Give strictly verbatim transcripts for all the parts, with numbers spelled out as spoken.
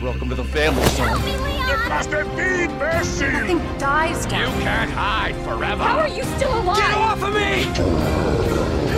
Welcome to the family, son. It must have been Bessie! Nothing dies down. You can't hide forever! How are you still alive? Get off of me!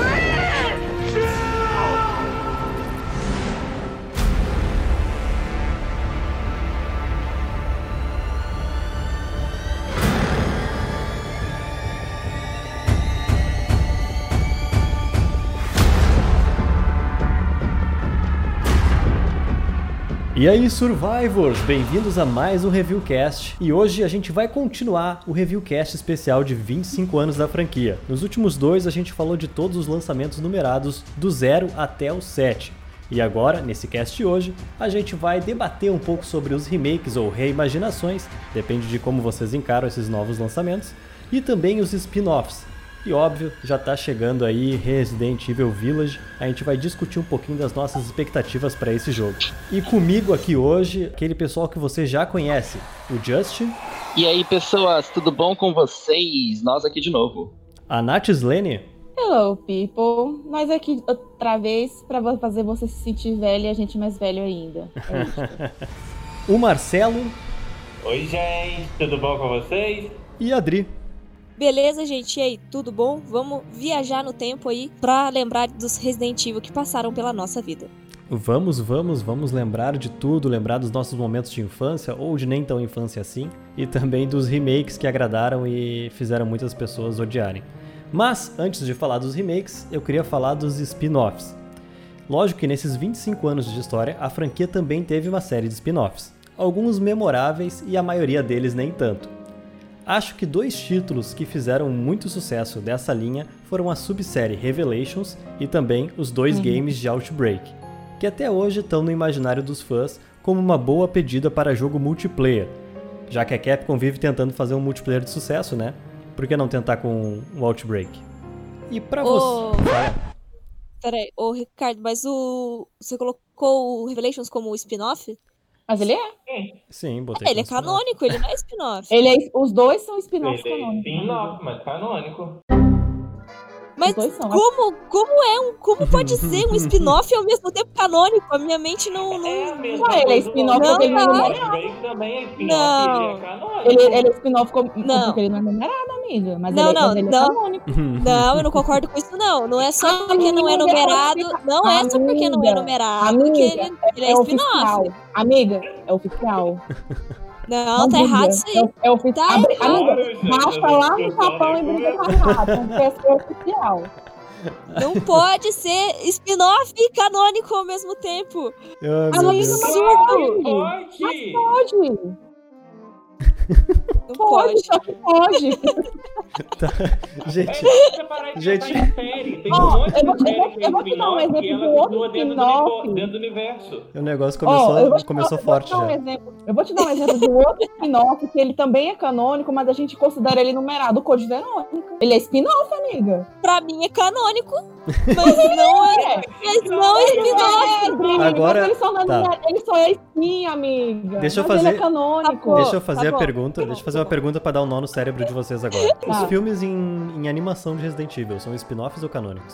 E aí, Survivors! Bem-vindos a mais um Reviewcast, e hoje a gente vai continuar o Reviewcast especial de vinte e cinco anos da franquia. Nos últimos dois a gente falou de todos os lançamentos numerados do zero até o sete. E agora, nesse cast de hoje, a gente vai debater um pouco sobre os remakes ou reimaginações, depende de como vocês encaram esses novos lançamentos, e também os spin-offs. E óbvio, já tá chegando aí Resident Evil Village, a gente vai discutir um pouquinho das nossas expectativas para esse jogo. E comigo aqui hoje, aquele pessoal que você já conhece, o Justin. E aí pessoas, tudo bom com vocês? Nós aqui de novo. A Nath Slene. Hello people, nós aqui outra vez para fazer você se sentir velho e a gente mais velho ainda. É isso. O Marcelo. Oi gente, tudo bom com vocês? E a Adri. Beleza, gente? E aí, tudo bom? Vamos viajar no tempo aí pra lembrar dos Resident Evil que passaram pela nossa vida. Vamos, vamos, vamos lembrar de tudo, lembrar dos nossos momentos de infância, ou de nem tão infância assim, e também dos remakes que agradaram e fizeram muitas pessoas odiarem. Mas, antes de falar dos remakes, eu queria falar dos spin-offs. Lógico que nesses vinte e cinco anos de história, a franquia também teve uma série de spin-offs. Alguns memoráveis e a maioria deles nem tanto. Acho que dois títulos que fizeram muito sucesso dessa linha foram a subsérie Revelations e também os dois uhum. games de Outbreak, que até hoje estão no imaginário dos fãs como uma boa pedida para jogo multiplayer, já que a Capcom vive tentando fazer um multiplayer de sucesso, né? Por que não tentar com o Outbreak? E pra oh. você... Fala. Peraí, ô Ricardo, mas o... você colocou o Revelations como spin-off? Mas ele é. Sim, botei. É, ele é canônico, ele não é spin-off. Ele é, os dois são spin-offs Ele é canônicos. spin-off, mas canônico. Mas como, como é um. Como pode ser um spin-off e ao mesmo tempo canônico? A minha mente não. não... É a mesma ah, ele é spin-off porque ele não é numerado. Ele também é spin-off não. e ele é canônico. Ele, ele é spin-off como, não. porque ele não é numerado, amiga. Mas não, ele, não, mas ele não. é canônico. Não, eu não concordo com isso, não. Não é só porque não é numerado. Não é só porque não é numerado. Amiga, porque ele, ele é, é spin-off. Amiga, é oficial. Não, não tá errado isso aí. É, é oficial. Tá Amiga, errado. basta lá no Japão e brinca com a rata. Porque é oficial. Não pode ser spin-off e canônico ao mesmo tempo. Oh, amiga, mas pode. Pode. Mas pode. Não pode. pode. Só que pode. Tá. Gente, é gente. Série. Tem um oh, monte eu vou, de série eu, que é eu vou te dar um spin-off exemplo que do ela outro continua dentro spin-off. do, dentro do universo. O negócio começou, oh, eu vou te começou dar, forte eu vou te dar já. Um exemplo, eu vou te dar um exemplo de outro spin-off que ele também é canônico, mas a gente considera ele numerado, o Code Verônica. Ele é spin-off, amiga. Pra mim é canônico, mas não é, mas não é spin-off. Agora, ele só, não, tá. ele só é spin, amiga. Deixa eu mas fazer, ele é canônico. Tá deixa eu fazer tá a bom, pergunta, tá deixa eu bom, fazer tá uma pergunta pra dar um nó no cérebro de vocês agora. Tá. Os filmes em, em animação de Resident Evil são spin-offs ou canônicos?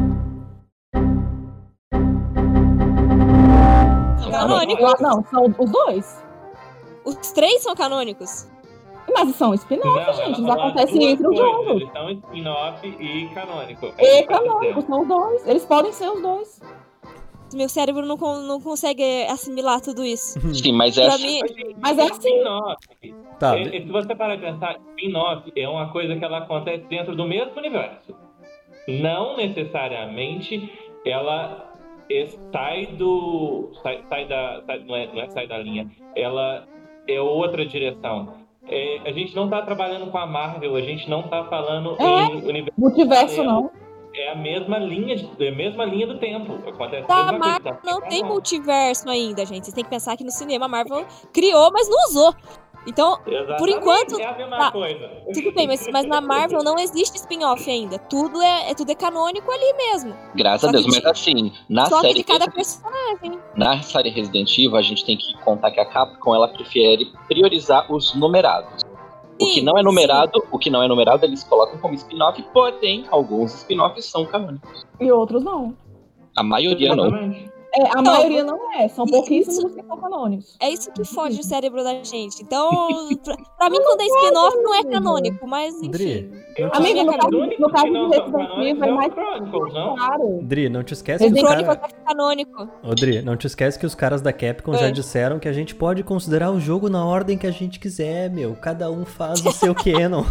São canônicos. Não, são os dois. Os três são canônicos. Mas são spin-off, gente. Eles acontecem entre os coisas. jogos. Eles são spin-off e canônico. E canônico, são os dois. Eles podem ser os dois. Meu cérebro não, não consegue assimilar tudo isso. Sim, mas é pra assim. mim... Mas é assim. Spin-off. Tá. É, se você parar de pensar, spin-off é uma coisa que ela acontece dentro do mesmo universo. Não necessariamente ela sai do. sai, sai da. Sai, não, é, não é sai da linha. Ela é outra direção. É, a gente não tá trabalhando com a Marvel, a gente não tá falando É, em universo. multiverso não. É a mesma linha, é a mesma linha do tempo. Acontece Tá, a a mesma Marvel coisa, tá? não tem multiverso ainda, gente. Vocês têm que pensar que no cinema a Marvel criou, mas não usou. Então, Exatamente, por enquanto... é a mesma tá, coisa. tudo bem, mas, mas na Marvel não existe spin-off ainda. Tudo é, é, tudo é canônico ali mesmo. Graças Só a Deus, que mas de- assim, na Só que série de cada Resident- personagem. na série Resident Evil, a gente tem que contar que a Capcom ela prefere priorizar os numerados. O que Sim, não é numerado, o que não é numerado, eles colocam como spin-off, porém, alguns spin-offs são canônicos. E outros não. A maioria não. Exatamente. É, a Não, maioria não é, são isso- pouquíssimos os que são canônicos. É isso que foge o cérebro da gente. Então, pra, pra mim, quando é spin-off, não é canônico, mas enfim. Dri, Eu não acho Amigo, que no os caso, únicos no caso que de não são Resident Evil, canônicos é são mais os Chronicles, não? claro. Dri, não te esquece que os Resident Crônico caras... é canônico. Ô, Dri, não te esquece que os caras da Capcom já É. disseram que a gente pode considerar o jogo na ordem que a gente quiser, meu. Cada um faz o seu canon.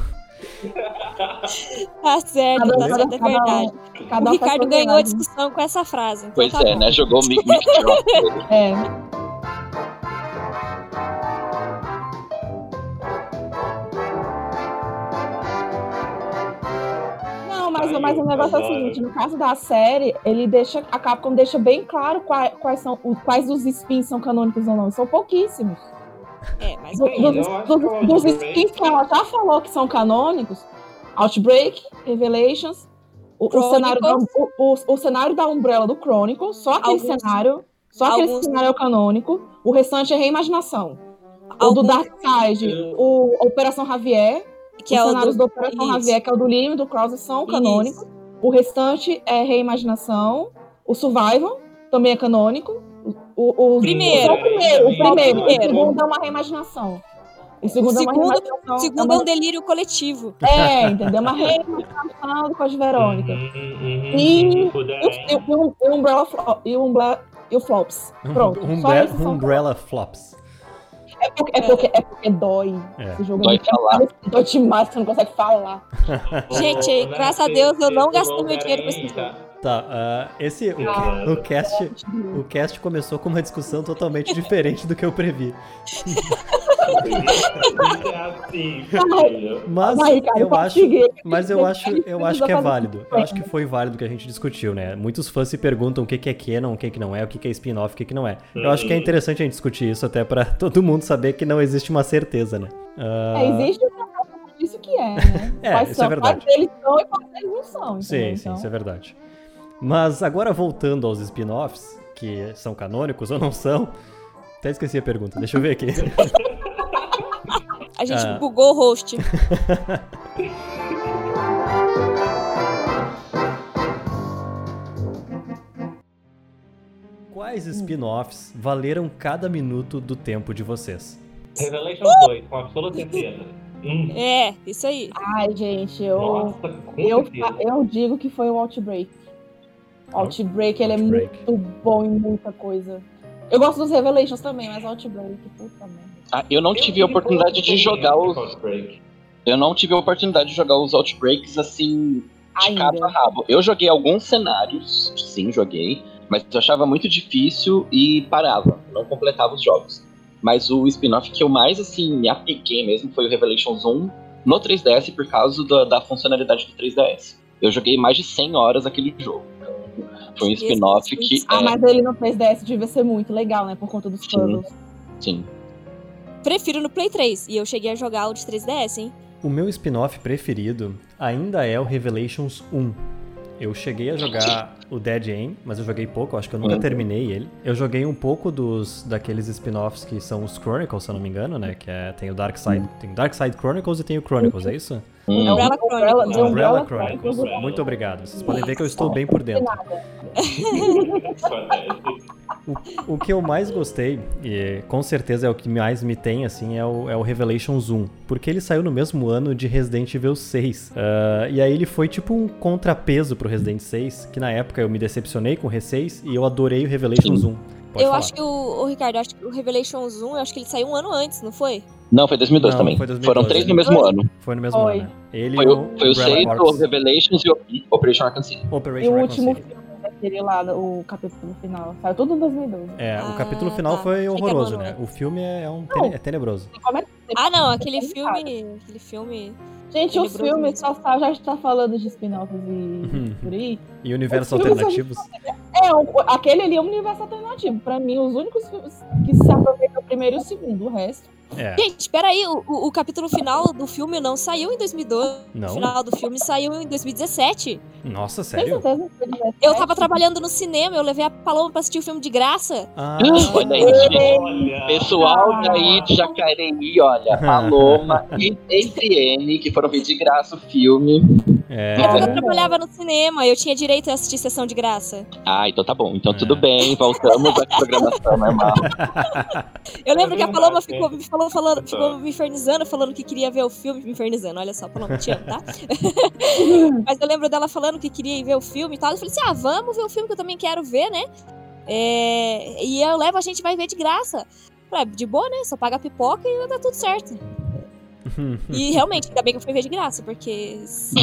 Tá certo, Cada um tá faz- certo, é cada um- verdade. Cada O um faz Ricardo sua ganhou a viagem. discussão com essa frase. Então Pois tá é, bom. né? Jogou o Mi- Mixed Rock dele. É. Não, mas, Ai, mas o eu negócio é o adoro. seguinte, no caso da série, ele deixa, a Capcom deixa bem claro quais, quais são os, quais dos spins são canônicos ou não. São pouquíssimos. É, mas Do- Sim, dos, eu acho dos- que o dos Outbreak- spins que ela já falou que são canônicos, Outbreak, Revelations, o, o, Chronicles. cenário da, o, o, o cenário da Umbrella do Chronicles, só aquele Alguns- cenário, só aquele alguns- cenário é o canônico, o restante é reimaginação. O do Alguns- Darkseid, Eu- o Operação Javier, que os é o cenários do... do Operação Isso. Javier, que é o do Liam e do Krause, são canônicos. O restante é reimaginação. O Survival também é canônico. O, o, Primeiro. só o primeiro, o primeiro. O Primeiro. segundo é uma reimaginação. O segundo, O é uma segundo- reimaginação. O segundo é, é uma... um delírio coletivo. é, entendeu? É uma reimaginação do Código Verônica. Uhum, uhum, E- se E, puder, o, e, o, e o Umbrella Flo- e o Umbrella e o Flops. Pronto. Um só esses são Umbrella Flops. É porque, é, porque, é porque dói. É. Esse jogo Dói é muito falar. dói demais, você não consegue falar. Gente, Ô, ô, graças a Nath, Deus, eu não você gastei jogou meu dinheiro com esse Homem-Aranha, jogo. Tá, ah, esse... O, Ah. o cast... O cast começou com uma discussão totalmente diferente do que eu previ. Isso é assim, filho. Mas Aí, cara, eu pode acho, seguir. mas eu acho, eu acho que é Fazer- válido. Eu acho que foi válido o que a gente discutiu, né? Muitos fãs se perguntam o que que é canon, o que que não é, o que que é spin-off, o que que não é. Eu acho que é interessante a gente discutir isso até pra todo mundo saber que não existe uma certeza, né? Ah, É, existe o que isso que é, né? É, Quais isso é são, verdade. Quais deles são e quais deles não são. Sim, entendeu? sim, Então, isso é verdade. Mas agora voltando aos spin-offs, que são canônicos ou não são, até esqueci a pergunta, deixa eu ver aqui. A gente Ah. bugou o host. Quais spin-offs valeram cada minuto do tempo de vocês? Revelation dois, com absoluta certeza. Hum, É, isso aí. Ai, gente, eu, nossa, com eu, certeza. eu digo que foi o Outbreak. Outbreak, ele Outbreak. é muito bom em muita coisa. Eu gosto dos Revelations também, mas Outbreak, puta merda. Ah, eu não tive a oportunidade de jogar os. Outbreak. Eu não tive a oportunidade de jogar os Outbreaks assim, de Ainda. cabo a rabo. Eu joguei alguns cenários, sim, joguei, mas eu achava muito difícil e parava, não completava os jogos. Mas o spin-off que eu mais, assim, me apeguei mesmo foi o Revelations um no três D S por causa da, da funcionalidade do três D S. Eu joguei mais de cem horas aquele jogo. Então, foi um Esse spin-off é que... Ah, é, mas ele no três D S devia ser muito legal, né? Por conta dos Sim. puzzles. sim. Prefiro no Play três. E eu cheguei a jogar o de três D S, hein? O meu spin-off preferido ainda é o Revelations um. Eu cheguei a jogar o Dead Aim, mas eu joguei pouco, eu acho que eu nunca Uhum. terminei ele. Eu joguei um pouco dos daqueles spin-offs que são os Chronicles, se eu não me engano, né? Que é, tem o Dark Side, tem o Dark Side Chronicles e tem o Chronicles, é isso? Hum. Umbrella Umbrella, Chronicles. The Umbrella Umbrella Chronicles. Chronicles. Muito obrigado. Vocês podem ver que eu estou bem por dentro. O, o que eu mais gostei, e com certeza é o que mais me tem, assim, é o, é o Revelations um. Porque ele saiu no mesmo ano de Resident Evil seis. Ah, e aí ele foi tipo um contrapeso pro Resident seis, que na época eu me decepcionei com o R seis e eu adorei o Revelations um. Pode eu falar. acho que o, o Ricardo, eu acho que o Revelations um, eu acho que ele saiu um ano antes, não foi? Não, foi dois mil e dois Não, também. foi dois mil e dois, Foram três né? no mesmo ano. Foi no mesmo Foi. ano, né? Ele Foi e o, foi o Umbrella seis, o Corps. Revelations e o Operation Arkham City. E Operation o Raccoon último City. filme daquele lá, o capítulo final. Saiu tudo em dois mil e doze. É, o Ah, capítulo final tá. foi Achei que era horroroso, no né? ano. O filme é, um Não. tene- é tenebroso. Como é que você Ah, não, pode aquele ser filme. complicado? Aquele filme. Gente, os Tenebroso filmes, mesmo. só tá, já está falando de spin-offs e por aí. E universos Os filmes alternativos. É, o- aquele ali é um universo alternativo. Pra mim, os únicos filmes que se aproveitam o primeiro e o segundo. O resto. É, Gente, peraí, o, o, o capítulo final do filme não saiu em dois mil e doze. não? O final do filme saiu em dois mil e dezessete. Nossa, Tem sério? certeza que foi dezessete? Eu tava trabalhando no cinema, eu levei a Paloma pra assistir o filme de graça. Ah, Olha aí, gente. Olha. Pessoal daí de Jacareí, olha, Paloma e entre N, que foram ver de graça o filme. É. É porque eu trabalhava no cinema, eu tinha direito a assistir sessão de graça. Ah, então tá bom. Então É. tudo bem, voltamos à programação normal. Eu lembro É que a verdade, Paloma é. ficou, me falou, falando, Total. ficou me infernizando, falando que queria ver o filme, me infernizando, olha só, Paloma, te amo, tá? Mas eu lembro dela falando que queria ir ver o filme e tal, eu falei assim, ah, vamos ver o filme que eu também quero ver, né? É, e eu levo, a gente vai ver de graça. Falei, de boa, né? Só paga a pipoca e tá tudo certo. E realmente, ainda bem que eu fui ver de graça, porque...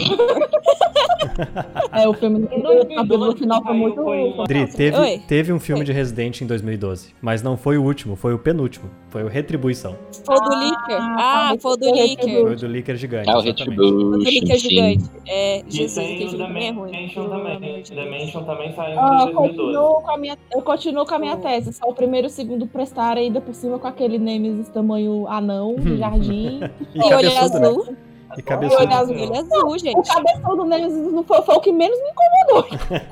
É, o filme Em no, dois mil e doze no final foi muito. saiu, foi- Dri, teve, Oi. teve um filme Oi. de Resident em dois mil e doze, mas não foi o último, foi o penúltimo. Foi o Retribuição. Foi o do Licker. Ah, tá, foi o do foi o Licker. Foi o do Licker gigante, É o exatamente. Foi o do Retribution, Licker sim. gigante. É, E Jesus, tem aquele o filme também é ruim. Dimension Pelo amor também. de Deus. Dimension também saiu Ah, em dois mil e doze. continuo com a minha, eu continuo com a minha Oh. tese. Só o primeiro e o segundo prestaram ainda por cima com aquele Nemesis tamanho anão de jardim. E E olho cabeçudo, né? azul. E cabeçudo. olho azul. Olho azul, O gente. cabeção do Nemesis não foi, foi o que menos me incomodou.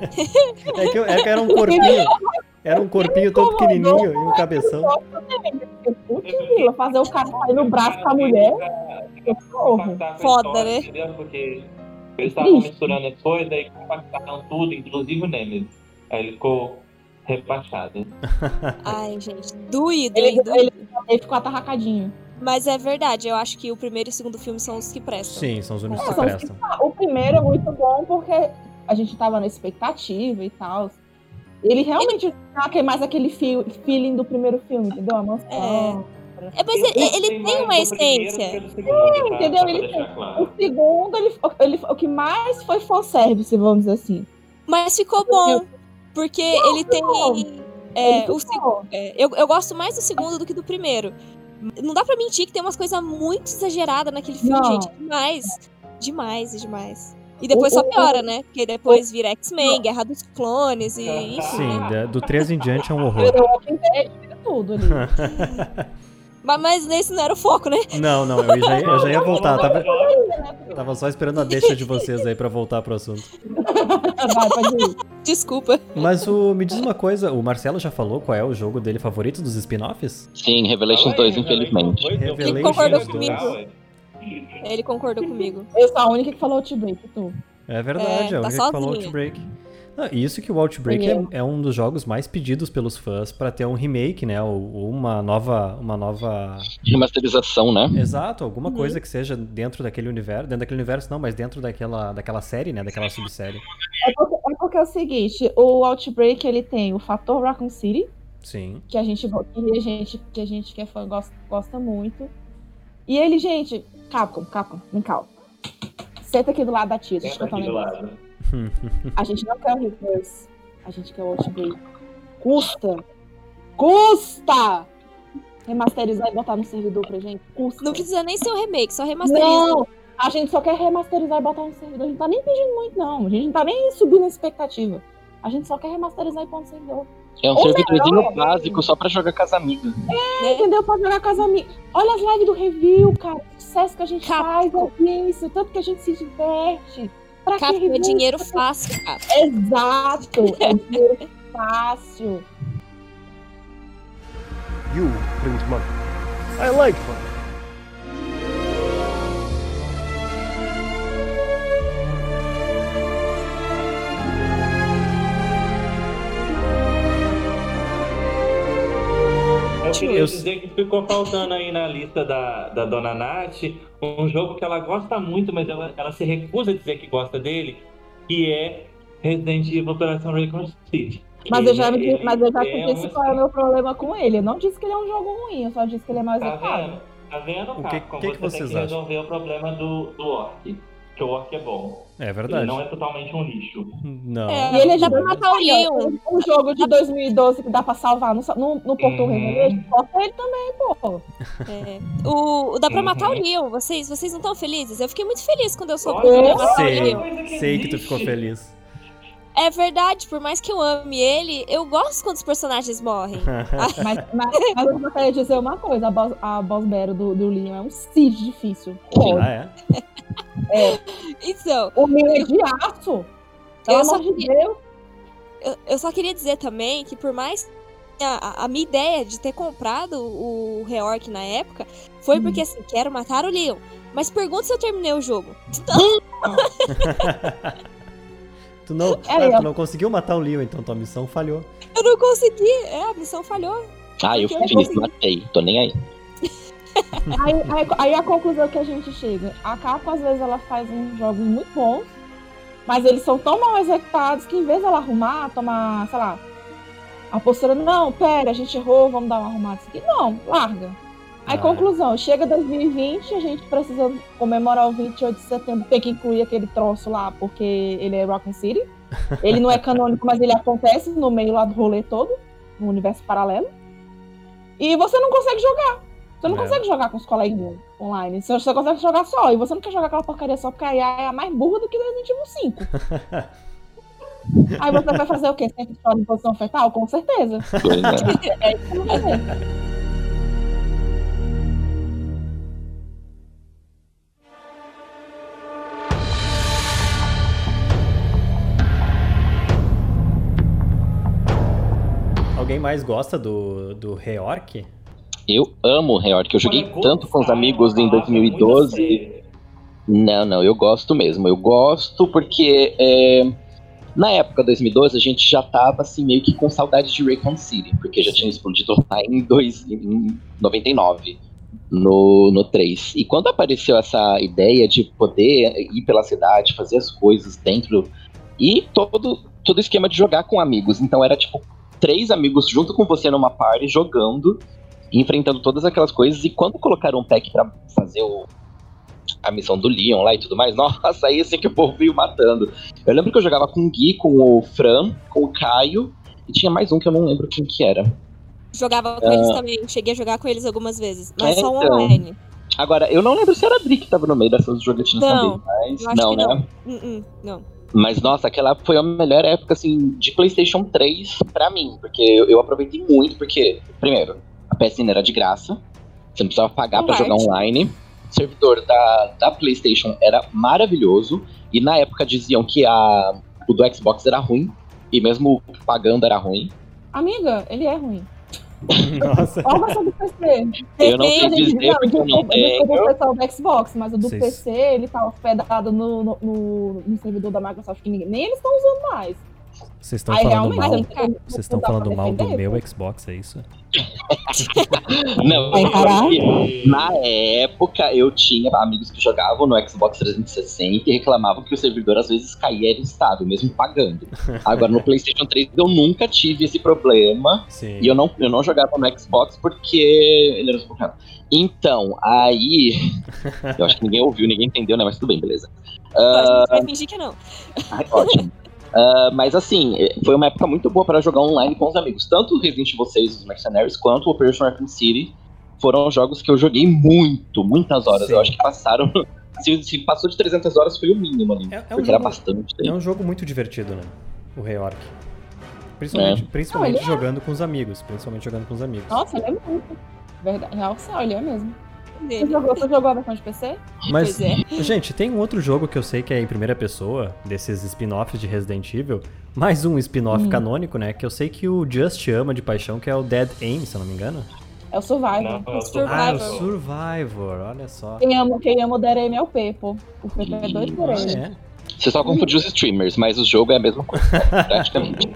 É que, é que era um corpinho. Era um corpinho todo pequenininho e um cabeção. Eu, putz, Vila, fazer o cara sair no braço com a mulher. Eu corro. Impactar com a Foda, história, né? entendeu? Porque eles estavam Triste. misturando as coisas e compactaram tudo, inclusive o Nemesis. Aí ele ficou rebaixado. Ai, gente. Doído, Ele, hein? Doído. ele, ele ficou atarracadinho. Mas é verdade, eu acho que o primeiro e o segundo filme são os que prestam. Sim, são os únicos É, que são os que- prestam. O primeiro é muito bom porque a gente tava na expectativa e tal. Ele realmente tem mais aquele feel- feeling do primeiro filme, entendeu? A mansão. É, mas ele, ele tem mais uma do primeiro essência. que do segundo, tá? entendeu? Só pra Ele deixar tem. claro. O segundo, ele, ele, o que mais foi fanservice, vamos dizer assim. Mas ficou bom. Porque ele tem. ficou. É, Ele o ficou. seg- é, eu, eu gosto mais do segundo do que do primeiro. Não dá pra mentir que tem umas coisas muito exageradas naquele filme, Não. gente. Demais. Demais, demais. E depois O- só o- piora, né? Porque depois vira X-Men, Guerra dos Clones e enfim. Sim, né? da- do três em diante é um horror. Virou Walking Dead, vira tudo ali. Mas, mas nesse não era o foco, né? Não, não, eu já, eu já ia voltar. Tava, né? tava só esperando a deixa de vocês aí pra voltar pro assunto. Vai, pode ir. Desculpa. Mas o, me diz uma coisa, o Marcelo já falou qual é o jogo dele favorito dos spin-offs? Sim, Revelations dois, infelizmente. Revelations Ele concordou dois. comigo. Ele concordou comigo. Eu sou a única que falou Outbreak, tu. É verdade, É, é, a tá única que falou sozinha. Outbreak. Não, e isso que o Outbreak é, é um dos jogos mais pedidos pelos fãs pra ter um remake, né? Ou, ou uma nova. Uma nova. Remasterização, né? Exato, alguma Uhum. coisa que seja dentro daquele universo. Dentro daquele universo não, mas dentro daquela, daquela série, né? Daquela subsérie. É porque, é porque é o seguinte, o Outbreak, ele tem o fator Raccoon City, Sim. que a gente, go- que a gente, que a gente que é fã gosta, gosta muito. E ele, gente, Capcom, Capcom, vem cá. ó. Senta aqui do lado da tia, deixa eu Senta contar um aqui do negócio. lado. A gente não quer o Reverse, a gente quer o Outbreak. Custa! Custa! Remasterizar e botar no servidor pra gente, custa. Não precisa nem ser um remake, só remasteriza. Não, a gente só quer remasterizar e botar no servidor. A gente tá nem pedindo muito, não. A gente não tá nem subindo a expectativa. A gente só quer remasterizar e pôr no servidor. É um Ou servidorzinho melhor, básico só pra jogar com as amigas. Né? Entendeu? Pra jogar com as amigas. Olha as lives do review, cara. O sucesso que a gente Capcom. faz é isso. Tanto que a gente se diverte. Pra que Capcom é review? dinheiro fácil, cara. Exato. É dinheiro fácil. You brings money. I like money. Eu queria Eu- dizer que ficou faltando aí na lista da, da Dona Nath um jogo que ela gosta muito, mas ela, ela se recusa a dizer que gosta dele, que é Resident Evil Operação Raccoon City. Mas eu já, me- Ele mas eu já é disse um- qual é o meu problema com ele. Eu não disse que ele é um jogo ruim. Eu só disse que ele é mal Tá executado. vendo? Tá vendo, O que- Capcom? que que Você vocês tem que acham? resolver o problema do, do Orc. Que o Orc é bom. É Ele verdade. não é totalmente um lixo. Não. É, E ele é de dá pra matar o Leon. Um jogo de dois mil e doze que dá pra salvar no, no, no Portal Uhum. Revelation. Corta ele também, pô. É. O, o- dá pra Uhum. matar o Leon. Vocês, vocês não estão felizes? Eu fiquei muito feliz quando eu soube Olha, que eu ia matar o Sei, Leon. coisa que sei que tu existe. ficou feliz. É verdade, por mais que eu ame ele, eu gosto quando os personagens morrem. Mas, mas, mas eu quero dizer uma coisa: a boss, a boss battle do, do Leon é um Cid difícil. Pô, Ah, é? Então, o Leon é de aço. Pelo Eu só amor de queria- Deus. eu, eu só queria dizer também que por mais a, a- a minha ideia de ter comprado o Reorc na época foi porque assim, quero matar o Leon. Mas pergunta se eu terminei o jogo. Tu não, É, ah, eu- tu não conseguiu matar o Leon, então tua missão falhou. Eu não consegui. É, a missão falhou. Ah, eu Porque eu fiz, consegui. matei, tô nem aí. Aí, aí, aí a conclusão que a gente chega. A Capcom, às vezes, ela faz uns jogos muito bons, mas eles são tão mal executados que, em vez dela arrumar, tomar, sei lá, a postura, não, pera, a gente errou, vamos dar uma arrumada isso aqui. Não, larga. Aí, Ah. conclusão, chega dois mil e vinte, a gente precisa comemorar o vinte e oito de setembro, tem que incluir aquele troço lá, porque ele é Raccoon City. Ele não é canônico, mas ele acontece no meio lá do rolê todo, no universo paralelo. E você não consegue jogar. Você não É. consegue jogar com os coleguinhas online. Você só consegue jogar só. E você não quer jogar aquela porcaria só porque a I A é a mais burra do que Resident Evil cinco. Aí você vai fazer o quê? Sempre fora em posição fetal? Com certeza. Pois é. É isso que eu vou fazer. Alguém mais gosta do, do Reorc? Eu amo o Reorc, eu joguei Olha, tanto com os gostar é amigos uma em palavra dois mil e muito doze. séria. Não, não, eu gosto mesmo. Eu gosto porque é, na época dois mil e doze a gente já tava assim meio que com saudade de Raccoon City, porque já tinha explodido lá em, dois, em noventa e nove, no, no três. E quando apareceu essa ideia de poder ir pela cidade, fazer as coisas dentro, e todo todo esquema de jogar com amigos. Então era tipo três amigos junto com você numa party jogando, enfrentando todas aquelas coisas. E quando colocaram um pack pra fazer o a missão do Leon lá e tudo mais, nossa, aí assim que o povo veio matando. Eu lembro que eu jogava com o Gui, com o Fran, com o Caio, e tinha mais um que eu não lembro quem que era. Jogava com Ah. eles também. Cheguei a jogar com eles algumas vezes. Mas É, só então. online. Agora, eu não lembro se era a Dri que tava no meio dessas jogatinas Não, também, mas eu acho não, que né? não. Hum, hum, não. Mas, nossa, aquela foi a melhor época, assim, de PlayStation três pra mim, porque eu, eu aproveitei muito, porque, primeiro, a P S N era de graça, você não precisava pagar pra jogar Online. online, o servidor da, da PlayStation era maravilhoso, e na época diziam que a, o do Xbox era ruim, e mesmo pagando era ruim. Amiga, ele é ruim. Nossa. Olha a versão do P C. Eu não sei Gente, dizer porque eu não desculpa, desculpa tenho. o pessoal do Xbox, mas o do Vocês- P C, ele tá hospedado no, no, no, no servidor da Microsoft, que ninguém, nem eles estão usando mais. Vocês estão Aí falando realmente, mal? eu não sei- Vocês estão não dá pra falando mal do defender, meu pô. Xbox, é isso? Não, Vai encarar? porque na época eu tinha amigos que jogavam no Xbox trezentos e sessenta e reclamavam que o servidor às vezes caía era estável, mesmo pagando. Agora no PlayStation três eu nunca tive esse problema Sim. e eu não, eu não jogava no Xbox porque ele era super caro. Então, aí. Eu acho que ninguém ouviu, ninguém entendeu, né? Mas tudo bem, beleza. A gente vai fingir que não. Ai, ótimo. Ah, mas assim, foi uma época muito boa para jogar online com os amigos. Tanto o Resident Evil seis, os Mercenaries, quanto o Operation Raccoon City foram jogos que eu joguei muito, muitas horas. Sim. Eu acho que passaram. Se, se passou de trezentas horas foi o mínimo ali. É- é um porque jogo- era bastante. É um jogo muito divertido, né? O Reorc. Principalmente, É. principalmente Não, ele é. jogando com os amigos. Principalmente jogando com os amigos. Nossa, ele é muito. Verdade, real oficial, ele é mesmo. Você Dele. jogou, você jogou a versão de P C? Mas, Pois é. gente, tem um outro jogo que eu sei que é em primeira pessoa, desses spin-offs de Resident Evil. Mais um spin-off Hum. canônico, né? Que eu sei que o Just ama de paixão, que é o Dead Aim, se eu não me engano. É o Survivor. Não, eu sou- Survivor. Ah, é o Survivor, olha só. Quem ama, quem ama o D R M é o P, pô. O P é doido por Ah, ele. é? Você só confundiu os streamers, mas o jogo é a mesma coisa, praticamente.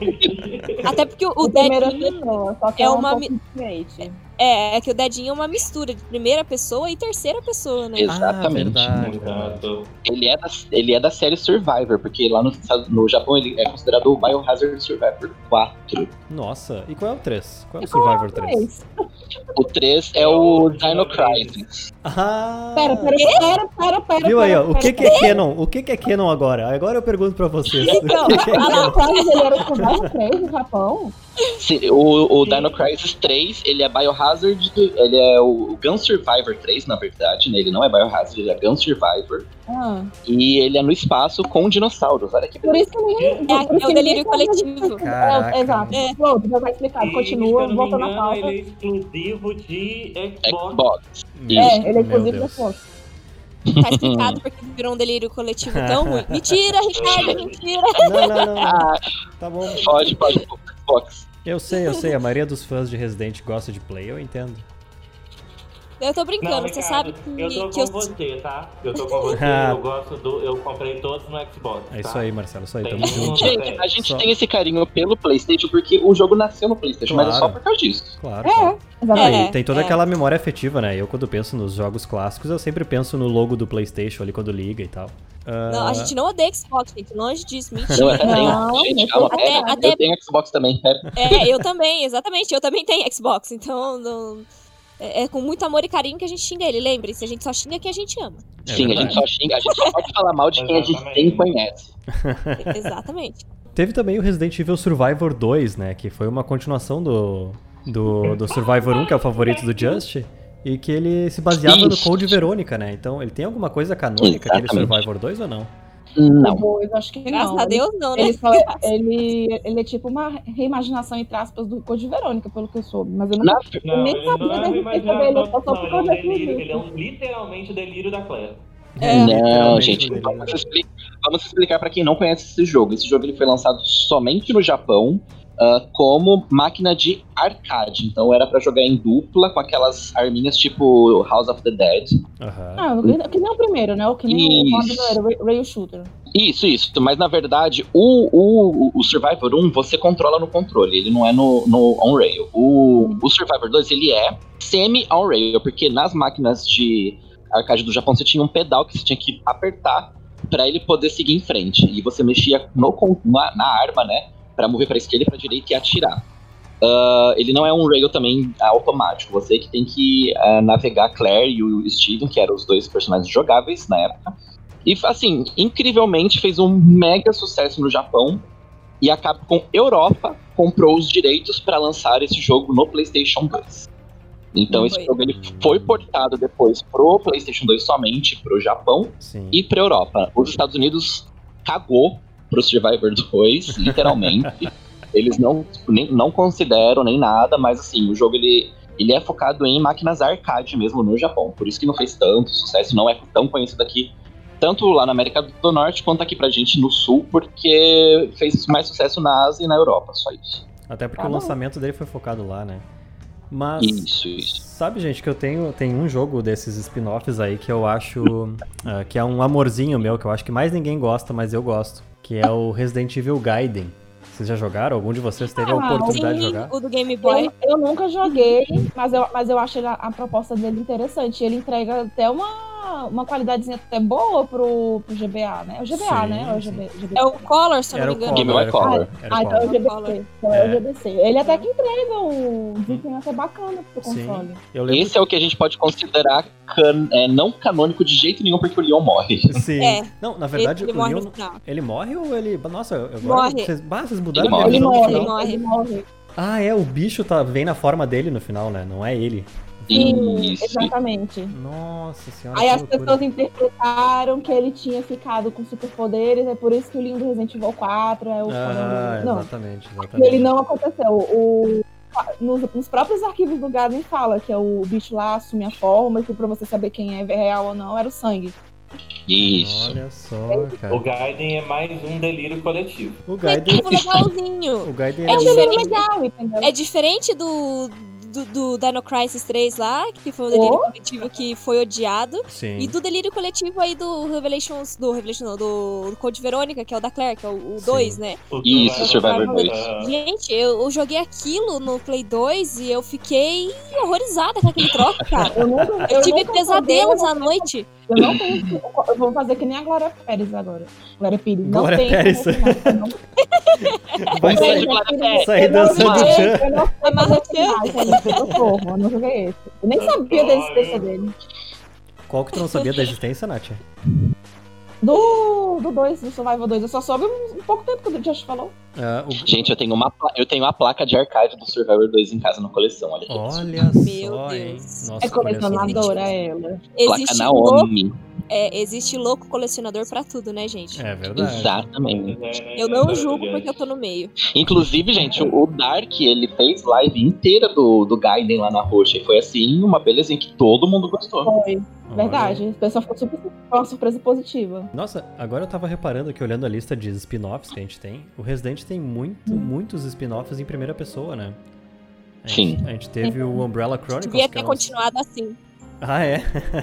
Até porque o, O o primeiro Dedinho. pessoa, só que é é, um uma pouco mi- diferente. É, é que o Dedinho é uma mistura de primeira pessoa e terceira pessoa, né? Exatamente. Ah, verdade, verdade. Exato. Ele é, da, ele é da série Survivor, porque lá no, no Japão ele é considerado o Biohazard Survivor quatro. Nossa, e qual é o três? Qual é o Survivor três? Mas, O três é o Dino Crisis. Ah! pera, pera, pera, pera, pera. Viu aí, ó, pera, o que, pera, que é Canon? O que, que é Canon agora? Agora eu pergunto pra vocês. Então, o que, que é Ah, Canon? claro, ele era o Survivor três no Japão. Se- O, o Dino Crisis três, ele é Biohazard, ele é o Gun Survivor três, na verdade, né? Ele não é Biohazard, ele é Gun Survivor. Ah, E ele é no espaço com dinossauros, olha que por beleza. isso que ninguém. É, por isso é o que ninguém delírio sabe coletivo. disso. Caraca. É, exato. É. Pronto, já vai explicado. E, se Continua, eu não me volta na engano, pauta. ele é exclusivo de Xbox. Xbox. É, ele é Meu inclusive da Deus. Fox. Tá explicado porque virou um delírio coletivo tão ruim. Mentira, Ricardo, mentira! Não, não, não, não. Ah, Tá bom. pode, pode, Xbox. Eu sei, eu sei. A maioria dos fãs de Resident gosta de Play, eu entendo. Eu tô brincando, Não, você Ricardo, sabe que eu tô com que eu- você, tá? Eu tô com você, Ah. eu gosto do... Eu comprei todos no Xbox, É isso tá? aí, Marcelo, isso aí, Tem tamo um junto. no- Gente, a gente Só- tem esse carinho pelo PlayStation porque o jogo nasceu no PlayStation, mas é só Claro. por causa disso. Claro, É, claro. Ah, exatamente. e tem toda é. aquela memória afetiva, né? Eu, quando penso nos jogos clássicos, eu sempre penso no logo do PlayStation ali quando liga e tal. Ah, Não, a gente não odeia Xbox, gente. Longe disso, Eu mentira. até tenho. Não, Gente, mas calma, até- pera. até- Eu tenho Xbox também, pera. É, eu também, exatamente. Eu também tenho Xbox, então não- é, é com muito amor e carinho que a gente xinga ele. Lembre-se, a gente só xinga quem a gente ama. É Sim, a verdade. gente só xinga, a gente só pode falar mal de quem a gente tem e conhece. Exatamente. Teve também o Resident Evil Survivor dois, né? Que foi uma continuação do, do, do Survivor um, que é o favorito do Just. E que ele se baseava no Isso. Code Verônica, né? Então, ele tem alguma coisa canônica, aquele Exatamente. Survivor dois ou não? Não. Dois, acho que Graças não. a Deus, não, né? Ele, só é, ele, ele é tipo uma reimaginação, entre aspas, do Code Verônica, pelo que eu soube. Mas eu não, Na, eu Não, nem ele sabia não é da uma existência dele, eu só imaginação, soube não, por ele é causa um delírio, disso. ele é um, literalmente o delírio da Claire. É. não, literalmente gente, um delírio. vamos, expli- vamos explicar pra quem não conhece esse jogo. Esse jogo ele foi lançado somente no Japão, ah, como máquina de arcade. Então era pra jogar em dupla com aquelas arminhas tipo House of the Dead. Aham. Ah, que, que nem o primeiro, né? O que nem o Isso. primeiro, Rail Shooter. Isso, isso. Mas na verdade, o, o, o Survivor um você controla no controle, ele não é no, no on-rail. O, o Survivor dois ele é semi-on-rail, porque nas máquinas de arcade do Japão você tinha um pedal que você tinha que apertar pra ele poder seguir em frente. E você mexia no, con- na, na arma, né? Pra mover pra esquerda e pra direita e atirar. Ah, ele não é um rail também automático. Você que tem que ah, navegar a Claire e o Steven, que eram os dois personagens jogáveis na época. E, assim, incrivelmente fez um mega sucesso no Japão. E a Capcom Europa comprou os direitos para lançar esse jogo no PlayStation dois. Então esse Foi. jogo ele foi portado depois pro PlayStation dois somente pro Japão Sim. e pra Europa. Os Estados Unidos cagou pro Survivor dois, literalmente. Eles não, nem, não consideram nem nada, mas assim, o jogo ele, ele é focado em máquinas arcade mesmo no Japão. Por isso que não fez tanto sucesso, não é tão conhecido aqui, tanto lá na América do Norte quanto aqui pra gente no Sul, porque fez mais sucesso na Ásia e na Europa, só isso. Até porque Tá o bom. lançamento dele foi focado lá, né? Mas, Isso, isso. sabe, gente, que eu tenho tem um jogo desses spin-offs aí que eu acho ah, que é um amorzinho meu, que eu acho que mais ninguém gosta, mas eu gosto, que é o Resident Evil Gaiden. Vocês já jogaram? Algum de vocês teve a Ah, oportunidade de Sim, jogar? o do Game Boy. Eu, eu nunca joguei, mas eu, mas eu acho ele- a proposta dele interessante. Ele entrega até uma, uma qualidadezinha até boa pro, pro G B A, né? O G B A, Sim, né? O sim. G B, G B C. É o Color, se eu Era não o me engano. Game Boy era o Color. Era Ah, o então é o Color. G B C. Então é o É. G B C. Ele até que entrega um desempenho até bacana pro Sim. console. Eu lembro. Esse é o que a gente pode considerar can- é, não canônico de jeito nenhum, porque o Leon morre. Sim. É. Não, na verdade, Ele o morre Leon. no final. Ele morre ou ele. Nossa, agora Morre. Vocês, bah, vocês mudaram Ele a morre. minha Ele visão do morre, final. Ele morre. ele morre. Ah, é, o bicho tá, vem na forma dele no final, né? Não é ele. Sim, Isso. exatamente. Nossa senhora. Aí que as loucura. pessoas interpretaram que ele tinha ficado com superpoderes, é por isso que o lindo Resident Evil quatro é o Ah, Não, exatamente, e exatamente. ele não aconteceu. O, nos, nos próprios arquivos do Gaiden fala que é o bicho lá assume a forma, e que pra você saber quem é real ou não, era o sangue. Isso. Olha só, O cara. Gaiden é mais um delírio coletivo. O É Gaiden. tipo legalzinho. O Gaiden É é, É um um- delírio diferente. legal, entendeu? É diferente do, do, do Dino Crisis três lá, que foi um delírio Oh. coletivo que foi odiado. Sim. E do delírio coletivo aí do Revelations, do Revelation, não, do, do Code Verônica, que é o da Claire, que é o Sim. dois, né? O Isso, Survivor dois. Ah, Gente, eu, eu joguei aquilo no Play dois e eu fiquei horrorizada com aquele troço, cara. Eu, nunca, Eu tive nunca pesadelos joguei, à noite. Eu não tenho. Eu vou fazer que nem a Glória Pérez agora. Glória Pires. Não Glória tem Pérez. como opinar, eu não- Vai Beijo, sair, Glória Pérez. sair eu não dançando joguei, tchan. eu não sei Amarra como opinar, gente. Eu socorro, eu não joguei esse. Eu nem sabia da existência dele. Qual que tu não sabia da existência, Nath? Do dois, do Survival dois. Eu só soube um, um pouco tempo que o Josh falou. Ah, o- Gente, eu tenho, uma, pla- eu tenho a placa de arcade do Survivor dois em casa na coleção, olha aqui. Olha Meu só, hein? Deus. Nossa, É colecionadora colecionador. ela. Placa Existe louco, Naomi. é, existe louco colecionador pra tudo, né, gente? É verdade. Exatamente. Eu não julgo porque eu tô no meio. Inclusive, gente, o o Dark, ele fez live inteira do, do Gaiden lá na Roxa. E foi assim, uma belezinha que todo mundo gostou. Foi. Verdade. O pessoal ficou super. Foi uma surpresa positiva. Nossa, agora eu tava reparando aqui, olhando a lista de spin-offs que a gente tem, o Resident tem muito, muitos spin-offs em primeira pessoa, né? A gente, Sim. A gente teve o Umbrella Chronicles, Devia que ter é um- continuado assim. Ah, é?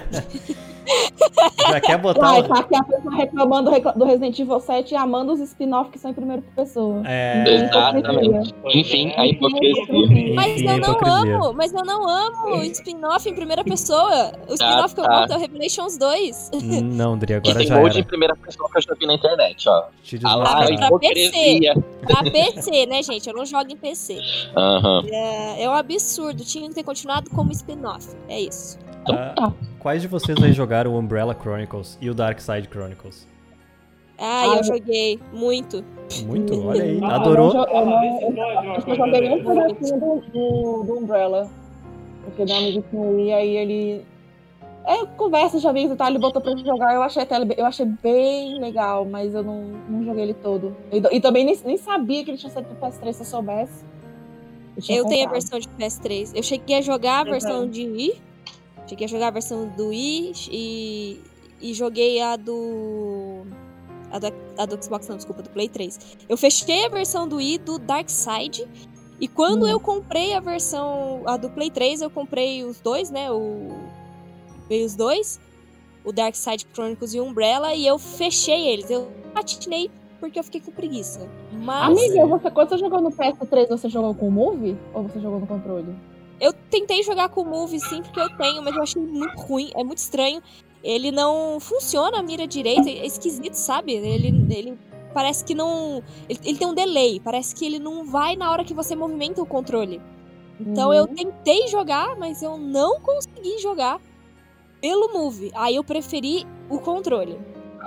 Já quer botar... Uai, o- tá aqui a pessoa reclamando do Resident Evil sete e amando os spin-off que são em primeira pessoa. É, Exatamente. Enfim, a hipocrisia. Mas enfim, eu a não hipocrisia. amo, mas eu não amo o spin-off em primeira pessoa. O spin-off que eu tá. gosto é o Revelations dois. Hum, Não, Dri, Que agora tem já molde em era. primeira pessoa que eu já vi na internet, ó. Te Ah lá, a pra desmascarar. P C. hipocrisia. Pra P C, né, gente? Eu não jogo em P C. Aham. É, é um absurdo. Tinha que ter continuado como spin-off. É isso. Ah, quais de vocês aí jogaram o Umbrella Chronicles e o Dark Side Chronicles? Ah, Ah, eu eu- joguei muito. Muito, olha aí. Ah, Adorou? Eu, eu, não- Desse eu, pode uma eu só coisa joguei um dessa. pedacinho do, do, do Umbrella. Porque meu amigo tinha um e aí ele. É, conversa, já vi e tal, ele botou pra jogar, eu achei, até, eu achei bem legal, mas eu não, não joguei ele todo. E, e também nem, nem sabia que ele tinha saído pro P S três, se eu soubesse. tinha Eu tenho a comprado. versão de P S três. Eu cheguei a jogar a Uhum. versão de Wii. Cheguei a jogar a versão do Wii e, e joguei a do, a do. A do Xbox, não, desculpa, do Play três. Eu fechei a versão do Wii do Dark Side. E quando Hum. eu comprei a versão. A do Play três, eu comprei os dois, né? O, veio os dois. O Dark Side Chronicles e o Umbrella. E eu fechei eles. Eu patinei porque eu fiquei com preguiça. Mas. Amiga, você, quando você jogou no P S três, você jogou com o Move? Ou você jogou no controle? Eu tentei jogar com o Move, sim, porque eu tenho, mas eu achei muito ruim, é muito estranho. Ele não funciona a mira direita, é esquisito, sabe? Ele, ele parece que não... Ele, ele tem um delay, parece que ele não vai na hora que você movimenta o controle. Então Uhum. eu tentei jogar, mas eu não consegui jogar pelo Move. Aí eu preferi o controle.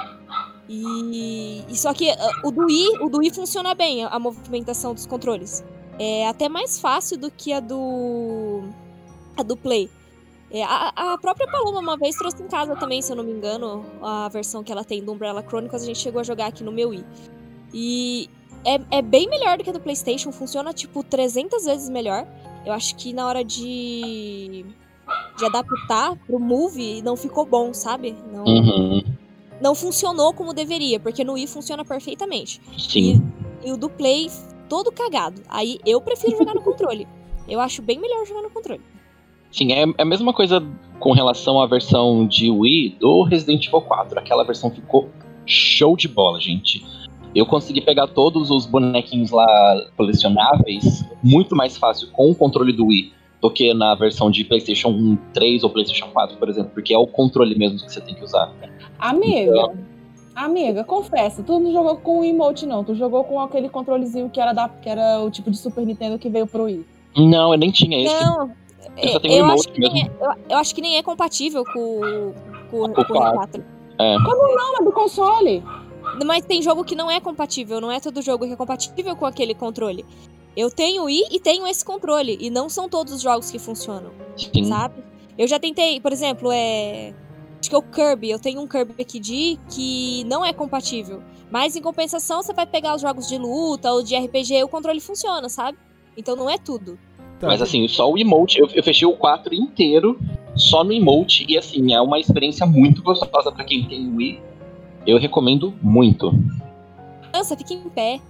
E, e só que uh, o do Wii, o do Wii funciona bem, a, a movimentação dos controles. É até mais fácil do que a do a do Play. É, a, a própria Paloma uma vez trouxe em casa também, se eu não me engano, a versão que ela tem do Umbrella Chronicles, a gente chegou a jogar aqui no meu Wii. E é, é bem melhor do que a do PlayStation, funciona tipo trezentas vezes melhor. Eu acho que na hora de, de adaptar pro Move não ficou bom, sabe? Não, Uhum. não funcionou como deveria, porque no Wii funciona perfeitamente. Sim. E o do Play todo cagado. Aí eu prefiro jogar no controle. Eu acho bem melhor jogar no controle. Sim, é é a mesma coisa com relação à versão de Wii do Resident Evil quatro. Aquela versão ficou show de bola, gente. Eu consegui pegar todos os bonequinhos lá colecionáveis muito mais fácil com o controle do Wii do que na versão de PlayStation três ou PlayStation quatro, por exemplo, porque é o controle mesmo que você tem que usar. Amiga, amiga, confessa, tu não jogou com o emote, não. Tu jogou com aquele controlezinho que era, da, que era o tipo de Super Nintendo que veio pro Wii. Não, eu nem tinha esse. Não, Eu só é, tenho o eu, emote acho que nem é, eu, eu acho que nem é compatível com, com, com o quatro. quatro. É. Não, é do console. Mas tem jogo que não é compatível, não é todo jogo que é compatível com aquele controle. Eu tenho o Wii e tenho esse controle, e não são todos os jogos que funcionam, Sim. sabe? Eu já tentei, por exemplo, é... acho que é o Kirby, eu tenho um Kirby aqui de que não é compatível. Mas em compensação, você vai pegar os jogos de luta ou de R P G, o controle funciona, sabe? Então não é tudo. Tá. Mas assim, só o emote, eu, eu fechei o quatro inteiro só no emote, e assim, é uma experiência muito gostosa pra quem tem Wii. Eu recomendo muito. Nossa, fica em pé.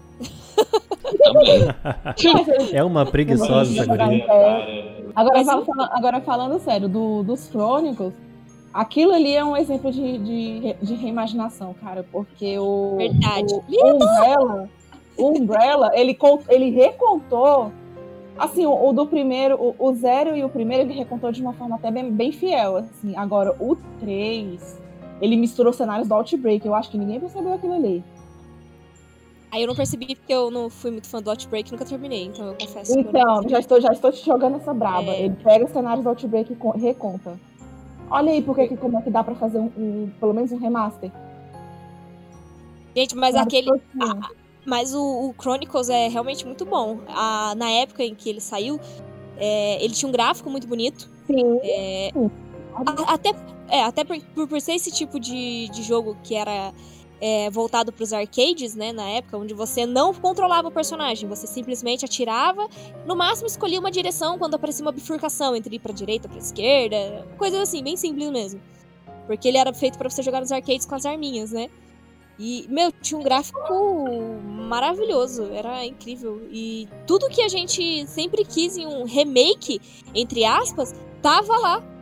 Também. É uma preguiçosa essa Jogar guria. em pé. Agora, Mas fala- enfim. fala- agora falando sério, do, dos Chronicles, aquilo ali é um exemplo de, de, de reimaginação, cara, porque o, Verdade. o, o Umbrella, o Umbrella, ele, con- ele recontou, assim, o, o do primeiro, o, o zero e o primeiro, ele recontou de uma forma até bem, bem fiel, assim. Agora, o três, ele misturou cenários do Outbreak, eu acho que ninguém percebeu aquilo ali. Aí eu não percebi porque eu não fui muito fã do Outbreak, nunca terminei, então eu confesso que eu não Então, percebi. já estou, já estou te jogando essa braba. É. Ele pega os cenários do Outbreak e con- reconta. Olha aí porque, que- como é que dá pra fazer um, um- pelo menos um remaster. Gente, mas Cenário aquele... todinho. Mas o, o Chronicles é realmente muito bom. A, na época em que ele saiu, é, ele tinha um gráfico muito bonito. Sim. É, a- até é, até por, por, por ser esse tipo de, de jogo que era é, voltado para os arcades, né, na época, onde você não controlava o personagem, você simplesmente atirava, no máximo escolhia uma direção quando aparecia uma bifurcação entre ir para direita ou para esquerda, coisas assim, bem simples mesmo. Porque ele era feito para você jogar nos arcades com as arminhas, né? E, meu, tinha um gráfico maravilhoso, era incrível. E tudo que a gente sempre quis em um remake, entre aspas, tava lá.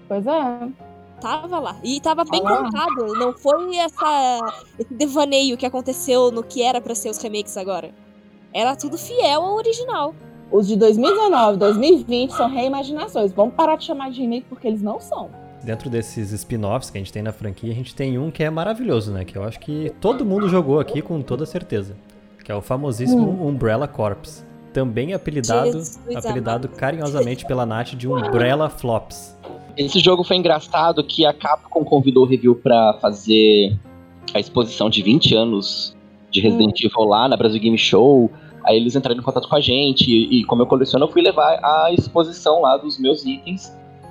Pois é. Tava lá. E tava bem Ah lá. contado. Não foi essa, esse devaneio que aconteceu no que era pra ser os remakes agora. Era tudo fiel ao original. Os de dois mil e dezenove, dois mil e vinte são reimaginações. Vamos parar de chamar de remake porque eles não são. Dentro desses spin-offs que a gente tem na franquia, a gente tem um que é maravilhoso, né? Que eu acho que todo mundo jogou aqui com toda certeza. Que é o famosíssimo hum. Umbrella Corps. Também apelidado, Jesus, apelidado carinhosamente pela Nath de Umbrella Flops. Esse jogo foi engraçado que a Capcom convidou o review pra fazer a exposição de vinte anos de Resident hum. Evil lá na Brasil Game Show. Aí eles entraram em contato com a gente e, e como eu coleciono, eu fui levar a exposição lá dos meus itens.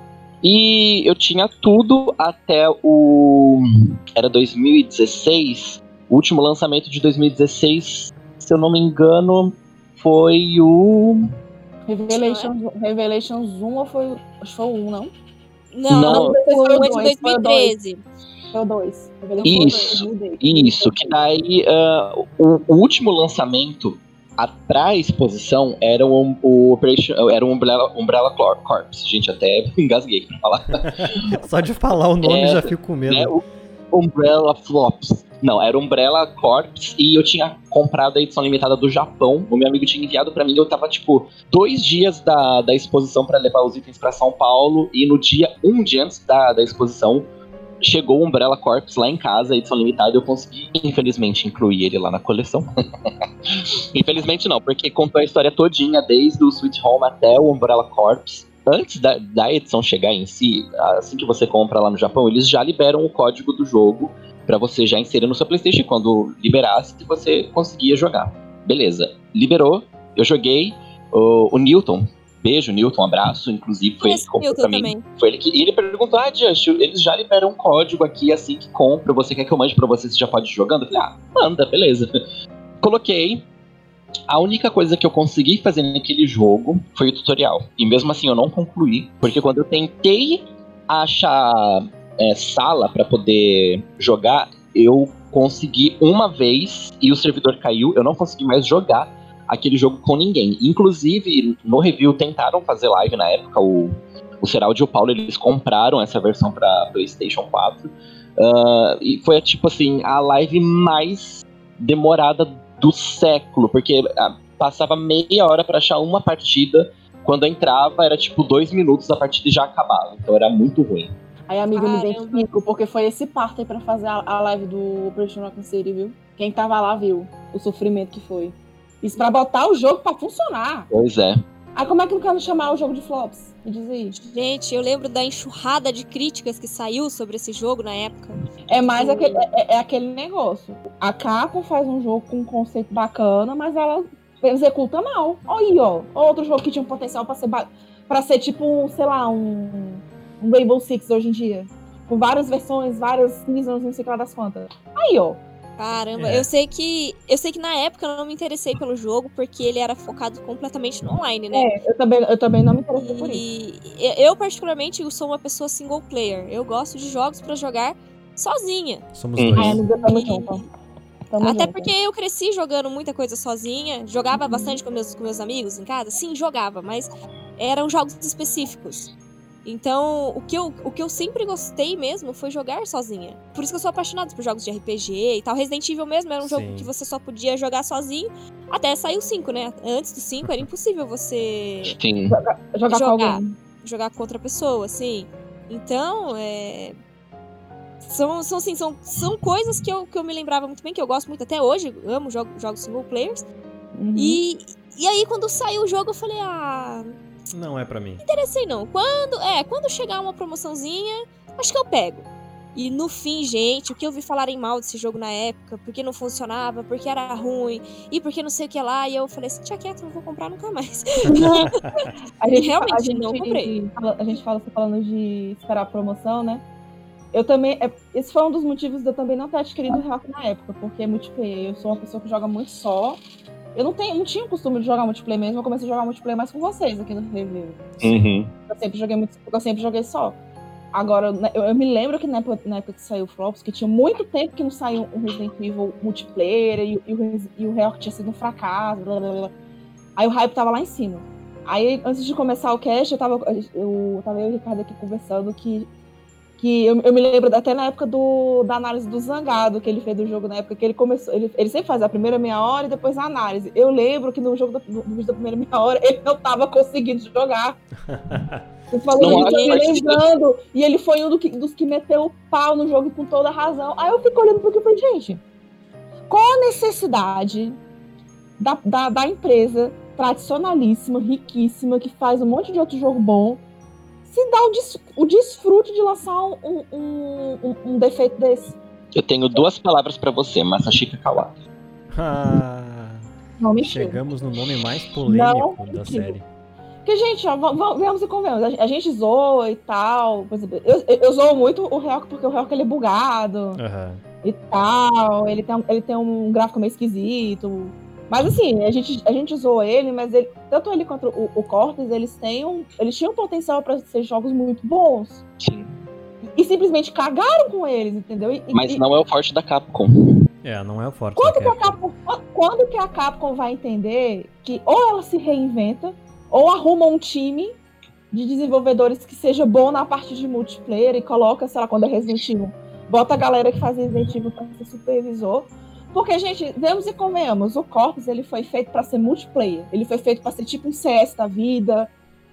E eu tinha tudo até o... Era dois mil e dezesseis. O último lançamento de dois mil e dezesseis, se eu não me engano, foi o... Revelations, Revelations um ou foi, acho que foi o um, não? Não, Não. foi o de dois mil e treze. Foi o dois. Isso, isso. Que daí uh, o, o último lançamento pra exposição era um, o Operation, era um Umbrella, Umbrella Corps. Gente, até engasguei pra falar. Só de falar o nome é, já fico com medo. Né, o Umbrella Flops. Não, era Umbrella Corps e eu tinha comprado a edição limitada do Japão. O meu amigo tinha enviado pra mim e eu tava, tipo, dois dias da, da exposição pra levar os itens pra São Paulo. E no dia, um dia antes da, da exposição, chegou o Umbrella Corps lá em casa, a edição limitada. Eu consegui, infelizmente, incluir ele lá na coleção. Infelizmente não, porque contou a história todinha, desde o Sweet Home até o Umbrella Corps. Antes da, da edição chegar em si, assim que você compra lá no Japão, eles já liberam o código do jogo pra você já inserir no seu PlayStation. Quando liberasse, você conseguia jogar. Beleza, liberou, eu joguei. O, o Newton, beijo Newton, um abraço, inclusive foi ele que comprou pra mim. Foi ele que, e ele perguntou, ah, Just, eles já liberam um código aqui assim que compra, você quer que eu mande pra você, você já pode ir jogando? Eu falei, ah, manda, beleza. Coloquei. A única coisa que eu consegui fazer naquele jogo foi o tutorial. E mesmo assim eu não concluí, porque quando eu tentei achar é, sala pra poder jogar, eu consegui uma vez e o servidor caiu, eu não consegui mais jogar aquele jogo com ninguém. Inclusive, no review tentaram fazer live na época, o, o Seraldi e o Paulo, eles compraram essa versão pra PlayStation quatro. Uh, e foi, tipo assim, a live mais demorada do século, porque uh, passava meia hora pra achar uma partida. Quando eu entrava, era tipo dois minutos da partida e já acabava. Então era muito ruim. Aí, amigo, eu me Caramba. identifico, porque foi esse parto aí pra fazer a, a live do Operation Raccoon City, viu? Quem tava lá viu o sofrimento que foi. Isso pra botar o jogo pra funcionar. Pois é. Aí como é que não quero chamar o jogo de flops? Me diz aí. Gente, eu lembro da enxurrada de críticas que saiu sobre esse jogo na época. É mais aquele, é, é aquele negócio. A Capcom faz um jogo com um conceito bacana, mas ela executa mal. Olha aí, ó. Outro jogo que tinha um potencial pra ser, ba- pra ser tipo, sei lá, um, um Rainbow Six hoje em dia. Com várias versões, várias seasons, não sei o que lá das quantas. Aí, ó. Caramba, É. eu sei que eu sei que na época eu não me interessei pelo jogo porque ele era focado completamente no online, né? É, eu também, eu também não me interessei por isso. E eu particularmente eu sou uma pessoa single player. Eu gosto de jogos pra jogar sozinha. Somos Uhum. Ai, dois. amiga, tamo E- junto. Tamo Até junto. porque eu cresci jogando muita coisa sozinha, jogava bastante com meus, com meus amigos em casa. Sim, jogava, mas eram jogos específicos. Então, o que, eu, o que eu sempre gostei mesmo foi jogar sozinha. Por isso que eu sou apaixonada por jogos de R P G e tal. Resident Evil mesmo era um jogo Sim. que você só podia jogar sozinho até sair o cinco, né? Antes do cinco era impossível você Sim. Jogar, jogar com jogar. alguém. jogar com outra pessoa, assim. Então, é... São, são, assim, são, são coisas que eu, que eu me lembrava muito bem, que eu gosto muito até hoje. Amo jogo, jogos single players. Uhum. E, e aí, quando saiu o jogo, eu falei, ah... Não é pra mim. interessei não. Quando, é, quando chegar uma promoçãozinha, acho que eu pego. E no fim, gente, o que eu vi falarem mal desse jogo na época, porque não funcionava, porque era ruim, e porque não sei o que lá, e eu falei assim, tia quieto, não vou comprar nunca mais. A gente, Realmente, a gente, não comprei. A gente fala, você falando de esperar a promoção, né? Eu também, é, esse foi um dos motivos de eu também não ter adquirido o Real na época, porque é multiplayer. Eu sou uma pessoa que joga muito só. Eu não, tenho, não tinha o costume de jogar multiplayer mesmo, eu comecei a jogar multiplayer mais com vocês aqui no review. Uhum. Eu sempre joguei muito, eu sempre joguei só. Agora, eu, eu me lembro que na época, na época que saiu o Flops, que tinha muito tempo que não saiu um Resident Evil multiplayer e, e, o, e o Real que tinha sido um fracasso, blá, blá, blá. Aí o hype tava lá em cima. Aí, antes de começar o cast, eu tava eu, tava eu e o Ricardo aqui conversando que, que eu, eu me lembro até na época do, da análise do Zangado, que ele fez do jogo, na época que ele começou. Ele, ele sempre faz a primeira meia hora e depois a análise. Eu lembro que no jogo do, no vídeo da primeira meia hora ele não tava conseguindo jogar. Ele falou isso, me lembrando, e ele foi um do que, dos que meteu o pau no jogo com toda a razão. Aí eu fico olhando pro que eu falei, gente, qual a necessidade da, da, da empresa tradicionalíssima, riquíssima, que faz um monte de outro jogo bom, se dá o, des, o desfrute de lançar um, um, um, um defeito desse? Eu tenho duas palavras pra você, Masashika Kawata. Ah, não, chegamos no nome mais polêmico não, da série. Porque, gente, ó, vamos e convenhamos, a gente zoa e tal, por exemplo, eu, eu, eu zoo muito o Ryok porque o Ryok ele é bugado uhum. e tal, ele tem, ele tem um gráfico meio esquisito, mas assim, a gente, a gente zoa ele, mas ele, tanto ele quanto o, o Cortex, eles, têm um, eles tinham potencial para ser jogos muito bons. Sim. E, e simplesmente cagaram com eles, entendeu? E, mas e, não é o forte da Capcom. É, não é o forte quando da que Capcom. A Capcom. Quando que a Capcom vai entender que ou ela se reinventa, ou arruma um time de desenvolvedores que seja bom na parte de multiplayer e coloca, sei lá, quando é Resident Evil, bota a galera que faz Resident Evil pra ser supervisor. Porque, gente, vemos e convenhamos, o Corpus, ele foi feito pra ser multiplayer. Ele foi feito pra ser tipo um C S da vida,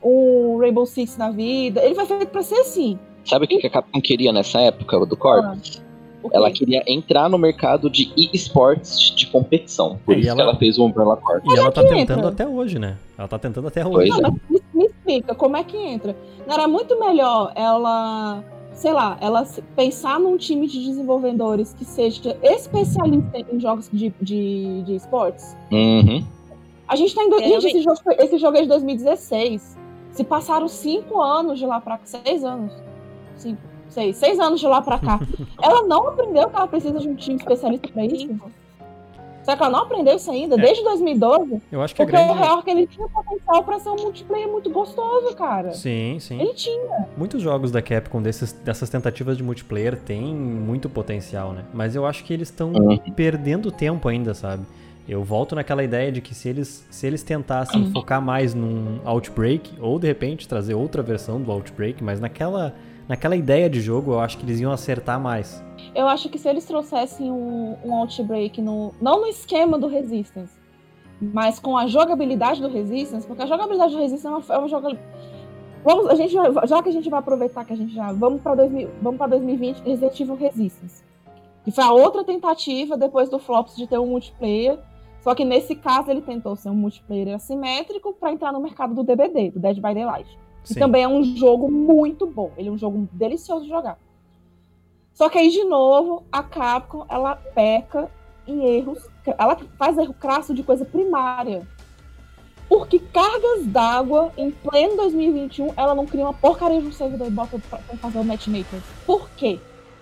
um Rainbow Six na vida. Ele foi feito pra ser assim. Sabe o que a Capcom queria nessa época do Corpus? Ah. Ela queria entrar no mercado de e-sports de competição. Por é, isso ela... que ela fez o Umbrella Corp. E ela tá tentando entra? até hoje, né? Ela tá tentando até hoje. Não, mas me, me explica, como é que entra? Não era muito melhor ela, sei lá, ela pensar num time de desenvolvedores que seja especialista em jogos de, de, de esportes? Uhum. A gente tá em... Do... É, gente, esse jogo, esse jogo é de dois mil e dezesseis. Se passaram cinco anos de lá pra cá. Seis anos. Cinco. Seis, seis anos de lá pra cá. Ela não aprendeu que ela precisa de um time especialista pra isso? Será que ela não aprendeu isso ainda? É. Desde dois mil e doze? Eu acho que porque a grande... o Reorg, ele tinha potencial pra ser um multiplayer muito gostoso, cara. Sim, sim. Ele tinha. Muitos jogos da Capcom desses, dessas tentativas de multiplayer têm muito potencial, né? Mas eu acho que eles estão uhum. perdendo tempo ainda, sabe? Eu volto naquela ideia de que se eles, se eles tentassem uhum. focar mais num Outbreak, ou de repente trazer outra versão do Outbreak, mas naquela... Naquela ideia de jogo, eu acho que eles iam acertar mais. Eu acho que se eles trouxessem um, um Outbreak, no, não no esquema do Resistance, mas com a jogabilidade do Resistance, porque a jogabilidade do Resistance é uma, é uma jogabilidade... Vamos, a gente, já que a gente vai aproveitar que a gente já... Vamos para dois mil e vinte, Resident Evil Resistance. Que foi a outra tentativa, depois do Flops, de ter um multiplayer. Só que nesse caso ele tentou ser um multiplayer assimétrico para entrar no mercado do D B D, do Dead by Daylight. Que também é um jogo muito bom. Ele é um jogo delicioso de jogar. Só que aí, de novo, a Capcom, ela peca em erros. Ela faz erro crasso de coisa primária. Porque cargas d'água, em pleno dois mil e vinte e um, ela não cria uma porcaria de um servidor e bota pra fazer o matchmaker. Por quê?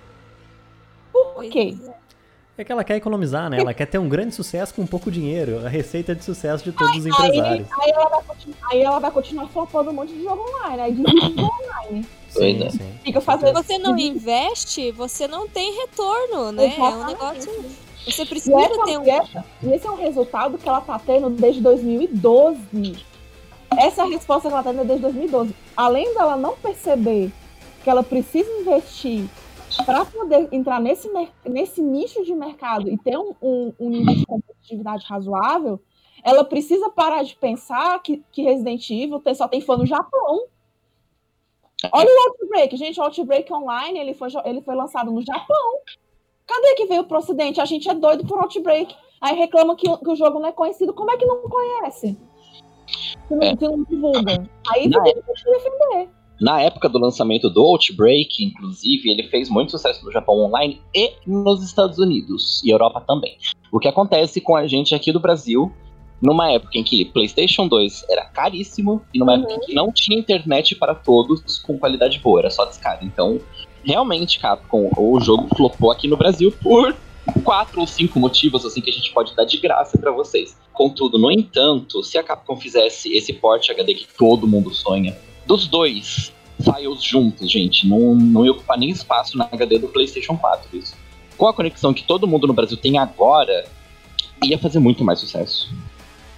Por quê? É que ela quer economizar, né? Ela quer ter um grande sucesso com pouco dinheiro. A receita de sucesso de todos os empresários. Aí, aí, ela, vai continuar, aí ela vai continuar flopando um monte de jogo online. Aí divide online. Sim, sim. Fica fazendo... Se você não investe, você não tem retorno, né? Exatamente. É um negócio... Você precisa e essa, ter um... E, essa, e esse é um resultado que ela tá tendo desde dois mil e doze. Essa é a resposta que ela tá tendo desde dois mil e doze. Além dela não perceber que ela precisa investir para poder entrar nesse, nesse nicho de mercado e ter um, um, um nível de competitividade razoável, ela precisa parar de pensar que, que Resident Evil tem, só tem fã no Japão. Olha o Outbreak, gente, o Outbreak Online, ele foi, ele foi lançado no Japão. Cadê que veio pro Ocidente? A gente é doido por Outbreak. Aí reclama que, que o jogo não é conhecido. Como é que não conhece? Se não, é. se não divulga. Aí você tem que defender. Na época do lançamento do Outbreak, inclusive, ele fez muito sucesso no Japão online e nos Estados Unidos e Europa também. O que acontece com a gente aqui do Brasil, numa época em que PlayStation dois era caríssimo e numa uhum. época em que não tinha internet para todos com qualidade boa, era só descarga. Então, realmente, Capcom, o jogo flopou aqui no Brasil por quatro ou cinco motivos assim que a gente pode dar de graça para vocês. Contudo, no entanto, se a Capcom fizesse esse port H D que todo mundo sonha, dos dois files juntos, gente, não, não ia ocupar nem espaço na H D do PlayStation quatro, isso. Com a conexão que todo mundo no Brasil tem agora, ia fazer muito mais sucesso.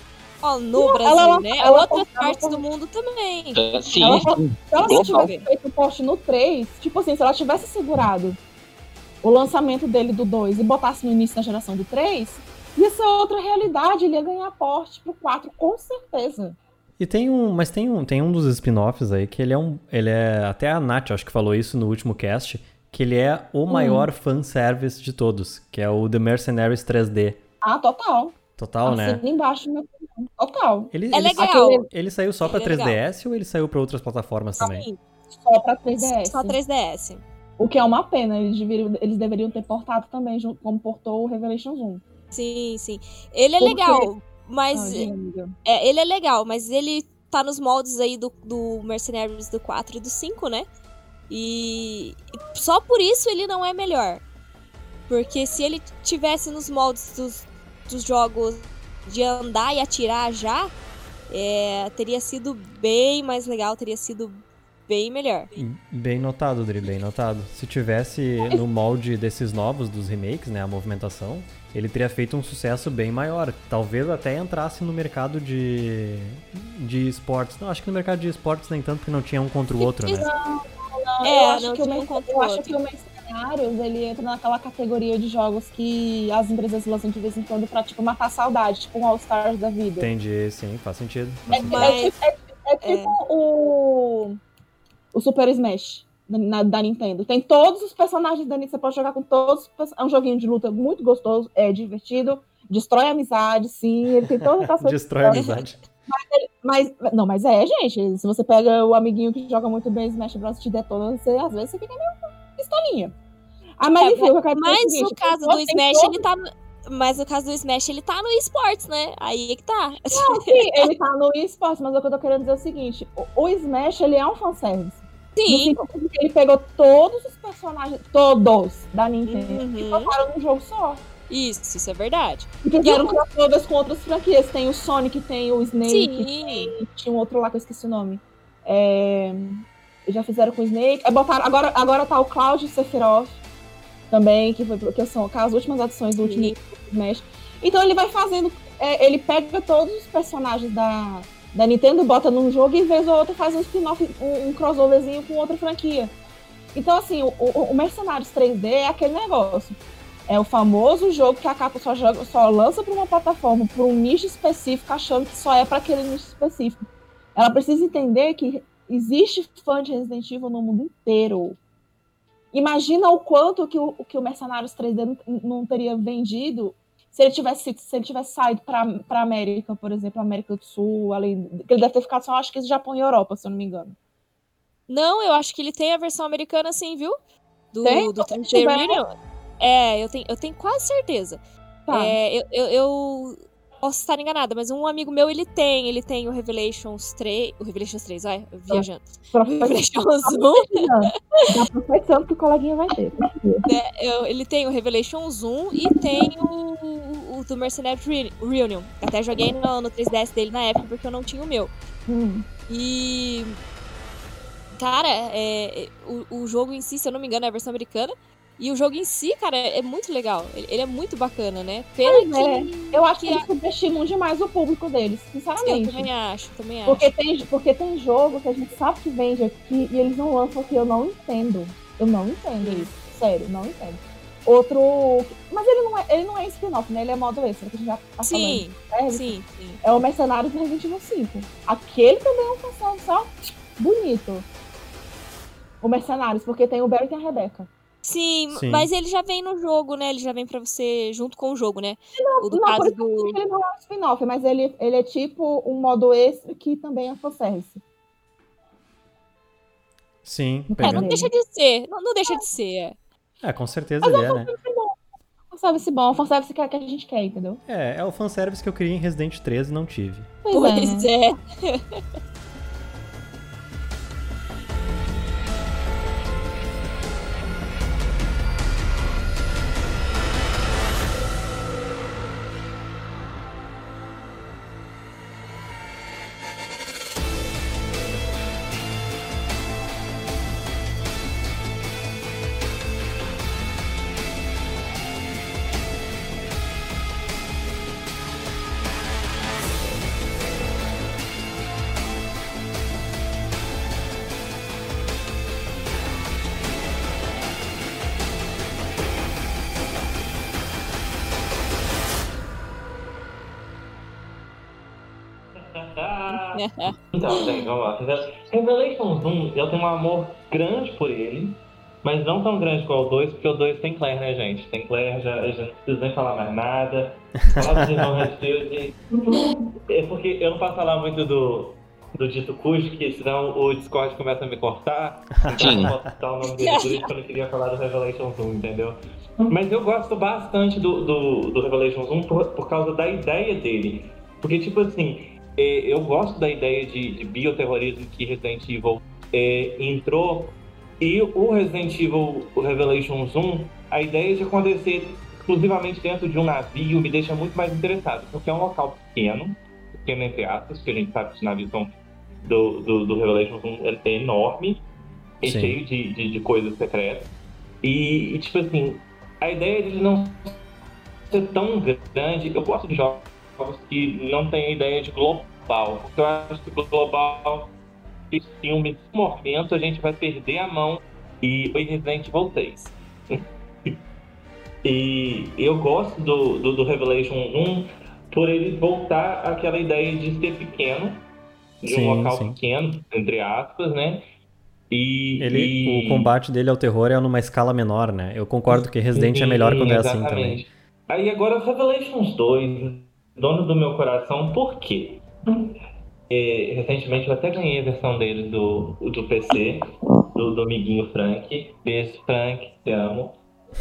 Ó, no Não, Brasil, ela- né? ela Outras postava partes por- do mundo também. É, sim, Ela- sim. Se ela Global. tivesse feito o post no três, tipo assim, se ela tivesse segurado o lançamento dele do dois e botasse no início da geração do três, ia ser outra realidade, ele ia ganhar porte pro quatro, com certeza. E tem um, mas tem um, tem um dos spin-offs aí que ele é um, ele é, até a Nath acho que falou isso no último cast, que ele é o maior fanservice de todos, que é o The Mercenaries três D. Ah, total. Total, né? Assina embaixo, meu opinião. Total. Ele, É ele, legal. ele saiu só pra Ele é três D legal. S ou ele saiu pra outras plataformas também? Sim, Só pra três D S. só três D S. O que é uma pena, eles deveriam, eles deveriam ter portado também, junto, como portou o Revelations um. Sim, sim. Ele é Por legal, quê? mas... Ah, diga, amiga. É, ele é legal, mas ele tá nos moldes aí do, do Mercenaries do quatro e do cinco, né? E só por isso ele não é melhor. Porque se ele tivesse nos moldes dos, dos jogos de andar e atirar já, é, teria sido bem mais legal, teria sido bem melhor. Bem notado, Dri, bem notado. Se tivesse no molde desses novos, dos remakes, né, a movimentação, ele teria feito um sucesso bem maior. Talvez até entrasse no mercado de, de esportes. Não, acho que no mercado de esportes nem tanto, porque não tinha um contra o outro, né? Não, É, eu acho, não que o, tinha um Merc- contra o eu acho outro. que o Mercenários, ele entra naquela categoria de jogos que as empresas lançam de vez em quando pra, tipo, matar a saudade, tipo um All-Stars da vida. Entendi, sim, faz sentido. É, Faz sentido. Mas- é tipo, é- é tipo o, o Super Smash da, na- da Nintendo. Tem todos os personagens da Nintendo, você pode jogar com todos. os perso- É um joguinho de luta muito gostoso, é divertido, destrói a amizade, sim, ele tem todas as coisas. Destrói a amizade. Mas, não, mas é, gente, se você pega o amiguinho que joga muito bem Smash Bros. Te detona, você, às vezes você fica meio pistolinha. Ah, mas É, enfim, eu quero dizer o Mas seguinte, no caso tem do todo- Smash, tem ele tá no... Mas no caso do Smash, ele tá no esportes, né? Aí é que tá. Não, sim, ele tá no esportes, mas o que eu tô querendo dizer é o seguinte: o, o Smash, ele é um fanservice. No Sim. sentido que ele pegou todos os personagens, todos, da Nintendo, e Uhum. botaram num jogo só. Isso, isso é verdade. E fizeram crossovers com outras franquias. Tem o Sonic, tem o Snake, Sim. tem- tinha um outro lá que eu esqueci o nome. É, já fizeram com o Snake. Aí botaram, agora, agora tá o Cloud e o Sephiroth também, que, foi, que são as últimas adições do último Sim. Smash. Então ele vai fazendo, é, ele pega todos os personagens da, da Nintendo, bota num jogo e vez ou outra faz um spin-off, um, um crossoverzinho com outra franquia. Então assim, o, o, o Mercenários três D é aquele negócio. É o famoso jogo que a Capcom só, joga, só lança para uma plataforma, por um nicho específico, achando que só é para aquele nicho específico. Ela precisa entender que existe fã de Resident Evil no mundo inteiro. Imagina o quanto que o, que o Mercenários três D não, não teria vendido se ele tivesse, se ele tivesse saído para a América, por exemplo, América do Sul, além, ele deve ter ficado só, acho que, Japão e Europa, se eu não me engano. Não, eu acho que ele tem a versão americana sim, viu? Do, Tem? do Se três D tiver- Reunion. É, eu tenho, eu tenho quase certeza. Tá. É, eu, eu, eu posso estar enganada, mas um amigo meu, ele tem. Ele tem o Revelations três. O Revelations três, vai, viajando. O Revelations um. Dá profetizando que o coleguinha vai ter. né, eu- ele tem o Revelations um e tem o, o, o do Mercenaries Re- Reunion. Até joguei no, no três D S dele na época, porque eu não tinha o meu. Hum. E. Cara, é, é, o, o jogo em si, se eu não me engano, é a versão americana. E o jogo em si, cara, é, é muito legal. Ele, ele é muito bacana, né? Pena Pois é. que. Eu acho que que eles subestimam demais o público deles, Eu sinceramente. também acho, também acho. Porque tem, porque tem jogo que a gente sabe que vende aqui e eles não lançam aqui. Eu não entendo. Eu não entendo isso. Sério, não entendo. Outro. Mas ele não é, ele não é spin-off, né? Ele é modo extra, que a gente já tá Sim, falando. É, sim, sim. é o Mercenários do Resident Evil cinco. Aquele também é um função só bonito. O Mercenários, porque tem o Barry e tem a Rebecca. Sim, Sim. mas ele já vem no jogo, né? Ele já vem pra você junto com o jogo, né? o do não, por caso isso do. Ele não é um spin-off, mas ele, ele é tipo um modo extra que também é fanservice. Sim, É, não pegando. deixa de ser. Não, não deixa de ser. é. É, com certeza ele é, né? Fanservice bom, um fanservice que, a- que a gente quer, entendeu? É, é o fanservice que eu queria em Resident três e não tive. Pois, Pois é. né? é. Então, gente, vamos lá. Revelations um, eu tenho um amor grande por ele, mas não tão grande como o dois, porque o dois tem Claire, né, gente? Tem Claire, já, já não precisa nem falar mais nada. Falar de irmão Redfield. É porque eu não posso falar muito do, do Dito Cujo, porque senão o Discord começa a me cortar. Então eu não posso citar o nome dele, por isso que eu não queria falar do Revelations um, entendeu? Mas eu gosto bastante do, do, do Revelations um por, por causa da ideia dele. Porque, tipo assim, eu gosto da ideia de, de bioterrorismo que Resident Evil é, entrou. E o Resident Evil o Revelations um, a ideia de acontecer exclusivamente dentro de um navio me deixa muito mais interessado. Porque é um local pequeno, pequeno entre aspas, porque a gente sabe que os navios são do, do, do Revelations um é enorme, e Sim. cheio de, de, de coisas secretas. E, e, tipo assim, a ideia de não ser tão grande... Eu gosto de jogos que não tem a ideia de global, porque eu acho que global, esse filme, nesse momento, a gente vai perder a mão, e foi Resident Evil três. E eu gosto do, do, do Revelation um por ele voltar àquela ideia de ser pequeno, de Sim, um local sim. pequeno, entre aspas, né? E, Ele, e... O combate dele ao terror é numa escala menor, né? Eu concordo que Resident é melhor quando é assim também. Exatamente. Aí agora Revelations dois, dono do meu coração, por quê? É, recentemente eu até ganhei a versão dele do, do P C, do, do amiguinho Frank. Beijo, Frank, te amo.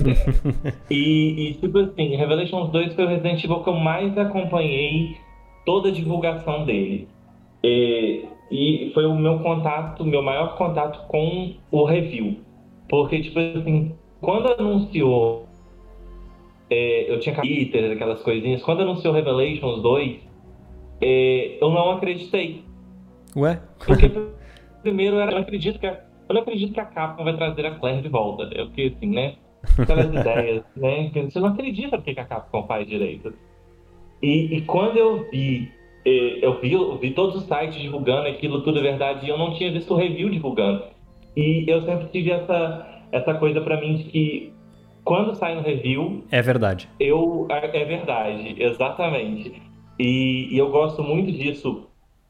e, e tipo assim, Revelations dois foi o Resident Evil que eu mais acompanhei toda a divulgação dele. É, e foi o meu contato, meu maior contato com o review. Porque, tipo assim, quando anunciou, é, eu tinha capítulos, aquelas coisinhas, quando anunciou Revelations dois, é, eu não acreditei. Ué? Porque primeiro eu não acredito que a, eu não acredito que a Capcom vai trazer a Claire de volta. Eu fiquei assim, né? Aquelas ideias, né? Que você não acredita porque que a Capcom faz direito. E, e quando eu vi, eu vi, eu vi todos os sites divulgando aquilo, tudo é verdade, e eu não tinha visto o review divulgando. E eu sempre tive essa, essa coisa pra mim de que quando sai no review... É verdade. Eu, é verdade, exatamente. E, e eu gosto muito disso,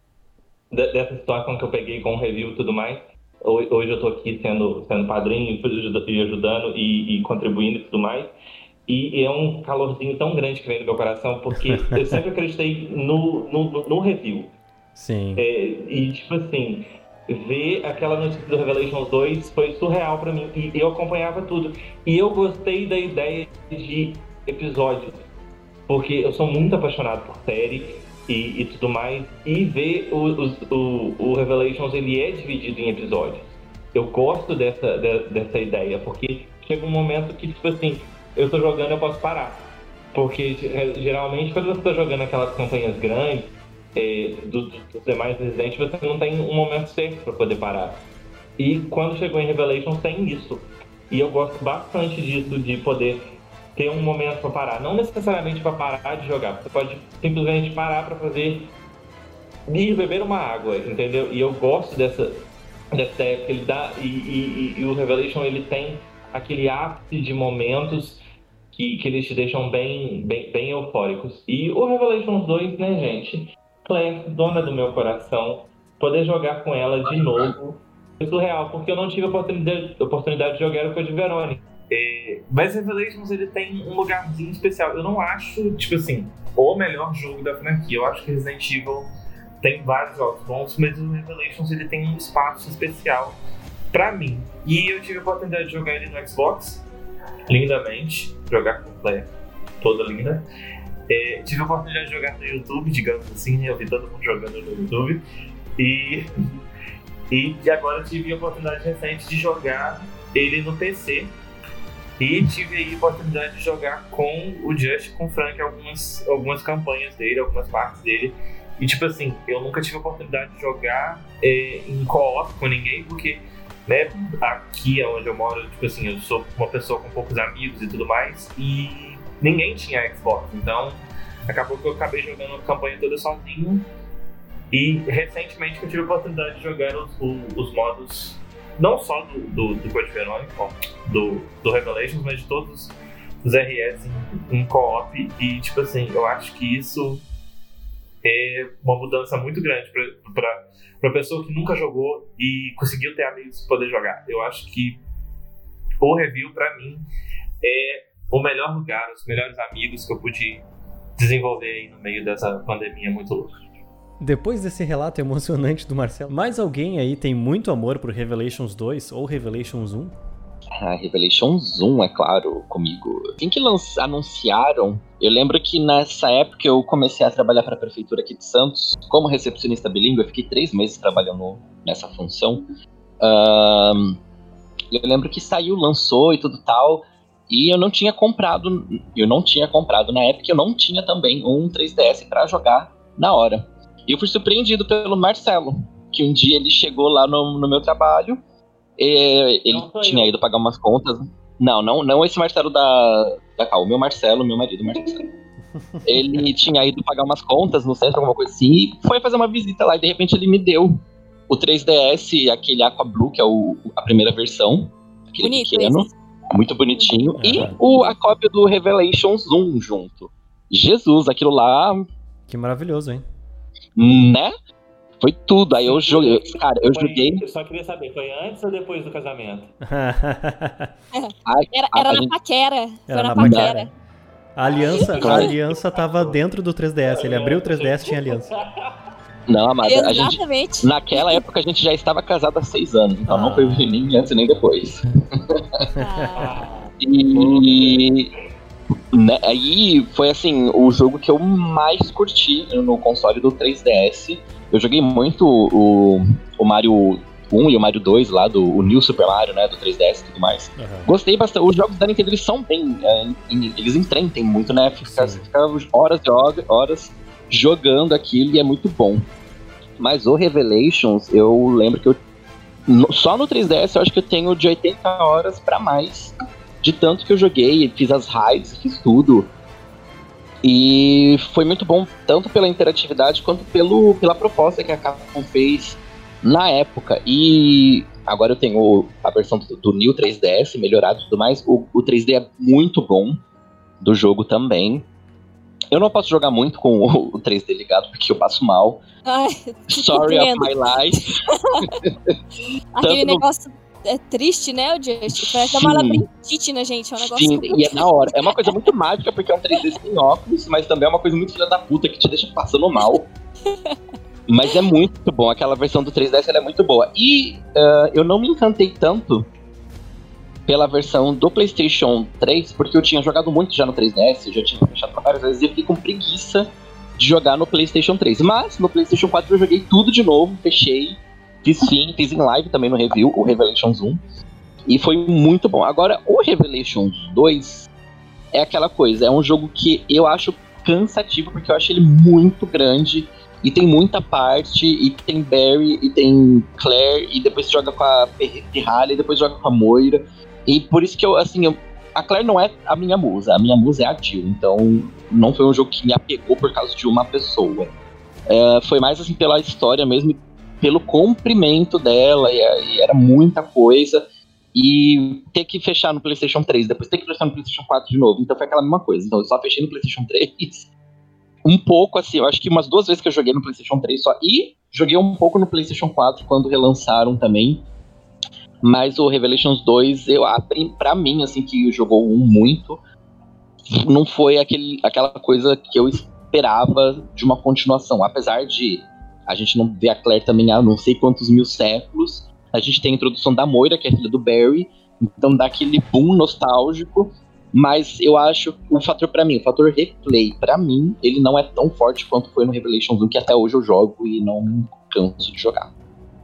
de, dessa situação que eu peguei com o review e tudo mais. Hoje, hoje eu tô aqui sendo, sendo padrinho e ajudando e, e contribuindo e tudo mais. E é um calorzinho tão grande que vem no meu coração, porque eu sempre acreditei no, no, no review. Sim. É, e, tipo assim, ver aquela notícia do Revelations dois foi surreal pra mim. E eu acompanhava tudo. E eu gostei da ideia de episódios, porque eu sou muito apaixonado por série e, e tudo mais. E ver o, o, o Revelations, ele é dividido em episódios. Eu gosto dessa, de, dessa ideia, porque chega um momento que, tipo assim, eu tô jogando, eu posso parar. Porque geralmente quando você tá jogando aquelas campanhas grandes, é, do, dos demais Resident, você não tem um momento certo pra poder parar. E quando chegou em Revelations tem isso. E eu gosto bastante disso, de poder ter um momento pra parar. Não necessariamente pra parar de jogar, você pode simplesmente parar pra fazer ir beber uma água, entendeu? E eu gosto dessa, dessa ideia que ele dá, e, e, e o Revelation ele tem aquele ápice de momentos que, que eles te deixam bem, bem, bem eufóricos. E o Revelations dois, né, gente? Claire, dona do meu coração, poder jogar com ela de novo foi surreal, porque eu não tive a oportunidade, oportunidade de jogar o Code Verônica. É, mas Revelations, ele tem um lugarzinho especial. Eu não acho, tipo assim, o melhor jogo da franquia. Eu acho que Resident Evil tem vários jogos bons, mas o Revelations, ele tem um espaço especial pra mim. E eu tive a oportunidade de jogar ele no Xbox, lindamente, jogar com Claire, toda linda. É, tive a oportunidade de jogar no YouTube, digamos assim, né? Eu vi todo mundo jogando no YouTube. E, e agora tive a oportunidade recente de jogar ele no P C. E tive aí a oportunidade de jogar com o Just, com o Frank, algumas, algumas campanhas dele, algumas partes dele. E tipo assim, eu nunca tive a oportunidade de jogar é, em co-op com ninguém, porque, né, aqui onde eu moro, tipo assim, eu sou uma pessoa com poucos amigos e tudo mais, e ninguém tinha Xbox, então acabou que eu acabei jogando a campanha toda sozinho. E recentemente eu tive a oportunidade de jogar os, os modos, não só do, do, do Code Verônica, do, do Revelations, mas de todos os R S em, em co-op. E tipo assim, eu acho que isso é uma mudança muito grande para a pessoa que nunca jogou e conseguiu ter amigos para poder jogar. Eu acho que o review, para mim, é o melhor lugar, os melhores amigos que eu pude desenvolver aí no meio dessa pandemia muito louca. Depois desse relato emocionante do Marcelo, mais alguém aí tem muito amor por Revelations dois ou Revelations um? Ah, Revelations um, é claro, comigo. Assim que lanç- anunciaram, eu lembro que nessa época eu comecei a trabalhar para a prefeitura aqui de Santos como recepcionista bilíngue. Eu fiquei três meses trabalhando nessa função. Um, eu lembro que saiu, lançou e tudo tal, e eu não tinha comprado, eu não tinha comprado na época, eu não tinha também um três D S para jogar na hora. E eu fui surpreendido pelo Marcelo, que um dia ele chegou lá no, no meu trabalho. Ele tinha eu. ido pagar umas contas. Não, não, não esse Marcelo da, da Cal, o meu Marcelo, meu marido Marcelo. Ele tinha ido pagar umas contas no centro, alguma coisa assim, e foi fazer uma visita lá. E de repente ele me deu o três D S, aquele Aqua Blue, que é o, a primeira versão, aquele bonito, pequeno, esse. Muito bonitinho, é. E o, a cópia do Revelations um junto. Jesus, aquilo lá. Que maravilhoso, hein? Né? Foi tudo, aí eu joguei, cara, eu foi, joguei... Eu só queria saber, foi antes ou depois do casamento? Ai, era era a, na gente... paquera, foi era na, na paquera. paquera. A aliança, a aliança tava dentro do três D S, ele abriu o três D S e tinha aliança. Não, amada, exatamente. A gente, naquela época a gente já estava casado há seis anos, então ah. não foi nem antes nem depois. Ah. E... Né, aí foi assim, o jogo que eu mais curti no console do três D S. Eu joguei muito o, o Mario um e o Mario dois lá, do o New Super Mario, né, do três D S e tudo mais. Uhum. Gostei bastante. Os jogos da Nintendo, eles são bem... É, eles entretem muito, né? Fica, fica horas e horas jogando aquilo e é muito bom. Mas o Revelations, eu lembro que eu... No, só no três D S eu acho que eu tenho de oitenta horas pra mais. De tanto que eu joguei, fiz as raids, fiz tudo. E foi muito bom, tanto pela interatividade quanto pelo, pela proposta que a Capcom fez na época. E agora eu tenho a versão do, do New três D S melhorado e tudo mais. O, o três D é muito bom do jogo também. Eu não posso jogar muito com o, o três D ligado porque eu passo mal. Ai, Sorry of my life. Aquele no... negócio... É triste, né, o Just? Parece uma labirintite, né, gente? É um negócio Sim, e é na hora. É uma coisa muito mágica, porque é um três D sem óculos, mas também é uma coisa muito filha da puta, que te deixa passando mal. Mas é muito bom. Aquela versão do três D S, ela é muito boa. E uh, eu não me encantei tanto pela versão do PlayStation três, porque eu tinha jogado muito já no três D S, eu já tinha fechado várias vezes, e eu fiquei com preguiça de jogar no PlayStation três. Mas no PlayStation quatro eu joguei tudo de novo, fechei. Fiz sim, fiz em live também no review, o Revelations um. E foi muito bom. Agora, o Revelations dois é aquela coisa, é um jogo que eu acho cansativo, porque eu acho ele muito grande. E tem muita parte, e tem Barry, e tem Claire, e depois joga com a Pirralha, e depois joga com a Moira. E por isso que eu, assim, eu, a Claire não é a minha musa, a minha musa é a Jill. Então, não foi um jogo que me apegou por causa de uma pessoa. É, foi mais, assim, pela história mesmo, pelo comprimento dela, e, e era muita coisa, e ter que fechar no PlayStation três, depois ter que fechar no PlayStation quatro de novo, então foi aquela mesma coisa. Então eu só fechei no PlayStation três, um pouco assim, eu acho que umas duas vezes que eu joguei no PlayStation três só, e joguei um pouco no PlayStation quatro quando relançaram também, mas o Revelations dois, eu, pra mim, assim, que jogou um muito, não foi aquele, aquela coisa que eu esperava de uma continuação, apesar de a gente não vê a Claire também há não sei quantos mil séculos. A gente tem a introdução da Moira, que é filha do Barry. Então dá aquele boom nostálgico. Mas eu acho o fator pra mim, o fator replay, pra mim, ele não é tão forte quanto foi no Revelations um, que até hoje eu jogo e não canso de jogar.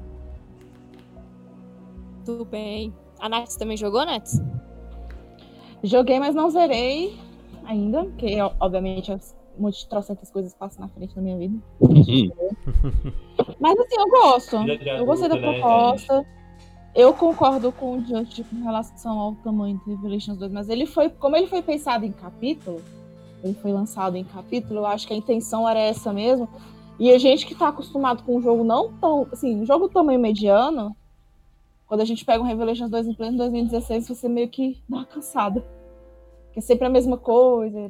Tudo bem. A Nats também jogou, Nats? Joguei, mas não zerei ainda, porque obviamente as muitas trocentas coisas passam na frente da minha vida. Uhum. Mas assim, eu gosto. Eu gostei da proposta. Eu concordo com o Just com relação ao tamanho do Revelations dois, mas ele foi, como ele foi pensado em capítulo, ele foi lançado em capítulo, eu acho que a intenção era essa mesmo. E a gente que tá acostumado com um jogo não tão, assim, um jogo tamanho mediano, quando a gente pega um Revelations dois em pleno dois mil e dezesseis, você meio que dá uma cansada. que é sempre a mesma coisa,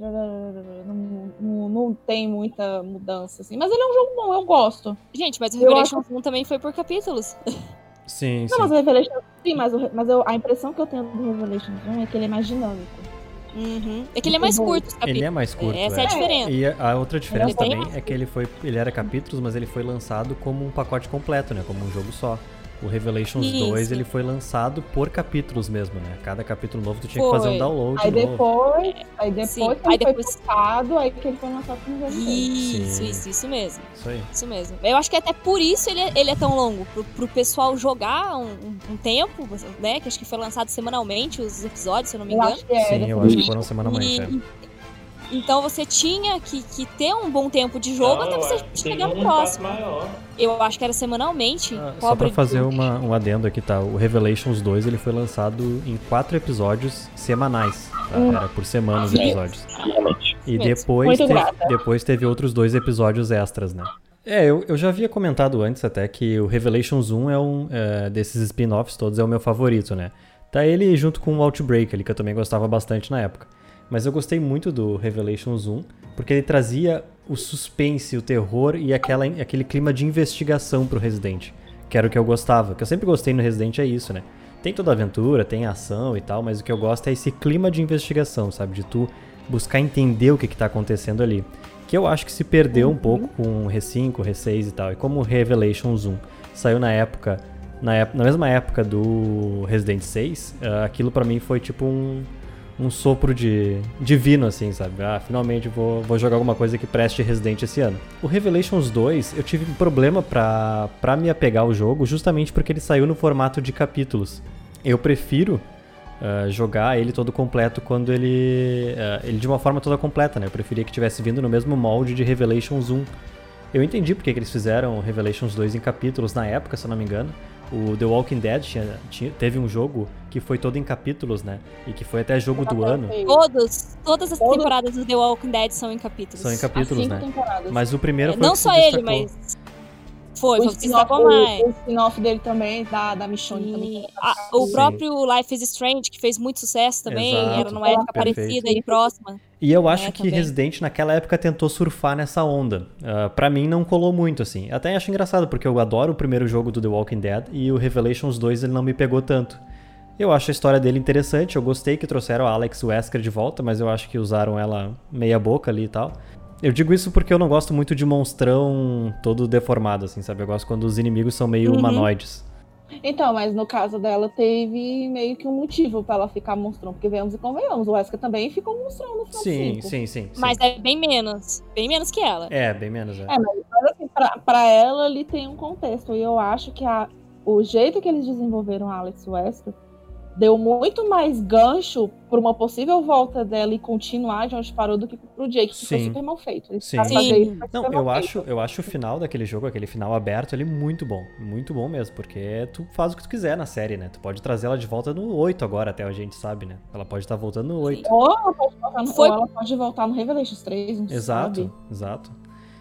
não, não, não tem muita mudança, assim. Mas ele é um jogo bom, eu gosto. Gente, mas o Eu Revelations acho- um também foi por capítulos. Sim, Não, sim. mas o Revelations, sim, mas, o, mas eu, a impressão que eu tenho do Revelations um é que ele é mais dinâmico. Uhum. É que ele é mais Muito bom. curto, os capítulos. Ele é mais curto. Essa é, é. a diferença. E a outra diferença Ele é bem também mais é que ele foi, ele era capítulos, mas ele foi lançado como um pacote completo, né? Como um jogo só. O Revelations Isso. dois, ele foi lançado por capítulos mesmo, né? Cada capítulo novo tu tinha que Foi. fazer um download Aí novo. depois, aí depois Sim, que aí ele depois- foi postado, aí que ele foi lançado como jogo inteiro. Isso, Sim. isso, isso mesmo. Isso aí. Isso mesmo. Eu acho que até por isso ele é, ele é tão longo. Pro, pro pessoal jogar um, um- um tempo, né? Que acho que foi lançado semanalmente os episódios, se eu não me Eu engano. acho que é. Sim, eu acho que foram semanalmente. E- é. Então você tinha que, que ter um bom tempo de jogo Não, até eu você acho que chegar tem no um espaço próximo. maior. Eu acho que era semanalmente. Ah, só Pobre pra fazer do- uma, um adendo aqui, tá? O Revelations dois, ele foi lançado em quatro episódios semanais, tá? Hum. Era por semana os É. episódios. Realmente. E Mesmo. depois Muito teve, grata. depois teve outros dois episódios extras, né? É, eu, eu já havia comentado antes até que o Revelations um é um é, desses spin-offs todos, é o meu favorito, né? Tá ele junto com o Outbreak ali, que eu também gostava bastante na época. Mas eu gostei muito do Revelations um, porque ele trazia o suspense, o terror e aquela, aquele clima de investigação pro Resident, que era o que eu gostava. O que eu sempre gostei no Resident é isso, né? Tem toda a aventura, tem ação e tal, mas o que eu gosto é esse clima de investigação, sabe? De tu buscar entender o que que tá acontecendo ali. Que eu acho que se perdeu um pouco com o R cinco, o R seis e tal. E como o Revelations um saiu na época, na, ép- na mesma época do Resident seis, ah, aquilo pra mim foi tipo um, um sopro de divino, assim, sabe? Ah, finalmente vou, vou jogar alguma coisa que preste Resident esse ano. O Revelations dois, eu tive um problema pra, pra me apegar ao jogo, justamente porque ele saiu no formato de capítulos. Eu prefiro Uh, jogar ele todo completo quando ele... Uh, ele de uma forma toda completa, né? Eu preferia que tivesse vindo no mesmo molde de Revelations um. Eu entendi porque que eles fizeram Revelations dois em capítulos na época, se eu não me engano. O The Walking Dead tinha, tinha, teve um jogo que foi todo em capítulos, né? E que foi até jogo do ano. Todos, todas as Todos- temporadas do The Walking Dead são em capítulos. São em As capítulos, cinco né? temporadas. Mas o primeiro É, foi não o que só se ele, destacou. mas foi, o foi o que se spin-off, destacou mais. o, o spin-off dele também, da, da Michonne também. E a- o Sim. próprio Life is Strange, que fez muito sucesso também, Exato, era numa época perfeito. parecida e próxima. E eu acho É, que também. Resident naquela época tentou surfar nessa onda. Uh, pra mim não colou muito, assim. Até acho engraçado, porque eu adoro o primeiro jogo do The Walking Dead e o Revelations dois ele não me pegou tanto. Eu acho a história dele interessante, eu gostei que trouxeram a Alex Wesker de volta, mas eu acho que usaram ela meia boca ali e tal. Eu digo isso porque eu não gosto muito de monstrão todo deformado, assim, sabe? Eu gosto quando os inimigos são meio Uhum. humanoides. Então, mas no caso dela teve meio que um motivo pra ela ficar monstrão, porque venhamos e convenhamos, o Wesker também ficou monstrão no final Sim, cinco. sim, sim, sim. Mas é bem menos. Bem menos que ela. É, bem menos, é. É, mas, mas assim, pra, pra ela ali tem um contexto, e eu acho que a, o jeito que eles desenvolveram a Alex Wesker deu muito mais gancho pra uma possível volta dela e continuar de onde parou do que pro Jake, que foi Sim. super mal feito. Eles Sim. tentaram fazer Sim. isso, mas Não, super mal eu feito. acho, eu acho o final daquele jogo, aquele final aberto, ele muito bom. Muito bom mesmo, porque tu faz o que tu quiser na série, né? Tu pode trazer ela de volta no oito agora, até a gente sabe, né? Ela pode estar voltando no oito. Ou ela pode voltar no, Foi- ou ela pode voltar no Revelations três, não Exato, sabe? exato.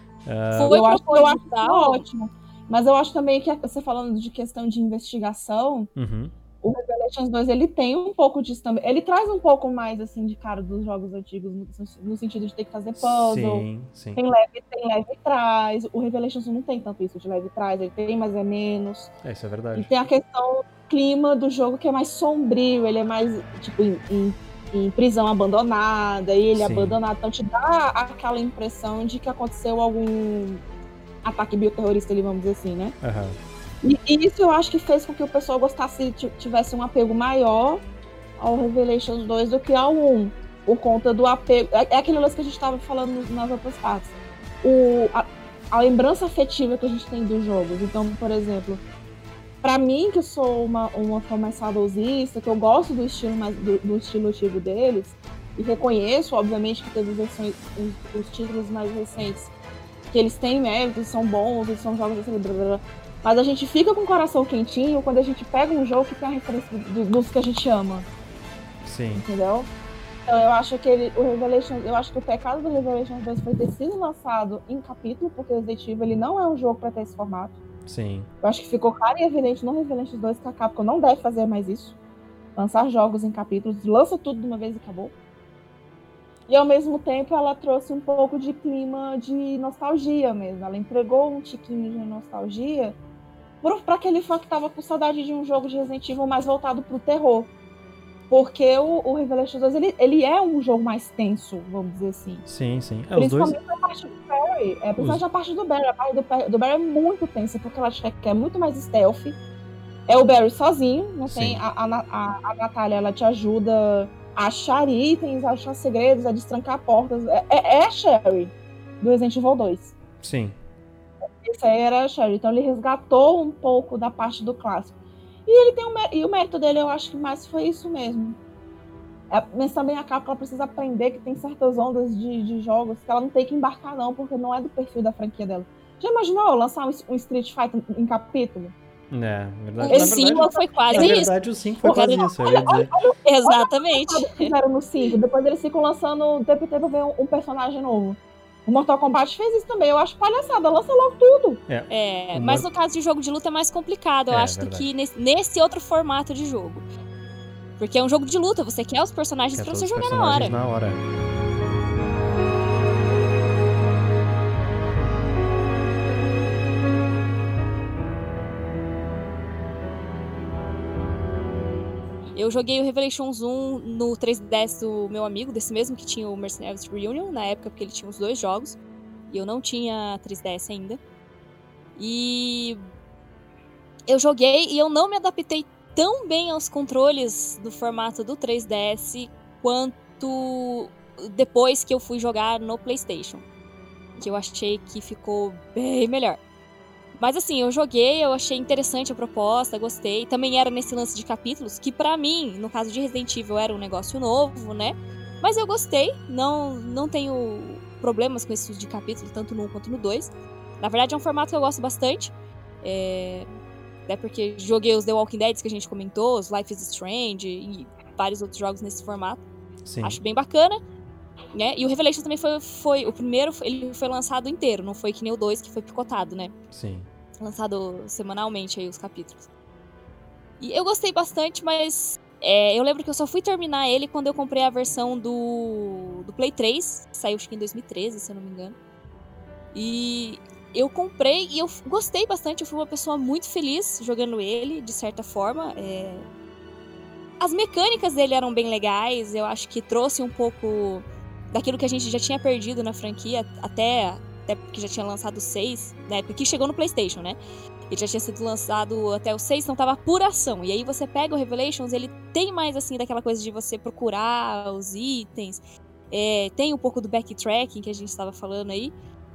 Foi eu acho, eu acho isso proposital. ótimo. Mas eu acho também que você falando de questão de investigação, Uhum. o Revelations dois ele tem um pouco disso também. Ele traz um pouco mais assim de cara dos jogos antigos, no, no sentido de ter que fazer puzzle. Sim, sim. Tem leve, tem leve e trás. O Revelations um não tem tanto isso de leve e trás, ele tem, mas é menos. É, isso é E verdade. tem a questão do clima do jogo que é mais sombrio, ele é mais tipo em, em- em prisão abandonada, e ele Sim. abandonado. Então te dá aquela impressão de que aconteceu algum ataque bioterrorista ali, vamos dizer assim, né? Aham. E e isso eu acho que fez com que o pessoal gostasse, ti- tivesse um apego maior ao Revelations dois do que ao um, por conta do apego. É, é aquele lance que a gente estava falando nos- nas outras partes. O, a, a lembrança afetiva que a gente tem dos jogos. Então, por exemplo, pra mim, que eu sou uma, uma fã mais saudosista, que eu gosto do estilo, mais, do, do estilo antigo deles, e reconheço, obviamente, que teve versões, os, os títulos mais recentes, que eles têm méritos, são bons, eles são jogos assim, blá, blá, blá. Mas a gente fica com o coração quentinho quando a gente pega um jogo que tem a referência do- dos que a gente ama, Sim. entendeu? Então eu acho que ele, o Revelations, eu acho que o pecado do Revelations dois foi ter sido lançado em capítulo, porque o Resident Evil ele não é um jogo para ter esse formato. Sim. Eu acho que ficou claro e evidente no Revelations dois que a Capcom não deve fazer mais isso. Lançar jogos em capítulos, lança tudo de uma vez e acabou. E ao mesmo tempo ela trouxe um pouco de clima de nostalgia mesmo. Ela entregou um tiquinho de nostalgia para aquele fã que estava com saudade de um jogo de Resident Evil mais voltado para o terror. Porque o, o Revelations dois, ele, ele é um jogo mais tenso, vamos dizer assim. Sim, sim. É, os Principalmente dois... a parte do Barry. É, principalmente Os... a parte do Barry. A parte do, do Barry é muito tensa, porque ela quer muito mais stealth. É o Barry sozinho, não Sim. tem... A, a, a, a Natália, ela te ajuda a achar itens, a achar segredos, a destrancar portas. É, é, é a Sherry, do Resident Evil dois. Sim. Esse aí era a Sherry. Então ele resgatou um pouco da parte do clássico. E, ele tem um, e o mérito dele, eu acho que mais foi isso mesmo. É, mas também a Capcom, ela precisa aprender que tem certas ondas de, de jogos que ela não tem que embarcar não, porque não é do perfil da franquia dela. Já imaginou lançar um, um Street Fighter em capítulo? É, verdade. O Na cinco verdade, foi quase na isso. verdade, o cinco foi quase isso, eu ia dizer. Exatamente. Olha o que fizeram no cinco, depois eles ficam lançando o tempo inteiro ver um, um personagem novo. O Mortal Kombat fez isso também, eu acho palhaçada, lança logo tudo. É, O mas Mor- no caso de jogo de luta é mais complicado, eu É, acho, do verdade. que nesse, nesse outro formato de jogo. Porque é um jogo de luta, você quer os personagens Quer pra todos você os jogar na hora. personagens na hora. Eu joguei o Revelations um no três D S do meu amigo, desse mesmo que tinha o Mercenaries Reunion, na época, porque ele tinha os dois jogos. E eu não tinha três D S ainda. E eu joguei e eu não me adaptei tão bem aos controles do formato do três D S quanto depois que eu fui jogar no PlayStation. Que eu achei que ficou bem melhor. Mas assim, eu joguei, eu achei interessante a proposta, gostei. Também era nesse lance de capítulos, que pra mim, no caso de Resident Evil, era um negócio novo, né? Mas eu gostei, não, não tenho problemas com esses de capítulo, tanto no um quanto no dois. Na verdade, é um formato que eu gosto bastante. É... Até porque joguei os The Walking Dead que a gente comentou, os Life is Strange e vários outros jogos nesse formato. Sim. Acho bem bacana. Né? E o Revelations também foi, foi... O primeiro, ele foi lançado inteiro, não foi que nem o dois, que foi picotado, né? Sim. Lançado semanalmente aí os capítulos. E eu gostei bastante, mas é, eu lembro que eu só fui terminar ele quando eu comprei a versão do, do Play três, que saiu acho que em dois mil e treze, se eu não me engano. E eu comprei e eu gostei bastante, eu fui uma pessoa muito feliz jogando ele, de certa forma. É... As mecânicas dele eram bem legais, eu acho que trouxe um pouco daquilo que a gente já tinha perdido na franquia, até... até porque já tinha lançado o seis, na época que chegou no PlayStation, né? Ele já tinha sido lançado até o seis, então tava pura ação. E aí você pega o Revelations, ele tem mais, assim, daquela coisa de você procurar os itens. É, tem um pouco do backtracking que a gente estava falando aí.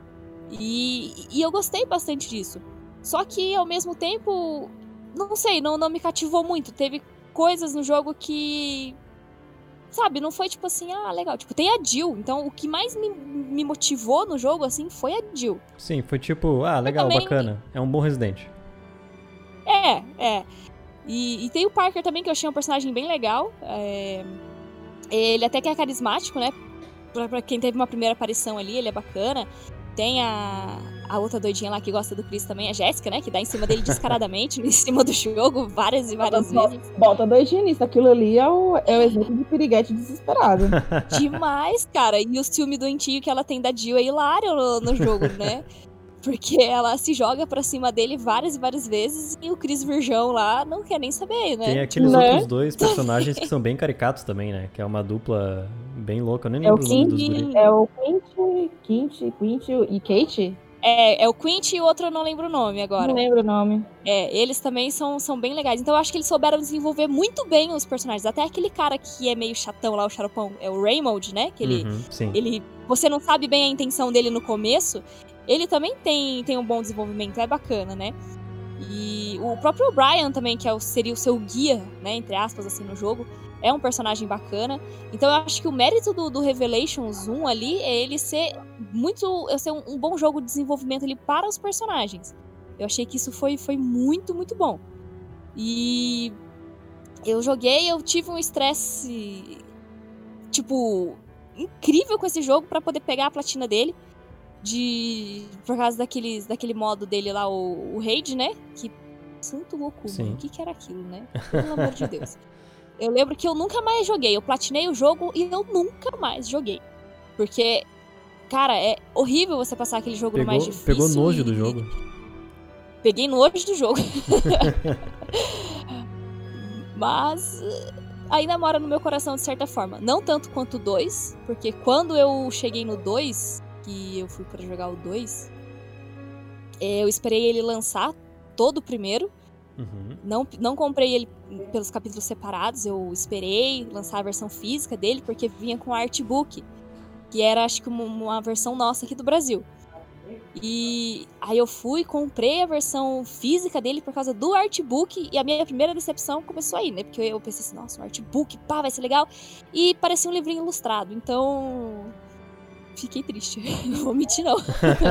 E, e eu gostei bastante disso. Só que, ao mesmo tempo, não sei, não, não me cativou muito. Teve coisas no jogo que... Sabe, não foi tipo assim, ah, legal. Tipo, tem a Jill. Então, o que mais me, me motivou no jogo, assim, foi a Jill. Sim, foi tipo, ah, legal, também... bacana. É um bom Resident. É, é. E, e tem o Parker também, que eu achei um personagem bem legal. É... Ele até que é carismático, né? Pra, pra quem teve uma primeira aparição ali, ele é bacana. Tem a, a outra doidinha lá que gosta do Chris também, a Jéssica, né? Que dá em cima dele descaradamente, em cima do jogo, várias e várias Bota, vezes. bota doidinha nisso, aquilo ali é o, é o exemplo de piriguete desesperado. Demais, cara. E o ciúme doentio que ela tem da Jill é hilário no, no jogo, né? Porque ela se joga pra cima dele várias e várias vezes e o Chris Virgão lá não quer nem saber, né? Tem aqueles Né? outros dois personagens que são bem caricatos também, né? Que é uma dupla bem louca. Eu nem É o lembro o nome dos King, guri. é o Quint, Quint, Quint e Kate? É, é o Quint e o outro eu não lembro o nome agora. Não lembro o nome. É, eles também são, são bem legais. Então eu acho que eles souberam desenvolver muito bem os personagens. Até aquele cara que é meio chatão lá, o xaropão, é o Raymond, né? Que ele, Uhum, sim. ele... Você não sabe bem a intenção dele no começo. Ele também tem, tem um bom desenvolvimento, é bacana, né? E o próprio Brian também, que é o, seria o seu guia, né? Entre aspas, assim, no jogo. É um personagem bacana. Então eu acho que o mérito do, do Revelations um ali é ele ser muito... ser um, um bom jogo de desenvolvimento ali para os personagens. Eu achei que isso foi, foi muito, muito bom. E eu joguei, eu tive um estresse, tipo, incrível com esse jogo para poder pegar a platina dele. De, por causa daqueles, daquele modo dele lá, o, o Raid, né? Que santo louco, Sim. o que que era aquilo, né? Pelo amor de Deus. Eu lembro que eu nunca mais joguei. Eu platinei o jogo e eu nunca mais joguei. Porque, cara, é horrível você passar aquele jogo Pegou, no mais difícil. pegou nojo e... do jogo. Peguei nojo do jogo. Mas ainda mora no meu coração de certa forma. Não tanto quanto o dois, porque quando eu cheguei no dois, que eu fui pra jogar o dois, eu esperei ele lançar todo o primeiro. Uhum. Não, não comprei ele pelos capítulos separados, eu esperei lançar a versão física dele, porque vinha com artbook, que era, acho que, uma, uma versão nossa aqui do Brasil. E aí eu fui, comprei a versão física dele por causa do artbook, e a minha primeira decepção começou aí, né? Porque eu pensei assim, nossa, um artbook, pá, vai ser legal. E parecia um livrinho ilustrado, então... Fiquei triste, não vou mentir não.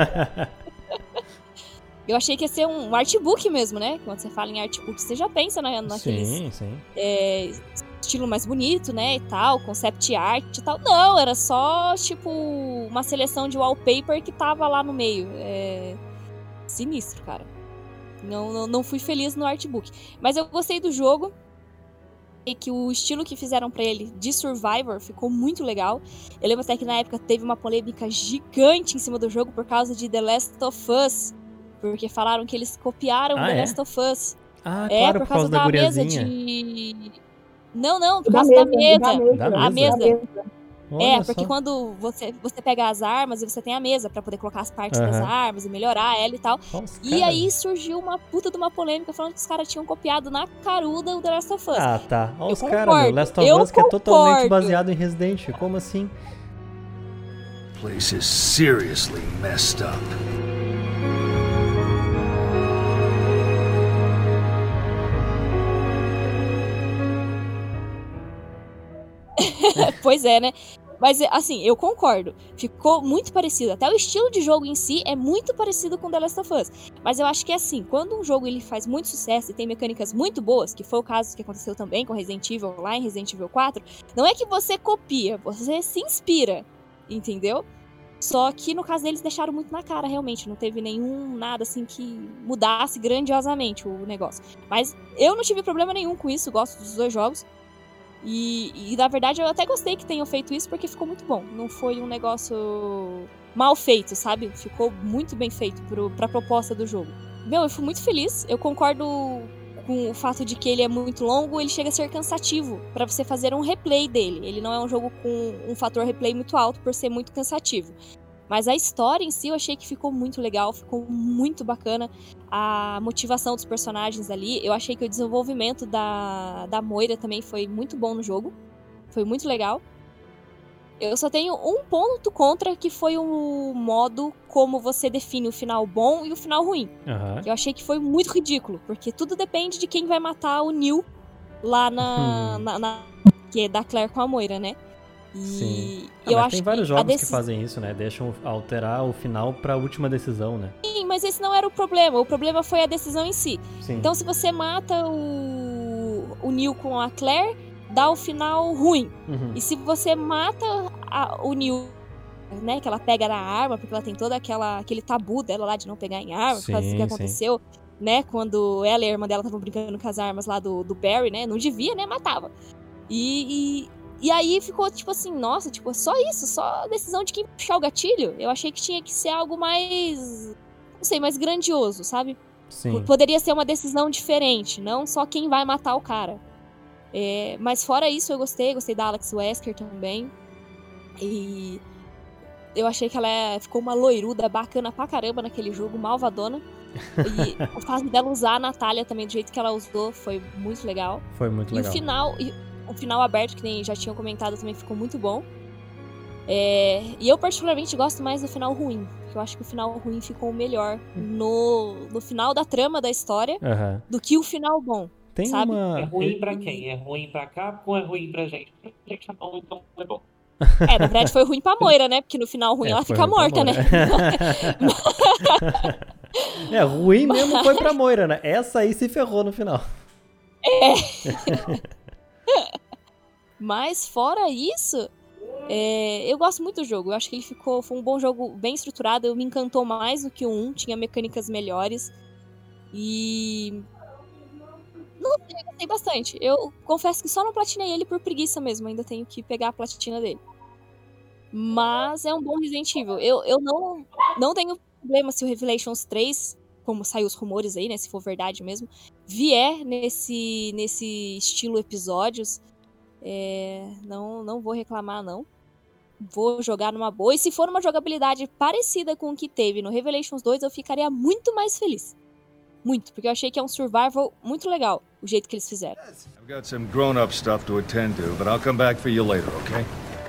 Eu achei que ia ser um artbook mesmo, né? Quando você fala em artbook, você já pensa na, naqueles... Sim, sim. É, estilo mais bonito, né, e tal, concept art e tal. Não, era só, tipo, uma seleção de wallpaper que tava lá no meio. É... Sinistro, cara. Não, não, não fui feliz no artbook. Mas eu gostei do jogo. E que o estilo que fizeram pra ele de Survivor ficou muito legal. Eu lembro até que na época teve uma polêmica gigante em cima do jogo por causa de The Last of Us. Porque falaram que eles copiaram Ah, The é? Last of Us. Ah, É, claro, por por causa causa da da mesa guriazinha. de... Não, não, por Da causa mesa, da mesa. da mesa, Da A mesa? mesa. Olha É, porque só. quando você, você pega as armas e você tem a mesa pra poder colocar as partes das Aham. armas e melhorar ela e tal. Olha os E cara. aí surgiu uma puta de uma polêmica falando que os caras tinham copiado na caruda o The Last of Us. Ah, tá. Olha Eu os caras, meu. concordo, Last of eu Us que é totalmente concordo. baseado em Resident. Como assim? Place is seriously messed up. Pois é, né? Mas, assim, eu concordo. Ficou muito parecido. Até o estilo de jogo em si é muito parecido com The Last of Us. Mas eu acho que é assim, quando um jogo ele faz muito sucesso e tem mecânicas muito boas, que foi o caso que aconteceu também com Resident Evil lá em Resident Evil quatro, não é que você copia, você se inspira, entendeu? Só que no caso deles deixaram muito na cara, realmente. Não teve nenhum, nada assim que mudasse grandiosamente o negócio. Mas eu não tive problema nenhum com isso, gosto dos dois jogos. E, e, na verdade, eu até gostei que tenham feito isso, porque ficou muito bom. Não foi um negócio mal feito, sabe? Ficou muito bem feito pro, pra proposta do jogo. Meu, eu fui muito feliz. Eu concordo com o fato de que ele é muito longo, ele chega a ser cansativo pra você fazer um replay dele. Ele não é um jogo com um fator replay muito alto por ser muito cansativo. Mas a história em si eu achei que ficou muito legal, ficou muito bacana. A motivação dos personagens ali, eu achei que o desenvolvimento da, da Moira também foi muito bom no jogo. Foi muito legal. Eu só tenho um ponto contra, que foi o modo como você define o final bom e o final ruim. Aham. Eu achei que foi muito ridículo, porque tudo depende de quem vai matar o Neil lá na... Hum. na, na que é da Claire com a Moira, né? E Sim. Ah, eu mas acho tem vários que jogos a decis... que fazem isso, né? Deixam alterar o final pra última decisão, né? Sim, mas esse não era o problema. O problema foi a decisão em si. Sim. Então, se você mata o, o Neil com a Claire, dá o final ruim. Uhum. E se você mata a... o Neil, né, que ela pega na arma, porque ela tem todo aquela... aquele tabu dela lá de não pegar em arma, por causa do Sim, que sim. aconteceu, né, quando ela e a irmã dela estavam brincando com as armas lá do, do Barry, né, não devia, né, matava. E, e, e aí ficou tipo assim, nossa, tipo, só isso, só a decisão de quem puxar o gatilho. Eu achei que tinha que ser algo mais, não sei, mais grandioso, sabe? Sim. Poderia ser uma decisão diferente, não só quem vai matar o cara. É, mas fora isso, eu gostei, gostei da Alex Wesker também. E eu achei que ela é, ficou uma loiruda bacana pra caramba naquele jogo, malvadona. E o fato dela usar a Natália também do jeito que ela usou foi muito legal. Foi muito E legal. o final, e o final aberto, que nem já tinham comentado, também ficou muito bom. É, e eu particularmente gosto mais do final ruim, porque eu acho que o final ruim ficou melhor no, no final da trama da história Aham. do que o final bom. Tem Sabe? uma... É ruim pra quem? É ruim pra Capcom ou é ruim pra gente? Pra gente é bom, então é bom. É, na verdade foi ruim pra Moira, né? Porque no final ruim É, ela foi fica ruim pra morta, né? Moira. É, ruim mesmo foi pra Moira, né? Essa aí se ferrou no final. Mas fora isso, é, eu gosto muito do jogo. Eu acho que ele ficou, foi um bom jogo, bem estruturado. Eu me encantou mais do que o um, tinha mecânicas melhores. E não sei, eu gostei bastante. Eu confesso que só não platinei ele por preguiça mesmo. Ainda tenho que pegar a platina dele. Mas é um bom Resident Evil. Eu, eu não, não tenho problema se o Revelations três, como saiu os rumores aí, né? Se for verdade mesmo, vier nesse, nesse estilo episódios. É, não, não vou reclamar, não. Vou jogar numa boa. E se for uma jogabilidade parecida com o que teve no Revelations dois, eu ficaria muito mais feliz. Muito, porque eu achei que é um survival muito legal, o jeito que eles fizeram. I've got some grown-up stuff to attend to, but I'll come back for you later, okay?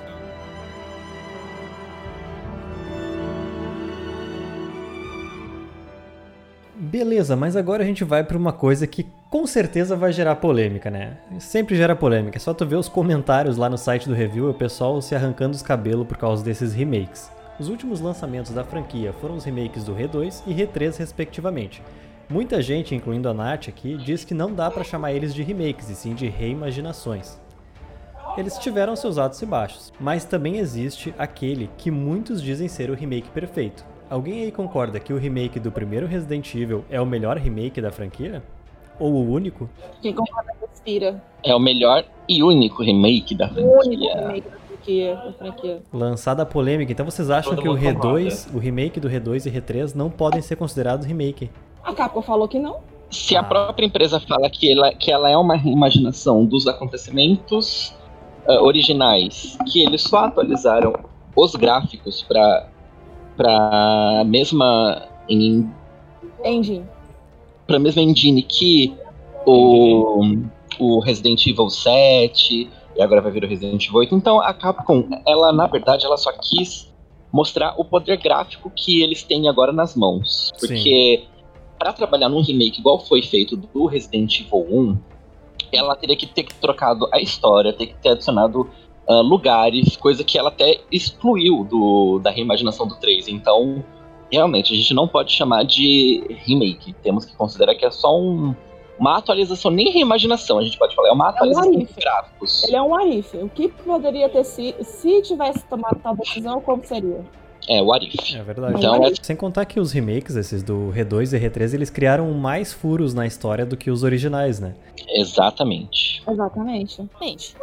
Beleza, mas agora a gente vai para uma coisa que com certeza vai gerar polêmica, né? Sempre gera polêmica, é só tu ver os comentários lá no site do review e o pessoal se arrancando os cabelos por causa desses remakes. Os últimos lançamentos da franquia foram os remakes do R dois e R três respectivamente. Muita gente, incluindo a Nath aqui, diz que não dá pra chamar eles de remakes, e sim de reimaginações. Eles tiveram seus altos e baixos, mas também existe aquele que muitos dizem ser o remake perfeito. Alguém aí concorda que o remake do primeiro Resident Evil é o melhor remake da franquia? Ou o único? Quem concorda respira. É o melhor e único remake da franquia. O único remake da franquia. Da franquia. Lançada a polêmica, então vocês acham Todo que o mundo R dois, o remake do R dois e R três não podem ser considerados remake? A Capcom falou que não. Se a própria empresa fala que ela, que ela é uma reimaginação dos acontecimentos uh, originais, que eles só atualizaram os gráficos para para mesma em, Engine. para mesma engine que o, o Resident Evil sete e agora vai vir o Resident Evil oito. Então a Capcom, ela na verdade ela só quis mostrar o poder gráfico que eles têm agora nas mãos, porque para trabalhar num remake igual foi feito do Resident Evil um, ela teria que ter trocado a história, ter que ter adicionado uh, lugares, coisa que ela até excluiu do, da reimaginação do três. Então, realmente, a gente não pode chamar de remake. Temos que considerar que é só um, uma atualização, nem reimaginação, a gente pode falar, é uma atualização Arif. de gráficos. Ele é um Arif. O que poderia ter sido, se tivesse tomado tal decisão, como seria? É, o Arif. É verdade. Então, é... Sem contar que os remakes, esses do R dois e R três, eles criaram mais furos na história do que os originais, né? Exatamente. Exatamente. Gente,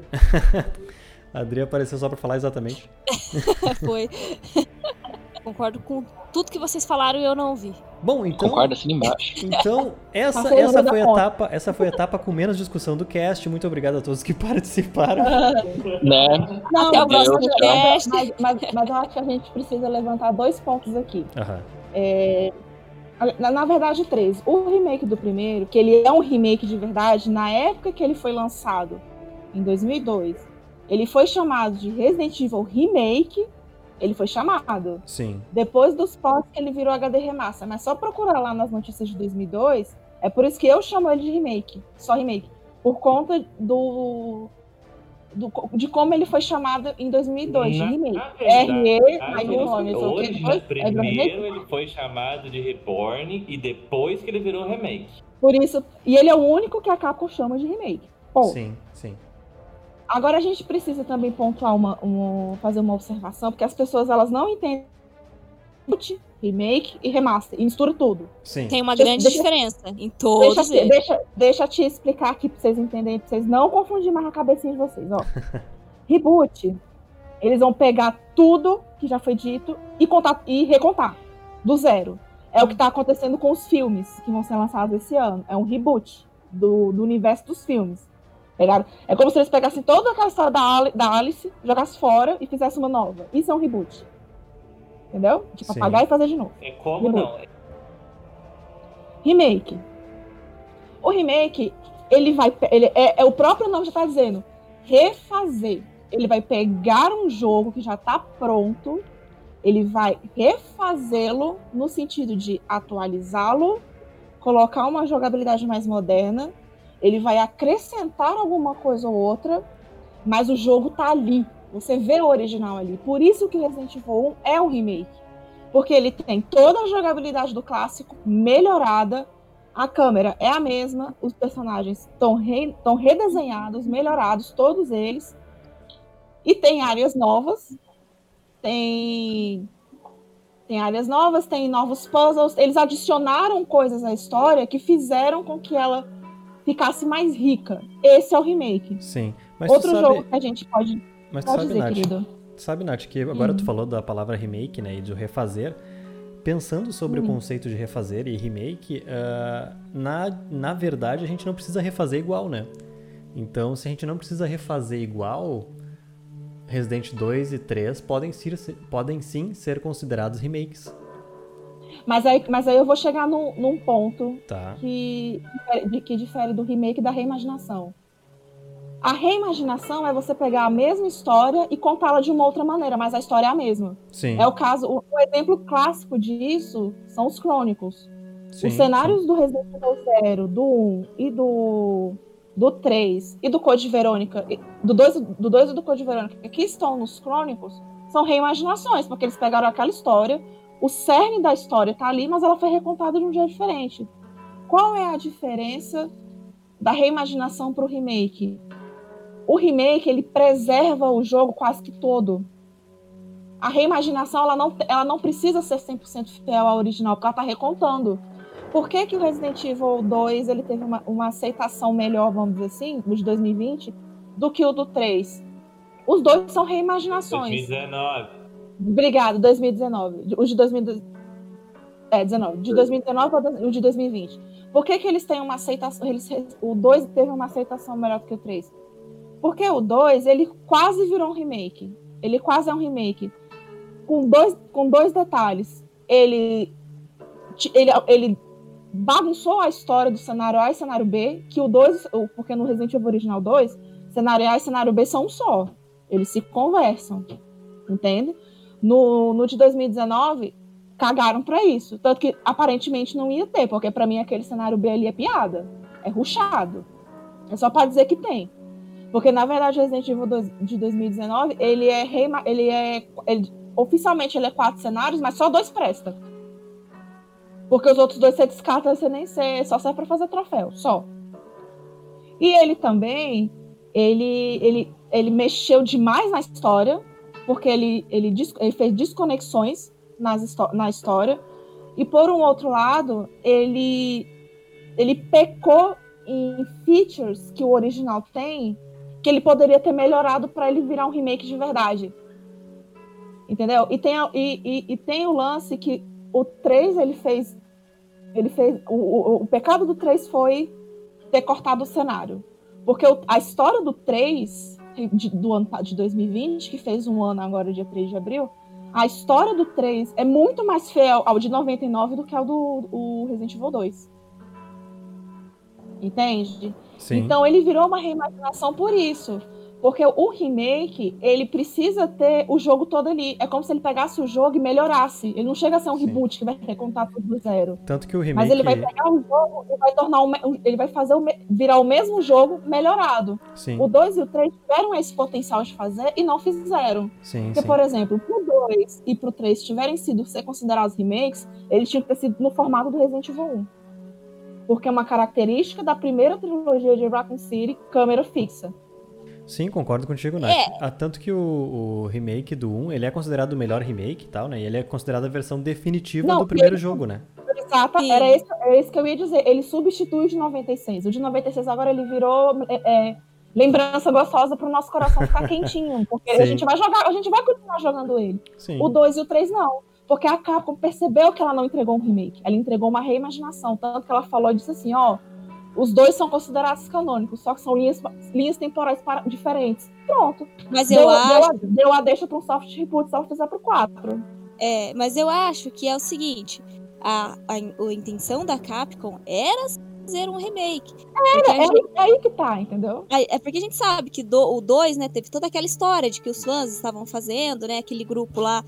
A Adri apareceu só pra falar exatamente. foi. Concordo com tudo que vocês falaram e eu não ouvi. Bom, então... Concorda assim embaixo. Então, essa, Passou essa, da foi a conta. etapa, essa foi a etapa com menos discussão do cast. Muito obrigado a todos que participaram. Né? Não, Até o mas- próximo mas- cast. Mas, mas, mas eu acho que a gente precisa levantar dois pontos aqui. Aham. É, na, na verdade, três. O remake do primeiro, que ele é um remake de verdade, na época que ele foi lançado, em dois mil e dois, ele foi chamado de Resident Evil Remake. Ele foi chamado. Sim. Depois dos pós que ele virou H D Remaster. Mas só procurar lá nas notícias de dois mil e dois, é por isso que eu chamo ele de remake. Só remake. Por conta do, do de como ele foi chamado em dois mil e dois, de Na- remake. na verdade, R E, a aí gente- o nome. o hoje, que foi? É primeiro remake? ele foi chamado de Reborn e depois que ele virou remake. Por isso. E ele é o único que a Capcom chama de remake. Ponto. Sim, sim. Agora a gente precisa também pontuar uma, uma, fazer uma observação, porque as pessoas elas não entendem remake e remaster, e mistura tudo. Sim. Tem uma Deixa- grande deixa- diferença em todos Deixa, eles. deixa, deixa eu te explicar aqui pra vocês entenderem, pra vocês não confundirem mais a cabecinha de vocês, ó. Reboot, eles vão pegar tudo que já foi dito e, contar, e recontar, do zero. É o que tá acontecendo com os filmes que vão ser lançados esse ano. É um reboot do, do universo dos filmes. Pegaram, é como se eles pegassem toda aquela história da, Ali, da Alice, jogassem fora e fizessem uma nova. Isso é um reboot. Entendeu? Tipo, Sim. apagar e fazer de novo. É como não? Remake. O remake, ele vai. Ele é, é o próprio nome já tá dizendo. Refazer. Ele vai pegar um jogo que já tá pronto. Ele vai refazê-lo no sentido de atualizá-lo, colocar uma jogabilidade mais moderna. Ele vai acrescentar alguma coisa ou outra, mas o jogo tá ali. Você vê o original ali. Por isso que Resident Evil um é um remake. Porque ele tem toda a jogabilidade do clássico melhorada, a câmera é a mesma, os personagens estão re, tão redesenhados, melhorados, todos eles. E tem áreas novas, tem, tem áreas novas, tem novos puzzles. Eles adicionaram coisas à história que fizeram com que ela ficasse mais rica. Esse é o remake. Sim. Mas Outro tu sabe... jogo que a gente pode, Mas tu pode sabe, dizer, Nath, querido. Sabe, Nath, que agora uhum. tu falou da palavra remake, né, e de refazer. Pensando sobre uhum. o conceito de refazer e remake, uh, na, na verdade a gente não precisa refazer igual, né? Então, se a gente não precisa refazer igual, Resident dois e três podem, ser, podem sim ser considerados remakes. Mas aí, mas aí eu vou chegar num, num ponto tá. que, de, que difere do remake e da reimaginação. A reimaginação é você pegar a mesma história e contá-la de uma outra maneira, mas a história é a mesma. Sim. É o caso, o, o exemplo clássico disso são os Chronicles. Sim, os cenários sim. do Resident Evil zero, do um e do, do três e do Code Verônica, do dois, do dois e do Code Verônica, que estão nos Chronicles, são reimaginações, porque eles pegaram aquela história, o cerne da história está ali, mas ela foi recontada de um jeito diferente. Qual é a diferença da reimaginação para o remake? O remake, ele preserva o jogo quase que todo. A reimaginação, ela não, ela não precisa ser cem por cento fiel ao original, porque ela está recontando. Por que que o Resident Evil dois ele teve uma, uma aceitação melhor, vamos dizer assim, no de dois mil e vinte, do que o do três? Os dois são reimaginações. dois mil e dezenove. Obrigado, dois mil e dezenove. O de dois mil e dezenove. É, dezenove. De dois mil e dezenove ou o de dois mil e vinte. Por que que eles têm uma aceitação... Eles, o dois teve uma aceitação melhor do que o três? Porque o dois, ele quase virou um remake. Ele quase é um remake. Com dois, com dois detalhes. Ele, ele, ele bagunçou a história do cenário A e cenário B, que o dois, porque no Resident Evil Original dois, cenário A e cenário B são um só. Eles se conversam. Entende? No, no de dois mil e dezenove, cagaram pra isso. Tanto que aparentemente não ia ter, porque pra mim aquele cenário B ali é piada. É rushado. É só pra dizer que tem. Porque, na verdade, o Resident Evil dois, de dois mil e dezenove, ele é, reima, ele é ele, oficialmente ele é quatro cenários, mas só dois presta. Porque os outros dois você descarta, você nem ser, só serve pra fazer troféu, só. E ele também, ele, ele, ele mexeu demais na história, porque ele, ele, ele fez desconexões nas, na história, e por um outro lado, ele, ele pecou em features que o original tem, que ele poderia ter melhorado para ele virar um remake de verdade. Entendeu? E tem, e, e, e tem o lance que o três, ele fez... Ele fez o, o, o pecado do três foi ter cortado o cenário. Porque o, a história do três, de, do ano, de dois mil e vinte, que fez um ano agora, dia três de abril, a história do três é muito mais fiel ao de noventa e nove do que ao do o Resident Evil dois. Entende? Sim. Então ele virou uma reimaginação por isso. Porque o remake, ele precisa ter o jogo todo ali. É como se ele pegasse o jogo e melhorasse. Ele não chega a ser um Sim. reboot que vai recontar tudo do zero. Tanto que o remake... Mas ele vai pegar o jogo e vai tornar o, ele vai fazer o, virar o mesmo jogo melhorado. Sim. O dois e o três tiveram esse potencial de fazer e não fizeram. Sim, Porque, sim. por exemplo, pro dois e pro três tiverem sido ser considerados remakes, eles tinham que ter sido no formato do Resident Evil um. Porque é uma característica da primeira trilogia de Raccoon City, câmera fixa. Sim, concordo contigo, Nath. É. Ah, tanto que o, o remake do um, ele é considerado o melhor remake e tal, né? E ele é considerado a versão definitiva Não, do primeiro ele- jogo, né? Exato, Sim. era esse, é isso que eu ia dizer. Ele substitui o de noventa e seis. O de noventa e seis agora ele virou é, é, lembrança gostosa pro nosso coração ficar quentinho. Porque Sim. a gente vai jogar, a gente vai continuar jogando ele. Sim. O dois e o três não. Porque a Capcom percebeu que ela não entregou um remake. Ela entregou uma reimaginação. Tanto que ela falou e disse assim, ó, os dois são considerados canônicos, só que são linhas, linhas temporais para- diferentes. Pronto. Mas Deu, eu deu, acho, a, deu a deixa para um soft reboot se ela fizer pro quatro. é, mas eu acho que é o seguinte, a, a, a intenção da Capcom era fazer um remake. Porque a É, gente- é aí que tá, entendeu? É é porque a gente sabe que do- o dois, né, teve toda aquela história de que os fãs estavam fazendo, né, aquele grupo lá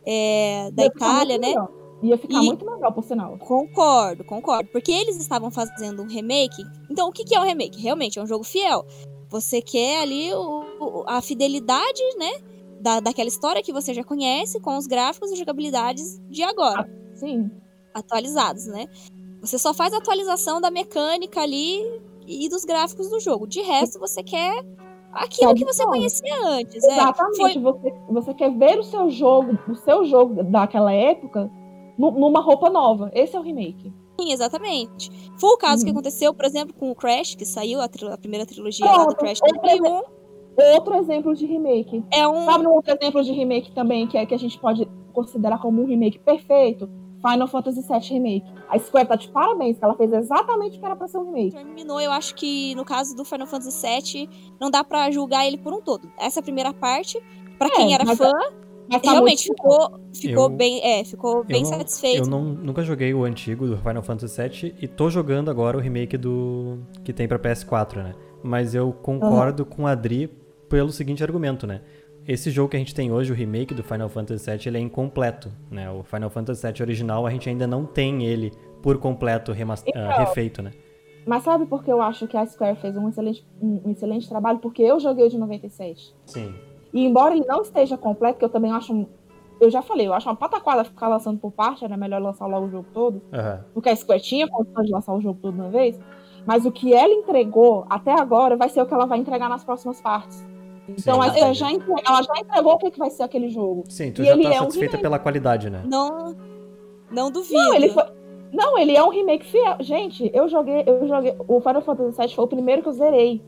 é, da Ia ficar Itália, muito né? melhor. Ia ficar E- muito melhor, por sinal. Concordo, concordo. Porque eles estavam fazendo um remake. Então, o que que é um remake? Realmente, é um jogo fiel. Você quer ali o- o- a fidelidade, né, da, daquela história que você já conhece, com os gráficos e jogabilidades de agora, Sim. atualizados, né? Você só faz a atualização da mecânica ali e dos gráficos do jogo. De resto, você quer aquilo que você Tradição. conhecia antes. É. Exatamente. Foi- Você, você quer ver o seu jogo, o seu jogo daquela época, nu- numa roupa nova. Esse é o remake. Sim, exatamente. Foi o caso que Uhum. aconteceu, por exemplo, com o Crash, que saiu a, tri- a primeira trilogia lá do Pronto, Crash outro dois mil e um. outro exemplo de remake. É um... Sabe um outro exemplo de remake também, que, é, que a gente pode considerar como um remake perfeito? Final Fantasy sete Remake. A Square tá de parabéns, que ela fez exatamente o que era pra ser um remake. Terminou, eu acho que no caso do Final Fantasy sete, não dá pra julgar ele por um todo. Essa primeira parte, pra É, quem era mas- fã, Mas tá realmente muito- ficou, ficou Eu- bem, é, ficou bem eu não, satisfeito. Eu não, nunca joguei o antigo do Final Fantasy sete e tô jogando agora o remake do que tem pra P S quatro, né? Mas eu concordo com a Adri pelo seguinte argumento, né? Esse jogo que a gente tem hoje, o remake do Final Fantasy sete, ele é incompleto, né? O Final Fantasy sete original, a gente ainda não tem ele por completo remas- Então, ah, refeito, né? Mas sabe por que eu acho que a Square fez um excelente, um, um excelente trabalho? Porque eu joguei o de noventa e sete. Sim. E embora ele não esteja completo, que eu também acho... um- Eu já falei, eu acho uma pataquada ficar lançando por parte, era melhor lançar logo o jogo todo. Aham. Porque a Square tinha condições de lançar o jogo todo de uma vez. Mas o que ela entregou até agora vai ser o que ela vai entregar nas próximas partes. Então Sim, a Square eu- já entre- ela já entregou o que que vai ser aquele jogo. Sim, tu E já ele tá é um satisfeita remake. pela qualidade, né? Não, não duvido. Não, ele foi... Não, ele é um remake fiel. Gente, eu joguei, eu joguei. O Final Fantasy sete foi o primeiro que eu zerei.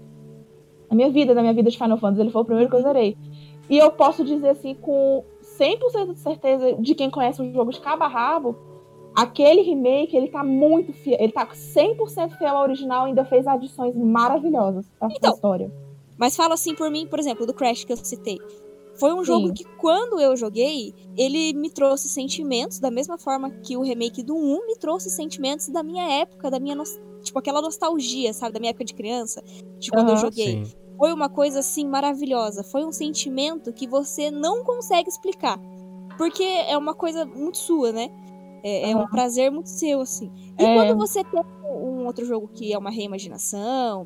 Na minha vida, na minha vida de Final Fantasy, ele foi o primeiro que eu zerei. E eu posso dizer assim, com cem por cento de certeza de quem conhece o jogo de cabo a rabo, aquele remake, ele tá muito fiel. Ele tá cem por cento fiel ao original e ainda fez adições maravilhosas pra Então, história. Mas falo assim por mim, por exemplo, do Crash que eu citei. Foi um Sim. jogo que, quando eu joguei, ele me trouxe sentimentos, da mesma forma que o remake do um me trouxe sentimentos da minha época, da minha, nos- tipo, aquela nostalgia, sabe, da minha época de criança, de quando eu Aham. joguei. Sim. Foi uma coisa, assim, maravilhosa. Foi um sentimento que você não consegue explicar. Porque é uma coisa muito sua, né? É, é um prazer muito seu, assim. E É. quando você tem um outro jogo que é uma reimaginação,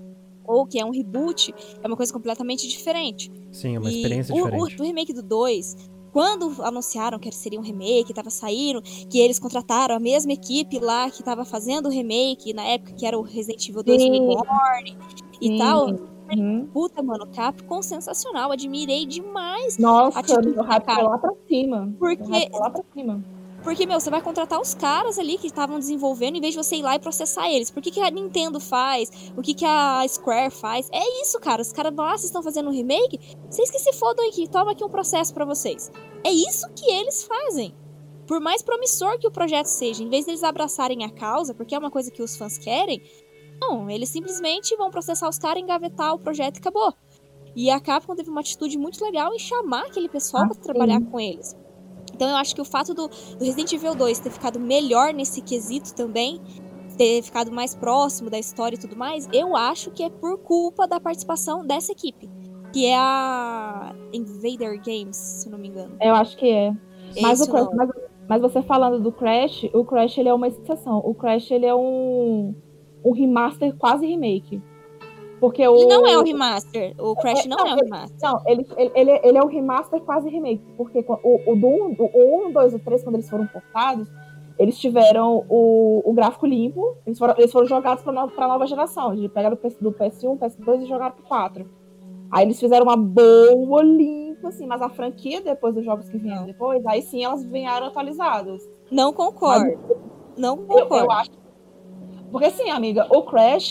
ou que é um reboot, é uma coisa completamente diferente. Sim, é uma E experiência o, diferente. O, do remake do dois, quando anunciaram que seria um remake, tava saindo, que eles contrataram a mesma equipe lá que tava fazendo o remake, na época que era o Resident Evil dois Sim. Reborn e Sim. tal. Uhum. Puta, mano, Capcom sensacional, admirei demais. Nossa, Atitude o hype da foi lá pra cima. Porque- O hype foi lá pra cima. Porque, meu, você vai contratar os caras ali que estavam desenvolvendo em vez de você ir lá e processar eles. Por que, que a Nintendo faz? O que, que a Square faz? É isso, cara. Os caras vão lá, vocês estão fazendo um remake? Vocês que se fodam aqui, toma aqui um processo pra vocês. É isso que eles fazem. Por mais promissor que o projeto seja, em vez deles abraçarem a causa, porque é uma coisa que os fãs querem, não, eles simplesmente vão processar os caras, engavetar o projeto e acabou. E a Capcom teve uma atitude muito legal em chamar aquele pessoal Ah, pra trabalhar sim. com eles. Então eu acho que o fato do, do Resident Evil dois ter ficado melhor nesse quesito também, ter ficado mais próximo da história e tudo mais, eu acho que é por culpa da participação dessa equipe, que é a Invader Games, se não me engano. Eu acho que é. Mas, Esse o Crash, nome. mas, mas você falando do Crash, o Crash ele é uma exceção. O Crash ele é um, um remaster quase remake. Porque o... Ele não é o remaster, o Crash É, não, não, é o remaster. Não, ele, ele, ele, ele é um remaster quase remake. Porque o, o do um, o um, dois e o três, quando eles foram portados, eles tiveram o, o gráfico limpo. Eles foram, eles foram jogados pra, no, pra nova geração. Eles pegaram do P S um, P S dois e jogaram pro quatro. Aí eles fizeram uma boa limpa, assim. Mas a franquia, depois dos jogos que vieram depois, aí sim elas vieram atualizadas. Não concordo. Não Eu, concordo. eu acho. Porque assim, amiga, o Crash,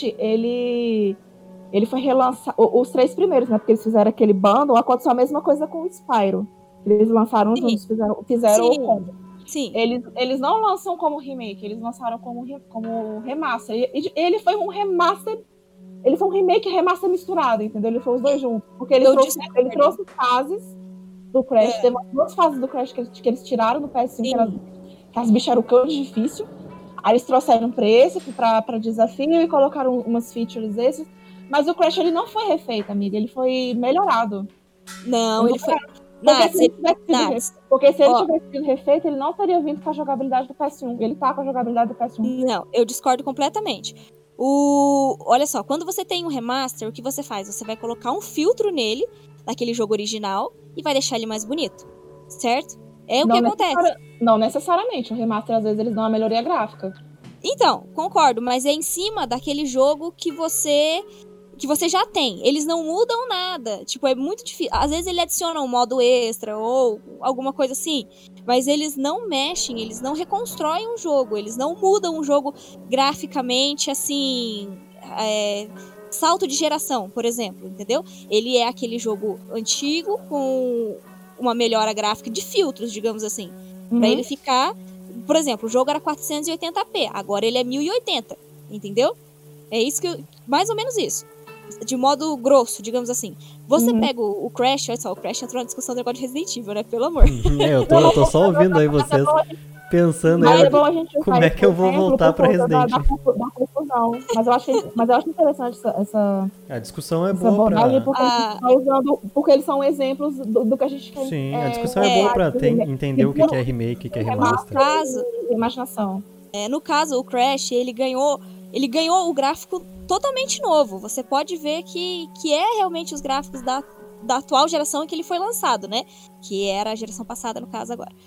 ele. Ele foi relançado. Os três primeiros, né? Porque eles fizeram aquele bundle. Aconteceu a mesma coisa com o Spyro. Eles lançaram Sim. juntos, fizeram, fizeram Sim. o combo. Sim. Eles, eles não lançam como remake, eles lançaram como, re- como remaster. E, e ele foi um remaster. Ele foi um remake e remaster misturado, entendeu? Ele foi os dois juntos. Porque ele Eu trouxe, discordo. ele trouxe fases do Crash. É. Teve umas duas fases do Crash que, eles- que eles tiraram do P S um, que, Sim. elas, que as bichas eram cão de difícil. Aí eles trouxeram pra esse, pra, pra desafio, e colocaram umas features esses. Mas o Crash ele não foi refeito, amiga. Ele foi melhorado. Não, ele foi. Porque Nada, se ele tivesse sido, re- Nats. porque se ele Ó. tivesse sido refeito, ele não teria vindo com a jogabilidade do P S um. Ele tá com a jogabilidade do P S um. Não, eu discordo completamente. O... Olha só, quando você tem um remaster, o que você faz? Você vai colocar um filtro nele, daquele jogo original, e vai deixar ele mais bonito. Certo? É o não, que acontece. necessari- não necessariamente. O remaster, às vezes, eles dão uma melhoria gráfica. Então, concordo, mas é em cima daquele jogo que você que você já tem. Eles não mudam nada. Tipo, é muito difícil. Às vezes ele adiciona um modo extra ou alguma coisa assim, mas eles não mexem, eles não reconstroem um jogo, eles não mudam um jogo graficamente assim, é, salto de geração, por exemplo, entendeu? Ele é aquele jogo antigo com uma melhora gráfica de filtros, digamos assim. Uhum. Pra ele ficar... Por exemplo, o jogo era quatrocentos e oitenta p, agora ele é mil e oitenta, entendeu? É isso que eu, mais ou menos isso. De modo grosso, digamos assim. Você Uhum. pega o, o Crash, olha só, o Crash entrou na discussão do negócio de Resident Evil, né? Pelo amor. É, eu tô, eu tô só ouvindo aí vocês pensando Mas aí, é bom a gente como usar é que eu vou esse exemplo voltar por pra conta da- Resident? Da, da confusão. Mas eu acho, que- mas eu acho interessante essa, essa, A discussão é essa boa abordagem, pra... porque, Ah. a gente tá usando, porque eles são exemplos do, do que a gente quer. Sim, é, a discussão é, é, boa pra de ter- remake- entender o que de que é remake, o que que é remaster remaster. Caso- e imaginação. É, no caso, o Crash, ele ganhou, ele ganhou o gráfico totalmente novo. Você pode ver que, que é realmente os gráficos da, da atual geração em que ele foi lançado, né? Que era a geração passada, no caso, agora.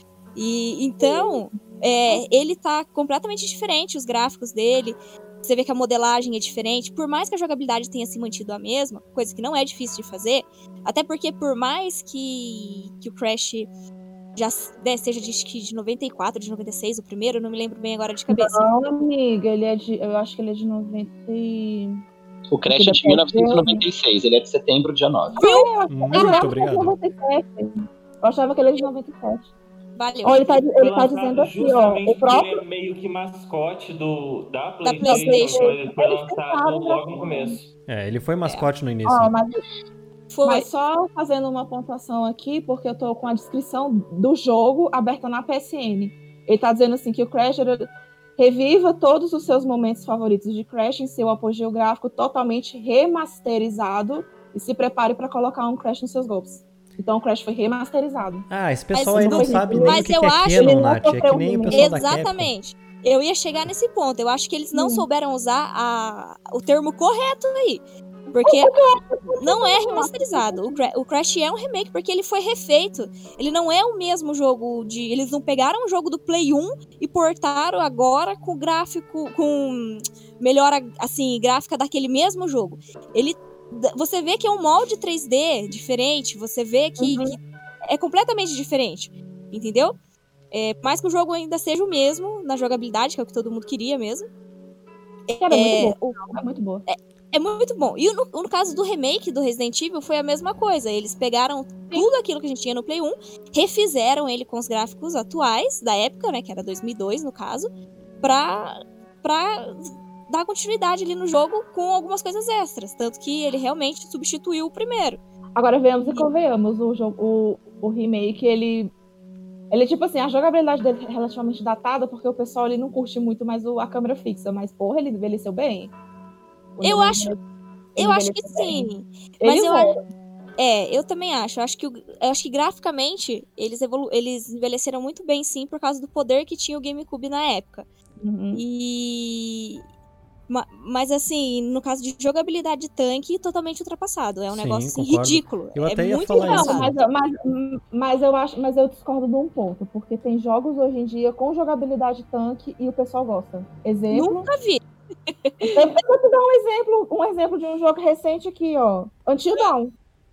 E então, é, ele tá completamente diferente, os gráficos dele. Você vê que a modelagem é diferente. Por mais que a jogabilidade tenha se mantido a mesma, coisa que não é difícil de fazer, até porque por mais que, que o Crash já né, seja de, de noventa e quatro, de noventa e seis, o primeiro, eu não me lembro bem agora de cabeça. Não, amiga, ele é de. Eu acho que ele é de noventa e. O Crash é de mil novecentos e noventa e seis, ele é de setembro, dia nove. Muito obrigado. noventa e sete. Eu achava que ele era de noventa e sete. Valeu. Ó, ele tá, ele Foi tá lançado dizendo aqui, ó. justamente O próprio. porque ele é meio que mascote do, da Da PlayStation, PlayStation. quando ele foi Eles lançado tentaram, logo né? no começo. É, ele foi mascote no início. Ó, mas, Foi. mas só fazendo uma pontuação aqui, porque eu tô com a descrição do jogo aberta na P S N. Ele tá dizendo assim que o Crash era... reviva todos os seus momentos favoritos de Crash em seu apogeu gráfico totalmente remasterizado e se prepare para colocar um Crash nos seus golpes. Então o Crash foi remasterizado. Ah, esse pessoal Mas aí não não- sabe nem mas o que, eu que é acho- Canon, ele não Nath. É que sofreu nem o muito. pessoal da Capcom. Exatamente. Eu ia chegar nesse ponto. Eu acho que eles não Hum. souberam usar a- o termo correto aí. Porque não é remasterizado. O, Cra- o Crash é um remake porque ele foi refeito. Ele não é o mesmo jogo de... Eles não pegaram o jogo do Play um e portaram agora com gráfico... Com melhora, assim, gráfica daquele mesmo jogo. Ele... Você vê que é um molde três D diferente. Você vê que, Uhum. que é completamente diferente. Entendeu? É, por mais que o jogo ainda seja o mesmo na jogabilidade, que é o que todo mundo queria mesmo. Cara, é É, muito o- boa. É muito boa. é muito bom. E no, no caso do remake do Resident Evil foi a mesma coisa. Eles pegaram tudo aquilo que a gente tinha no Play um, refizeram ele com os gráficos atuais da época, né, que era dois mil e dois no caso, pra, pra dar continuidade ali no jogo com algumas coisas extras. Tanto que ele realmente substituiu o primeiro. Agora venhamos e convenhamos, o, jogo, o, o remake, ele. Ele, tipo assim, a jogabilidade dele é relativamente datada, porque o pessoal ele não curte muito mais o, a câmera fixa, mas, porra, ele envelheceu bem. O Eu Neon acho- ele Eu acho que envelheceu bem. sim. Ele Mas eu volta. É, eu também acho. Eu acho que, o- eu acho que graficamente eles, evolu eles envelheceram muito bem, sim, por causa do poder que tinha o GameCube na época. Uhum. E. ma- Mas assim, no caso de jogabilidade de tanque, totalmente ultrapassado. É um Sim, negócio assim, concordo. ridículo. Eu é até ia muito falar Não, isso. ultrapassado. mas, mas, mas eu acho, mas eu discordo de um ponto, porque tem jogos hoje em dia com jogabilidade tanque e o pessoal gosta. Exemplo. Nunca vi. Eu vou te dar um exemplo, um exemplo de um jogo recente aqui, ó. Until Dawn.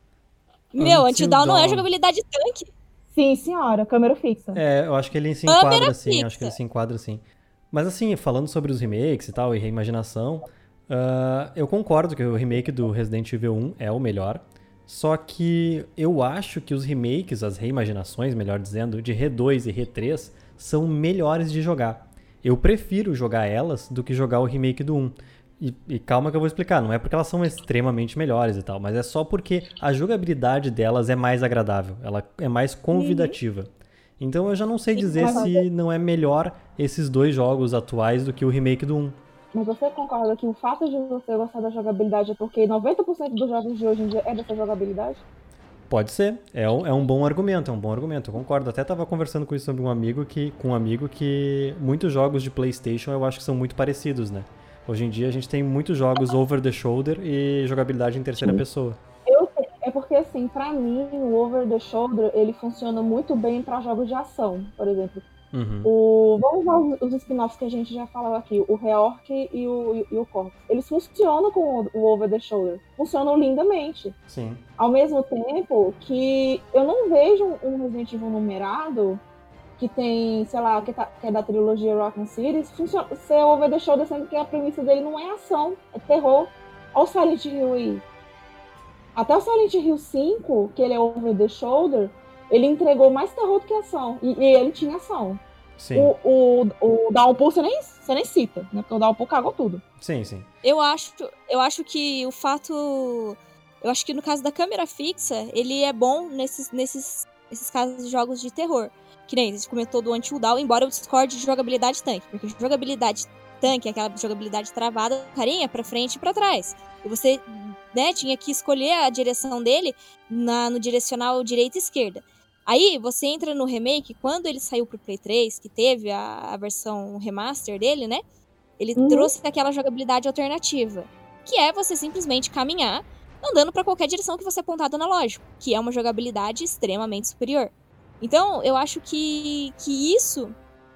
Meu, Until Until Dawn não é Dawn. jogabilidade de tanque. Sim, senhora, câmera fixa. É, eu acho que ele se Câmera enquadra sim, fixa. acho que ele se enquadra sim. Mas assim, falando sobre os remakes e tal, e reimaginação, ah, eu concordo que o remake do Resident Evil um é o melhor, só que eu acho que os remakes, as reimaginações, melhor dizendo, de R dois e R três, são melhores de jogar. Eu prefiro jogar elas do que jogar o remake do um. E, e calma que eu vou explicar, não é porque elas são extremamente melhores e tal, mas é só porque a jogabilidade delas é mais agradável, ela é mais convidativa. Então eu já não sei dizer mas- se não é melhor esses dois jogos atuais do que o remake do um. Mas você concorda que o fato de você gostar da jogabilidade é porque noventa por cento dos jogos de hoje em dia é dessa jogabilidade? Pode ser, é um, é um bom argumento, é um bom argumento, eu concordo. Até tava conversando com isso sobre um amigo que, com um amigo que muitos jogos de PlayStation eu acho que são muito parecidos, né? Hoje em dia a gente tem muitos jogos over the shoulder e jogabilidade em terceira pessoa. Eu, é porque, assim, pra mim, o over the shoulder, ele funciona muito bem pra jogos de ação, por exemplo. Uhum. O, vamos usar os, os spin-offs que a gente já falou aqui, o Reorc e o, e, e o Corpus. Eles funcionam com o, o over the shoulder, funcionam lindamente. Sim. Ao mesmo tempo que eu não vejo um Resident Evil numerado que tem, sei lá, que, tá, que é da trilogia Raccoon City, funciona, ser over the shoulder, sendo que a premissa dele não é ação, é terror. o Silent Hill aí. Até o Silent Hill cinco, que ele é over the shoulder, ele entregou mais terror do que ação. E, e ele tinha ação. Sim. O, o, o Downpour você nem, você nem cita, né? Porque o Downpour cagou tudo. Sim, sim. Eu acho, eu acho que o fato... Eu acho que no caso da câmera fixa, ele é bom nesses, nesses, nesses casos de jogos de terror. Que nem a gente comentou do Until Dawn, embora eu discorde de jogabilidade tanque. Porque jogabilidade tanque é aquela jogabilidade travada, carinha pra frente e pra trás. E você, né, tinha que escolher a direção dele na, no direcional direita e esquerda. Aí, você entra no remake, quando ele saiu pro Play três, que teve a, a versão remaster dele, né? Ele Uhum. trouxe aquela jogabilidade alternativa, que é você simplesmente caminhar, andando pra qualquer direção que você apontar do analógico, que é uma jogabilidade extremamente superior. Então, eu acho que, que isso...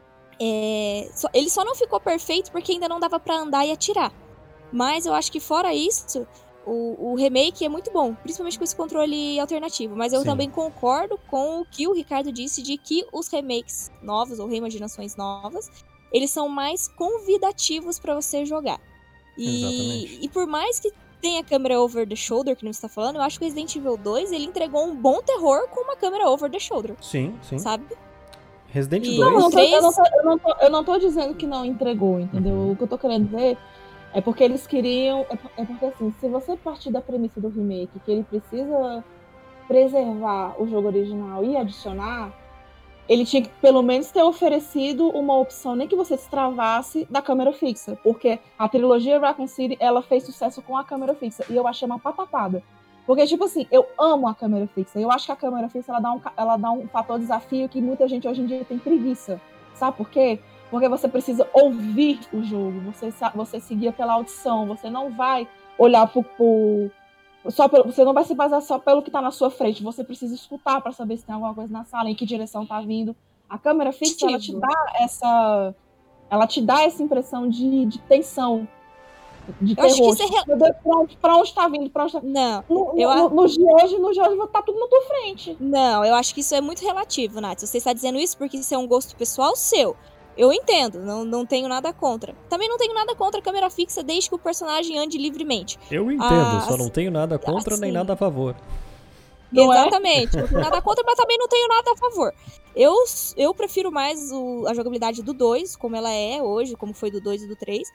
É, só, ele só não ficou perfeito porque ainda não dava pra andar e atirar. Mas eu acho que fora isso... O, o remake é muito bom, principalmente com esse controle alternativo. Mas eu Sim. também concordo com o que o Ricardo disse de que os remakes novos, ou reimaginações novas, eles são mais convidativos pra você jogar. E, Exatamente. e por mais que tenha câmera over the shoulder, que não está falando, eu acho que o Resident Evil dois, ele entregou um bom terror com uma câmera over the shoulder, Sim, sim. sabe? Resident E- Não, eu não, dois... tô, eu, não tô, eu, não tô, eu não tô dizendo que não entregou, entendeu? Uhum. O que eu tô querendo dizer é porque eles queriam... É, por- é porque, assim, se você partir da premissa do remake, que ele precisa preservar o jogo original e adicionar, ele tinha que, pelo menos, ter oferecido uma opção, nem que você destravasse, da câmera fixa. Porque a trilogia Raccoon City, ela fez sucesso com a câmera fixa. E eu achei uma patapada. Porque, tipo assim, eu amo a câmera fixa. Eu acho que a câmera fixa, ela dá um, ca- ela dá um fator desafio que muita gente hoje em dia tem preguiça. Sabe por quê? Porque você precisa ouvir o jogo. Você, sa- você seguia pela audição. Você não vai olhar pro... pro só pelo, você não vai se basear só pelo que tá na sua frente. Você precisa escutar para saber se tem alguma coisa na sala, em que direção tá vindo. A câmera fixa, ela te Tipo. dá essa... Ela te dá essa impressão de, de tensão. De Eu acho que terror. isso é real- Meu Deus, pra onde, pra onde tá vindo? Pra onde tá... Não, No, Eu no, no de hoje, no de hoje, tá tudo na tua frente. não, eu acho que isso é muito relativo, Nath. Você está dizendo isso porque isso é um gosto pessoal seu. Eu entendo, não, não tenho nada contra. Também não tenho nada contra a câmera fixa desde que o personagem ande livremente. Eu entendo, Ah, só não tenho nada contra nem assim. nada a favor. Não é? Exatamente. Não tenho nada contra, mas também não tenho nada a favor. Eu, eu prefiro mais o- a jogabilidade do dois, como ela é hoje, como foi do dois e do três.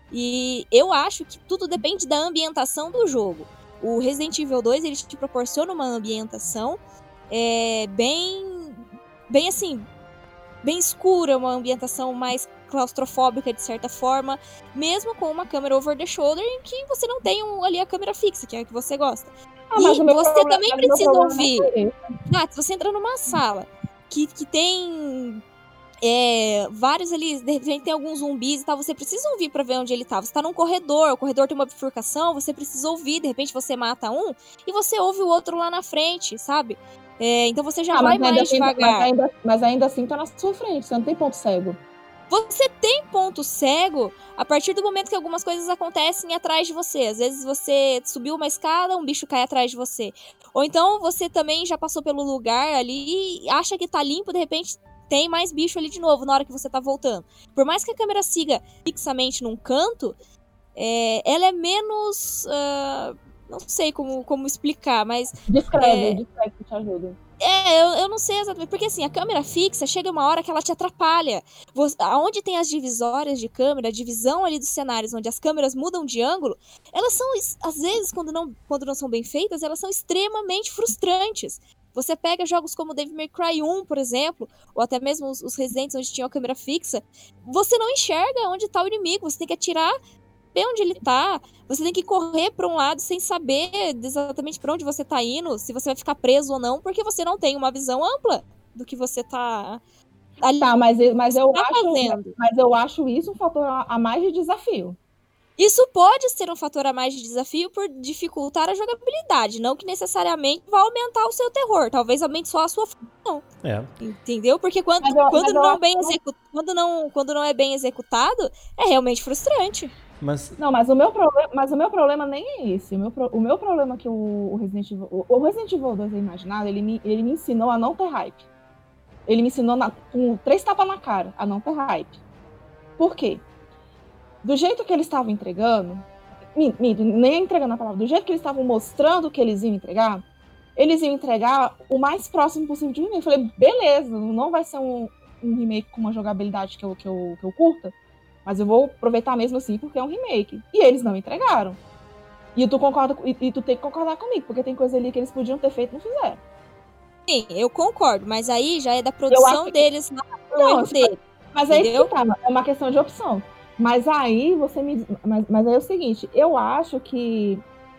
E eu acho que tudo depende da ambientação do jogo. O Resident Evil dois, ele te proporciona uma ambientação é, bem, bem assim, bem escura, uma ambientação mais claustrofóbica de certa forma, mesmo com uma câmera over the shoulder em que você não tem um- ali a câmera fixa, que é a que você gosta. Ah, E mas o meu você problema- também mas o meu precisa problema ouvir. não é esse. Nath, você entra numa sala que, que tem é, vários ali, de repente tem alguns zumbis e tal, você precisa ouvir pra ver onde ele tá. Você tá num corredor, o corredor tem uma bifurcação, você precisa ouvir, de repente você mata um e você ouve o outro lá na frente, sabe? É, então você já Ah, vai mas, ainda mais assim, mas, devagar. ainda, mas ainda assim tá na sua frente, você não tem ponto cego. Você tem ponto cego a partir do momento que algumas coisas acontecem atrás de você. Às vezes você subiu uma escada, um bicho cai atrás de você. Ou então você também já passou pelo lugar ali e acha que tá limpo, de repente tem mais bicho ali de novo na hora que você tá voltando. Por mais que a câmera siga fixamente num canto, é, ela é menos... ah, não sei como, como explicar, mas... Descreve, É. descreve que te ajuda. É, eu, eu não sei exatamente, porque assim, a câmera fixa chega uma hora que ela te atrapalha. Você, aonde tem as divisórias de câmera, a divisão ali dos cenários, onde as câmeras mudam de ângulo, elas são, es- às vezes, quando não, quando não são bem feitas, elas são extremamente frustrantes. Você pega jogos como Devil May Cry um, por exemplo, ou até mesmo os, os Residents onde tinha a câmera fixa, você não enxerga onde tá o inimigo, você tem que atirar, ver onde ele tá, você tem que correr pra um lado sem saber exatamente pra onde você tá indo, se você vai ficar preso ou não, porque você não tem uma visão ampla do que você tá ali Tá, mas, eu- mas, eu tá acho, fazendo. mas eu acho isso um fator a a mais de desafio. Isso pode ser um fator a mais de desafio por dificultar a jogabilidade, não que necessariamente vai aumentar o seu terror, talvez aumente só a sua função, É. entendeu? Porque quando, Mas eu- quando, mas eu não acho bem que- execu- quando, não, quando não é bem executado, é realmente frustrante. Mas Não, mas o meu problema, mas o meu problema nem é esse. O meu, pro- o meu problema é que o, o Resident Evil, o, o Resident Evil dois Reimaginado, ele me, ele me ensinou a não ter hype. Ele me ensinou na- com três tapas na cara a não ter hype. Por quê? Do jeito que eles estavam entregando, Minto, minto, nem entregando a palavra. Do jeito que eles estavam mostrando que eles iam entregar, eles iam entregar o mais próximo possível de remake. Eu falei, beleza, não vai ser um, um remake com uma jogabilidade que eu, que, eu, que eu curta, mas eu vou aproveitar mesmo assim porque é um remake. E eles não entregaram. E tu, concorda, e, e tu tem que concordar comigo, porque tem coisa ali que eles podiam ter feito e não fizeram. Sim, eu concordo, mas aí já é da produção que... deles, não é não, o erro dele. Mas aí que tá, é uma questão de opção. Mas aí você me. Mas, mas aí é o seguinte, eu acho que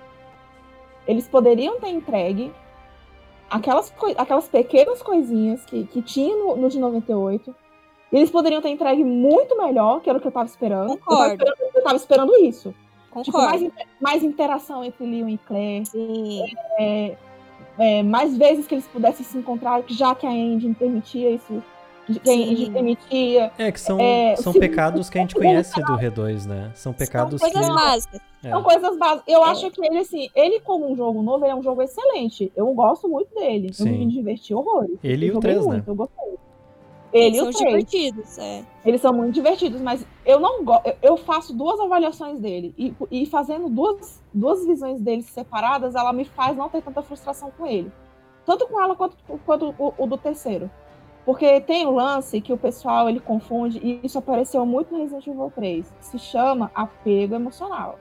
eles poderiam ter entregue aquelas, coi... aquelas pequenas coisinhas que, que tinha no, no de noventa e oito. E eles poderiam ter entregue muito melhor, que era o que eu tava esperando. Concordo. Eu tava esperando, eu tava esperando isso. Concordo. Tipo, mais, mais interação entre Leon e Claire. Sim. É, é, mais vezes que eles pudessem se encontrar, já que a engine permitia isso. Que a engine permitia. É, que são, é, são se, pecados que a gente conhece do R dois, né? São pecados são coisas que... básicas. É. São coisas básicas. Eu é. acho que ele, assim, ele como um jogo novo, ele é um jogo excelente. Eu gosto muito dele. Sim. Eu me diverti horrores. Ele eu e o três, muito, né? Eu gostei. Ele Eles e o são três. divertidos, é. Eles são muito divertidos, mas eu não gosto. Eu faço duas avaliações dele. E, e fazendo duas, duas visões dele separadas, ela me faz não ter tanta frustração com ele. Tanto com ela quanto, quanto o, o do terceiro. Porque tem o lance que o pessoal ele confunde, e isso apareceu muito no Resident Evil três, que se chama apego emocional.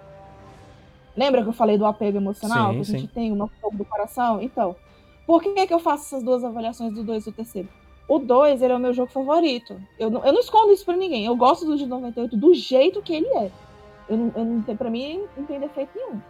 Lembra que eu falei do apego emocional? Sim, que a gente sim. tem no fogo do coração? Então, por que, que eu faço essas duas avaliações do dois e do terceiro? O dois, ele é o meu jogo favorito. Eu não, eu não escondo isso pra ninguém. Eu gosto do de noventa e oito do jeito que ele é. Eu não, eu não, pra mim, não tem defeito nenhum.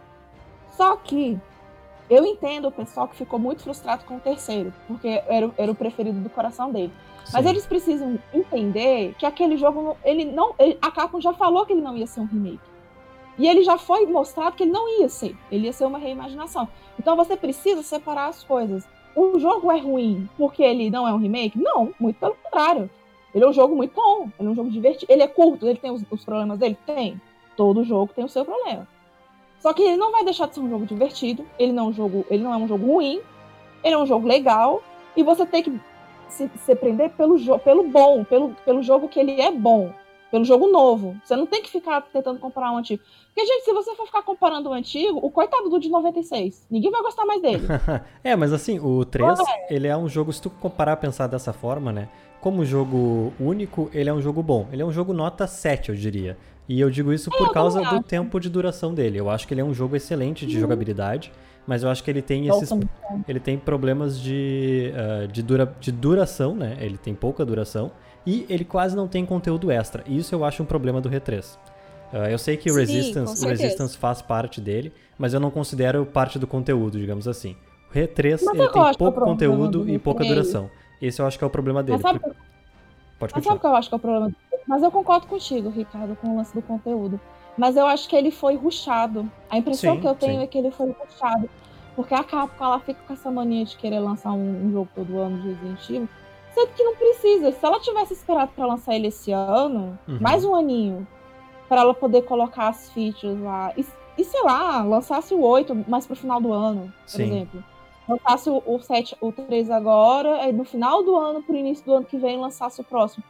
Só que eu entendo o pessoal que ficou muito frustrado com o terceiro, porque era, era o preferido do coração dele. Sim. Mas eles precisam entender que aquele jogo, ele não, ele, a Capcom já falou que ele não ia ser um remake. E ele já foi mostrado que ele não ia ser. Ele ia ser uma reimaginação. Então você precisa separar as coisas. O jogo é ruim porque ele não é um remake? Não, muito pelo contrário. Ele é um jogo muito bom, ele é um jogo divertido. Ele é curto, ele tem os, os problemas dele? Tem. Todo jogo tem o seu problema. Só que ele não vai deixar de ser um jogo divertido, ele não é um jogo, ele não é um jogo ruim, ele é um jogo legal, e você tem que se, se prender pelo, jo- pelo bom, pelo, pelo jogo que ele é bom, pelo jogo novo. Você não tem que ficar tentando comparar o antigo. Porque, gente, se você for ficar comparando o antigo, o coitado do de noventa e seis, ninguém vai gostar mais dele. É, mas assim, o três, é. ele é um jogo, se tu comparar, pensar dessa forma, né? Como jogo único, ele é um jogo bom. Ele é um jogo nota sete, eu diria. E eu digo isso por É, causa também do acho. tempo de duração dele. Eu acho que ele é um jogo excelente de Uhum. jogabilidade, mas eu acho que ele tem Nossa, esses, muito bom. ele tem problemas de, uh, de, dura, de duração, né? Ele tem pouca duração e ele quase não tem conteúdo extra. E isso eu acho um problema do R três. Uh, eu sei que o Sim, Resistance, com o certeza. Resistance faz parte dele, mas eu não considero parte do conteúdo, digamos assim. O R três, Mas ele eu tem acho que é o pouco problema conteúdo do e pouca R três. duração. Esse eu acho que é o problema dele. Mas sabe, Por- Pode mas sabe continuar. o que eu acho que é o problema? Mas eu concordo contigo, Ricardo, com o lance do conteúdo. Mas eu acho que ele foi rushado. A impressão Sim, que eu tenho sim. é que ele foi rushado. Porque a Capcom, ela fica com essa mania de querer lançar um, um jogo todo ano de Resident Evil, sendo que não precisa. Se ela tivesse esperado pra lançar ele esse ano, Uhum. mais um aninho, pra ela poder colocar as features lá, e, e sei lá, lançasse o oito mais pro final do ano, por Sim. exemplo. Lançasse o, o sete, o três agora, aí no final do ano, pro início do ano que vem, lançasse o próximo.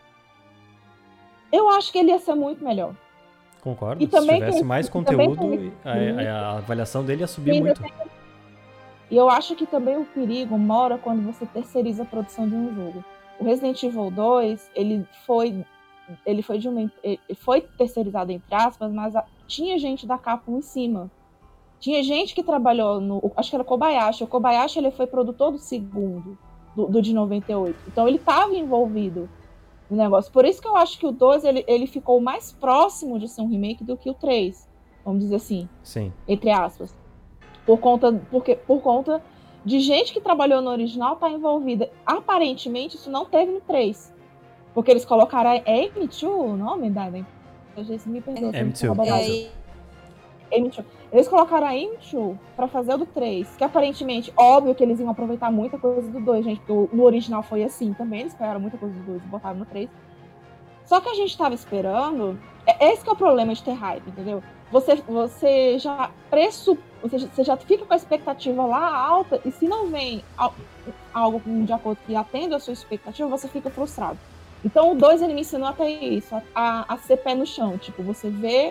Eu acho que ele ia ser muito melhor. Concordo. E também Se tivesse tem- mais e também conteúdo, tem- a, a- a avaliação dele ia subir E ainda muito. tem- E eu acho que também o perigo mora quando você terceiriza a produção de um jogo. O Resident Evil dois, ele foi, ele foi, de uma, ele foi terceirizado entre aspas, mas a- tinha gente da Capcom em cima. Tinha gente que trabalhou no... Acho que era o Kobayashi. O Kobayashi, ele foi produtor do segundo, do, do de noventa e oito. Então ele estava envolvido no negócio. Por isso que eu acho que o dois, ele, ele ficou mais próximo de ser um remake do que o três. Vamos dizer assim, Sim. entre aspas. Por conta, porque, por conta de gente que trabalhou no original tá envolvida. Aparentemente, isso não teve no três. Porque eles colocaram a M dois, o nome da... da- Gente, me perdoa. se eu M falar dois. bobagem. É, M dois. Eles colocaram a M dois pra fazer o do três. Que aparentemente, óbvio que eles iam aproveitar muita coisa do dois, gente. Porque o- no original foi assim também. Eles pegaram muita coisa do dois e botaram no três. Só que a gente tava esperando... É, esse que é o problema de ter hype, entendeu? Você, você já pressup... você, já- você já fica com a expectativa lá alta. E se não vem al- algo de acordo que atende a sua expectativa, você fica frustrado. Então o dois, ele me ensinou até isso. A, a, a ser pé no chão. Tipo, você vê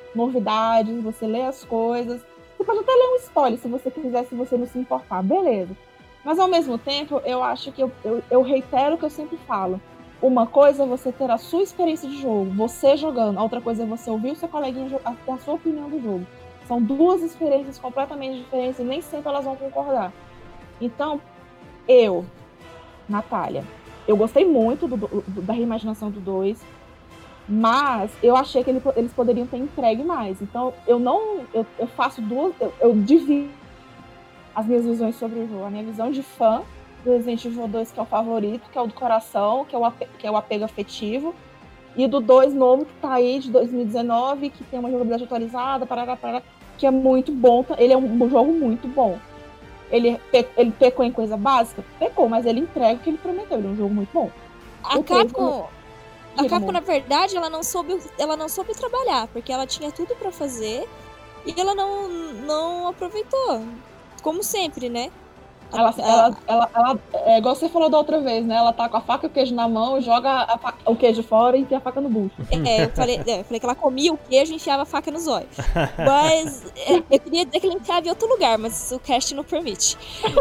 novidades, você lê as coisas. Você pode até ler um spoiler se você quiser, se você não se importar, beleza. Mas ao mesmo tempo, eu acho que eu, eu, eu reitero o que eu sempre falo. Uma coisa é você ter a sua experiência de jogo, você jogando. A outra coisa é você ouvir o seu coleguinha ter a sua opinião do jogo. São duas experiências completamente diferentes e nem sempre elas vão concordar. Então, eu, Natália, eu gostei muito do, do, da reimaginação do dois, mas eu achei que ele, eles poderiam ter entregue mais. Então, eu não... Eu, eu faço duas... Eu, eu divido as minhas visões sobre o jogo. A minha visão de fã do Resident Evil dois, que é o favorito, que é o do coração, que é o, ape, que é o apego afetivo, e do dois novo, que tá aí, de dois mil e dezenove, que tem uma jogabilidade atualizada, parará, parará, que é muito bom. Ele é um, um jogo muito bom. Ele, ele pecou em coisa básica? Pecou, mas ele entrega o que ele prometeu. Ele é um jogo muito bom. A Capcom, a Capcom, na verdade, ela não soube, ela não soube trabalhar, porque ela tinha tudo pra fazer e ela não, não aproveitou. Como sempre, né? Ela, ela, ela, ela, é igual você falou da outra vez, né? Ela tá com a faca e o queijo na mão, joga a faca, o queijo fora e enfia a faca no bucho. É, eu falei, é, eu falei que ela comia o queijo e enfiava a faca nos olhos. Mas é, eu queria dizer que ele enfiava em outro lugar, mas o cast não permite.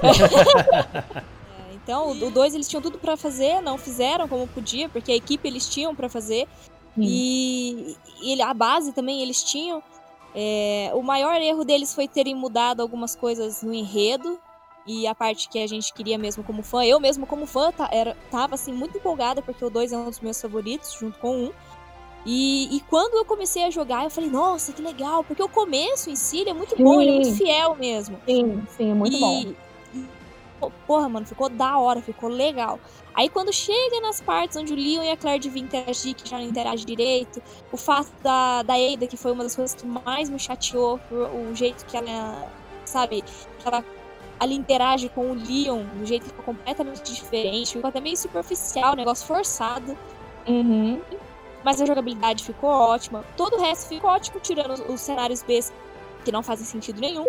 É, então, o dois eles tinham tudo pra fazer, não fizeram como podia, porque a equipe eles tinham pra fazer. Hum. E, e a base também eles tinham. É, o maior erro deles foi terem mudado algumas coisas no enredo. E a parte que a gente queria mesmo como fã, eu mesmo como fã, tá, era, tava assim, muito empolgada, porque o dois é um dos meus favoritos, junto com o um. E, e quando eu comecei a jogar, eu falei, nossa, que legal, porque o começo em si ele é muito bom, sim. Ele é muito fiel mesmo. Sim, sim, é muito e, bom. E, porra, mano, ficou da hora, ficou legal. Aí quando chega nas partes onde o Leon e a Claire deviam interagir, que já não interage direito, o fato da, da Ada, que foi uma das coisas que mais me chateou, o jeito que ela, sabe, que ela... ela interage com o Leon de um jeito que ficou completamente diferente, ficou até meio superficial, negócio forçado. Uhum. Mas a jogabilidade ficou ótima. Todo o resto ficou ótimo, tirando os, os cenários B que não fazem sentido nenhum.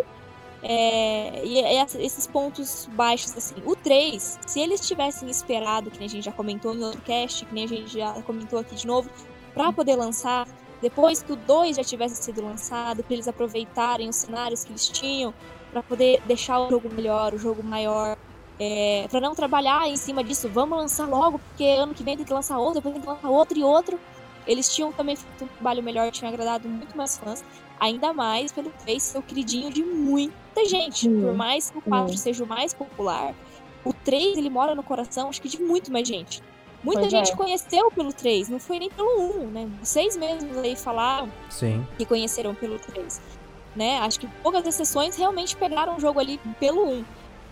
É, e, e esses pontos baixos, assim. O três, se eles tivessem esperado, que nem a gente já comentou no outro cast, que nem a gente já comentou aqui de novo, pra poder lançar, depois que o dois já tivesse sido lançado, pra eles aproveitarem os cenários que eles tinham, pra poder deixar o jogo melhor, o jogo maior, é, pra não trabalhar em cima disso, vamos lançar logo, porque ano que vem tem que lançar outro, depois tem que lançar outro e outro. Eles tinham também feito um trabalho melhor, tinham agradado muito mais fãs, ainda mais pelo três ser o queridinho de muita gente, hum, por mais que o quatro hum. seja o mais popular, o três ele mora no coração, acho que de muito mais gente. Muita pois gente é. conheceu pelo três, não foi nem pelo um, né? Vocês mesmos aí falaram Sim. que conheceram pelo três. Né? Acho que poucas exceções realmente pegaram o jogo ali pelo um.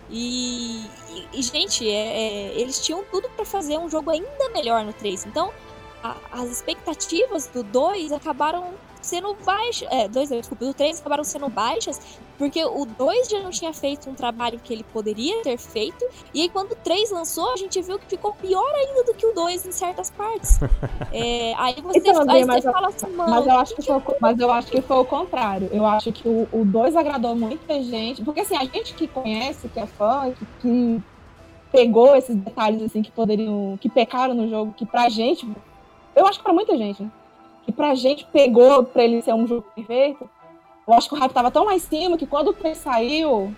E, e, e gente, é, é, eles tinham tudo pra fazer um jogo ainda melhor no três. Então, a, as expectativas do dois acabaram sendo baixas. É, dois, desculpa, do três acabaram sendo baixas, porque o dois já não tinha feito um trabalho que ele poderia ter feito. E aí, quando o três lançou, a gente viu que ficou pior ainda do que o dois em certas partes. É, aí você, então, aí mas, você fala assim, mano. Mas eu, acho que foi, mas eu acho que foi o contrário. Eu acho que o dois agradou muita gente. Porque assim, a gente que conhece, que é fã, que, que pegou esses detalhes assim que poderiam. Que pecaram no jogo, que pra gente. Eu acho que pra muita gente, né? Que pra gente pegou pra ele ser um jogo perfeito. Eu acho que o hype tava tão lá em cima que quando o três saiu,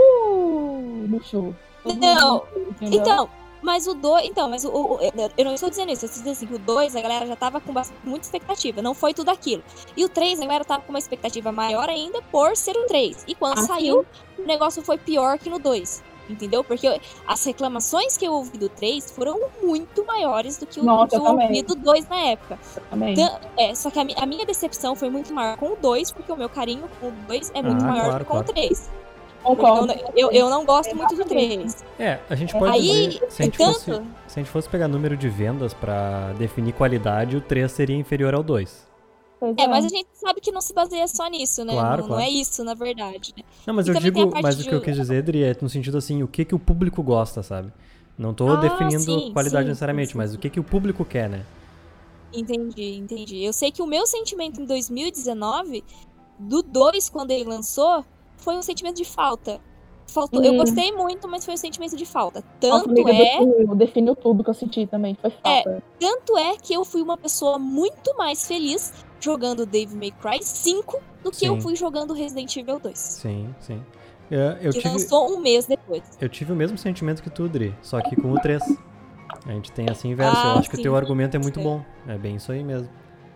uh, no show. Não, então, mas o dois, então, mas o, o, eu não estou dizendo isso, eu estou dizendo assim, que o dois a galera já tava com bastante, muita expectativa, não foi tudo aquilo. E o três a galera tava com uma expectativa maior ainda por ser o três. E quando ah, saiu, sim. o negócio foi pior que no dois. Entendeu? Porque as reclamações que eu ouvi do três foram muito maiores do que o Nossa, que eu, eu ouvi do dois na época. Então, é, só que a, a minha decepção foi muito maior com o dois, porque o meu carinho com o dois é muito ah, maior claro, do que com claro. o três. Concordo. Então, eu, eu não gosto muito do três. É, a gente pode Aí, dizer, se a gente, tanto... fosse, se a gente fosse pegar número de vendas pra definir qualidade, o três seria inferior ao dois. É, mas a gente sabe que não se baseia só nisso, né? Claro, não, claro. não é isso, na verdade, né? Não, mas e eu digo, mas de... o que eu quis dizer, Adri, é no sentido assim, o que que o público gosta, sabe? Não tô ah, definindo sim, qualidade sim, necessariamente, sim. mas o que que o público quer, né? Entendi, entendi. Eu sei que o meu sentimento em dois mil e dezenove, do dois, quando ele lançou, foi um sentimento de falta. Faltou. Hum. Eu gostei muito, mas foi um sentimento de falta. Tanto Nossa, amiga, é... Definiu, definiu tudo que eu senti também, foi falta. É, tanto é que eu fui uma pessoa muito mais feliz jogando Devil May Cry cinco do que Sim. eu fui jogando Resident Evil dois. Sim, sim. Eu, eu que tive, lançou um mês depois. eu tive o mesmo sentimento que tu, Dri, só que com o três. A gente tem assim inverso. Ah, eu acho que sim. o teu argumento é muito Sim. bom. É bem isso aí mesmo.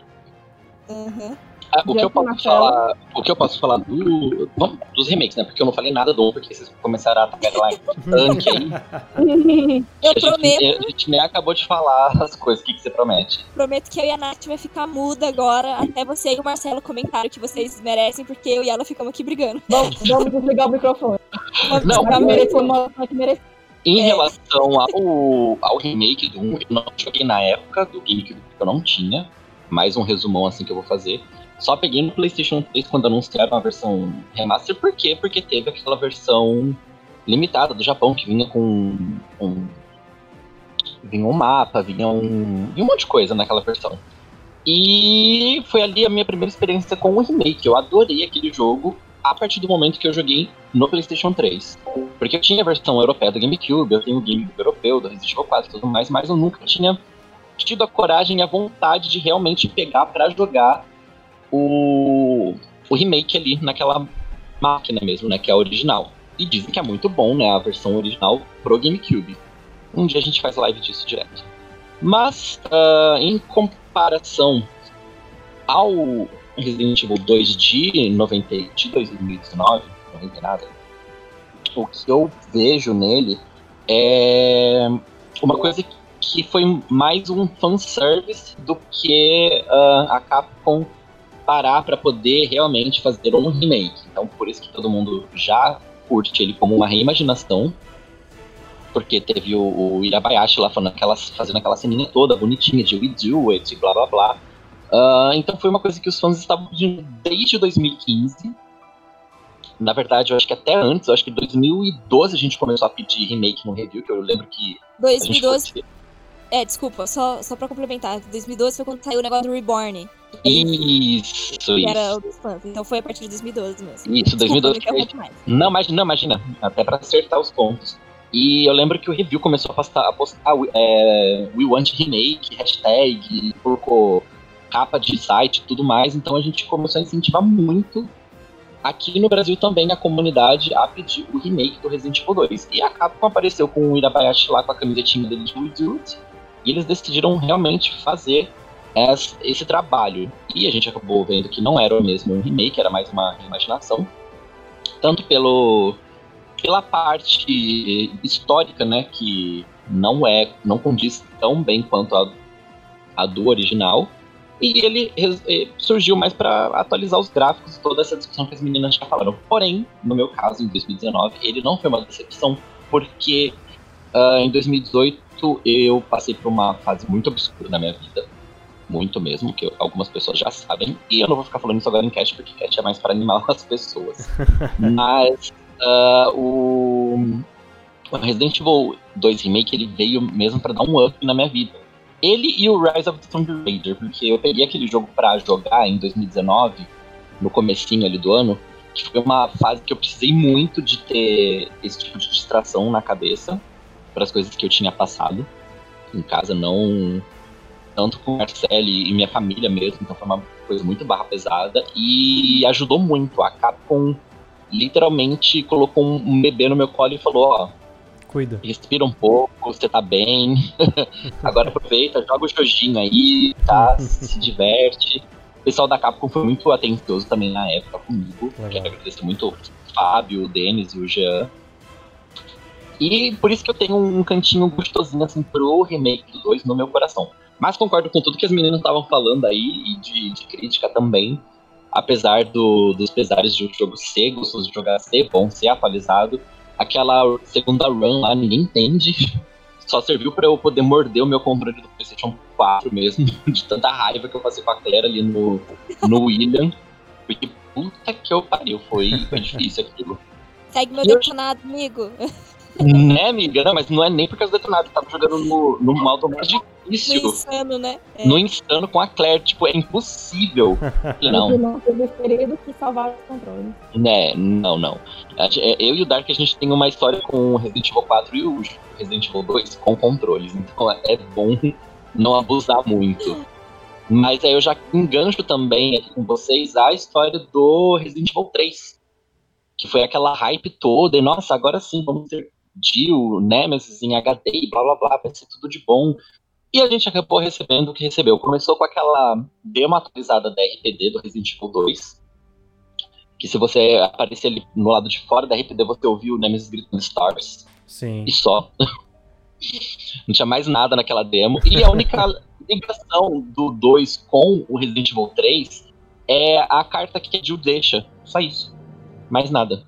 Uhum. Ah, o, que eu Diante posso na falar, o que eu posso falar do, vamos, dos remakes, né? Porque eu não falei nada do um, porque vocês começaram a atacar lá em tanque aí. Eu a, gente, prometo, a gente nem acabou de falar as coisas. O que, que você promete? prometo que eu e a Nath vai ficar muda agora, até você e o Marcelo comentarem o que vocês merecem, porque eu e ela ficamos aqui brigando. Vamos, vamos desligar o microfone. Vamos Não, ficar Vai o- merecer uma vai que merecer. Em É. relação ao, ao remake do um, eu não joguei na época do GameCube, porque eu não tinha. Mais um resumão assim que eu vou fazer. Só peguei no PlayStation três quando anunciaram a versão remaster. Por quê? Porque teve aquela versão limitada do Japão, que vinha com um, vinha um mapa, vinha um, vinha um monte de coisa naquela versão. E foi ali a minha primeira experiência com o remake. Eu adorei aquele jogo a partir do momento que eu joguei no PlayStation três. Porque eu tinha a versão europeia do GameCube, eu tenho o GameCube europeu, do Resident Evil quatro e tudo mais, mas eu nunca tinha tido a coragem e a vontade de realmente pegar pra jogar o, o remake ali naquela máquina mesmo, né, que é a original. E dizem que é muito bom, né, a versão original pro GameCube. Um dia a gente faz live disso direto. Mas, uh, em comparação ao Resident Evil dois de, noventa, de dois mil e dezenove, noventa e nada, o que eu vejo nele é uma coisa que foi mais um fanservice do que uh, a Capcom parar para poder realmente fazer um remake. Então, por isso que todo mundo já curte ele como uma reimaginação, porque teve o, o Irabayashi lá falando aquela, fazendo aquela ceninha toda bonitinha de We Do It, blá blá blá. Uh, então foi uma coisa que os fãs estavam pedindo desde dois mil e quinze. Na verdade, eu acho que até antes, eu acho que em dois mil e doze a gente começou a pedir remake no review, que eu lembro que a dois mil e gente doze. curtia. É, desculpa, só, só pra complementar. dois mil e doze foi quando saiu o negócio do Reborn. Isso, Que era isso. o dos fãs. Então foi a partir de dois mil e doze mesmo. Isso, dois mil e doze. Desculpa, me interrompe mais. Não, imagina, não, imagina, até pra acertar os pontos. E eu lembro que o review começou a postar, a postar é, We Want Remake, hashtag, colocou capa de site e tudo mais, então a gente começou a incentivar muito aqui no Brasil também a comunidade a pedir o remake do Resident Evil dois. E a Capcom apareceu com o Irabayashi lá com a camisetinha dele de We Do It, e eles decidiram realmente fazer esse, esse trabalho. E a gente acabou vendo que não era mesmo um remake, era mais uma reimaginação, tanto pelo... pela parte histórica, né, que não é, não condiz tão bem quanto a, a do original, e ele eh, surgiu mais para atualizar os gráficos e toda essa discussão que as meninas já falaram. Porém, no meu caso, em dois mil e dezenove, ele não foi uma decepção, porque uh, em dois mil e dezoito eu passei por uma fase muito obscura na minha vida, muito mesmo, que eu, algumas pessoas já sabem, e eu não vou ficar falando isso agora em cast, porque cast é mais para animar as pessoas. Mas Uh, o... o Resident Evil dois Remake ele veio mesmo pra dar um up na minha vida. Ele e o Rise of the Tomb Raider, porque eu peguei aquele jogo pra jogar em dois mil e dezenove, no comecinho ali do ano, que foi uma fase que eu precisei muito de ter esse tipo de distração na cabeça para as coisas que eu tinha passado em casa, não tanto com o Marcelo e minha família mesmo, então foi uma coisa muito barra pesada e ajudou muito. A Capcom literalmente colocou um bebê no meu colo e falou, ó, Cuida. respira um pouco, você tá bem, agora aproveita, joga o jojinho aí, tá, se diverte. O pessoal da Capcom foi muito atencioso também na época comigo, Legal. quero agradecer muito o Fábio, o Denis e o Jean. E por isso que eu tenho um cantinho gostosinho assim pro remake do dois no meu coração. Mas concordo com tudo que as meninas estavam falando aí, e de, de crítica também. Apesar do, dos pesares de o jogo ser gostoso de jogar, ser bom, ser atualizado, aquela segunda run lá ninguém entende. Só serviu pra eu poder morder o meu controle do PlayStation quatro mesmo, de tanta raiva que eu passei com a Claire ali no, no William. Porque puta que eu pariu, foi, foi difícil aquilo. Segue meu Eu- detonado, amigo. Né, amiga? Não, mas não é nem por causa do detonado, eu tava jogando no, no modo mais No difícil. insano, né? É. No insano com a Claire, tipo, é impossível. Não. Não, não teve ferido que salvar os controles. né, não, não. A ge- é, Eu e o Dark, a gente tem uma história com o Resident Evil quatro e o Resident Evil dois com controles, então é bom não abusar muito. Mas aí eu já engancho também aqui com vocês a história do Resident Evil três. Que foi aquela hype toda, e nossa, agora sim, vamos ter Jill, Nemesis em H D, e blá blá blá, vai ser tudo de bom. E a gente acabou recebendo o que recebeu. Começou com aquela demo atualizada da R P D do Resident Evil dois. Que se você aparecer ali no lado de fora da R P D, você ouviu o Nemesis gritando Stars. Sim. E só. Não tinha mais nada naquela demo. E a única ligação do dois com o Resident Evil três é a carta que a Jill deixa. Só isso. Mais nada.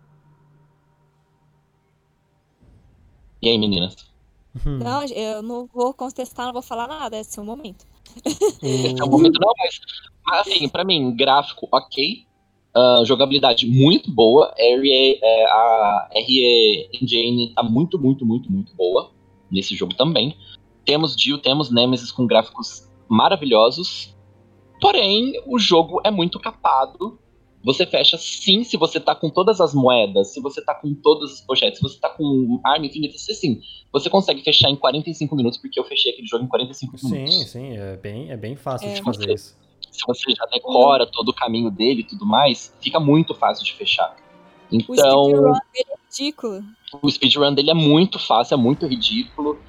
E aí, meninas? Não, eu não vou contestar, não vou falar nada, esse é o momento. Esse é o momento, não, mas, mas assim, pra mim, gráfico ok, uh, jogabilidade muito boa, R E, é, a R E Engine tá muito, muito, muito, muito boa nesse jogo também. Temos Jill, temos Nemesis com gráficos maravilhosos, porém, o jogo é muito capado. Você fecha sim se você tá com todas as moedas, se você tá com todas as pochetes, se você tá com arma infinita, você sim. Você consegue fechar em quarenta e cinco minutos, porque eu fechei aquele jogo em quarenta e cinco minutos. Sim, sim, é bem, é bem fácil É. de fazer isso. Se você já decora todo o caminho dele e tudo mais, fica muito fácil de fechar. O Então, speedrun dele é ridículo. o speedrun dele é muito fácil, é muito ridículo.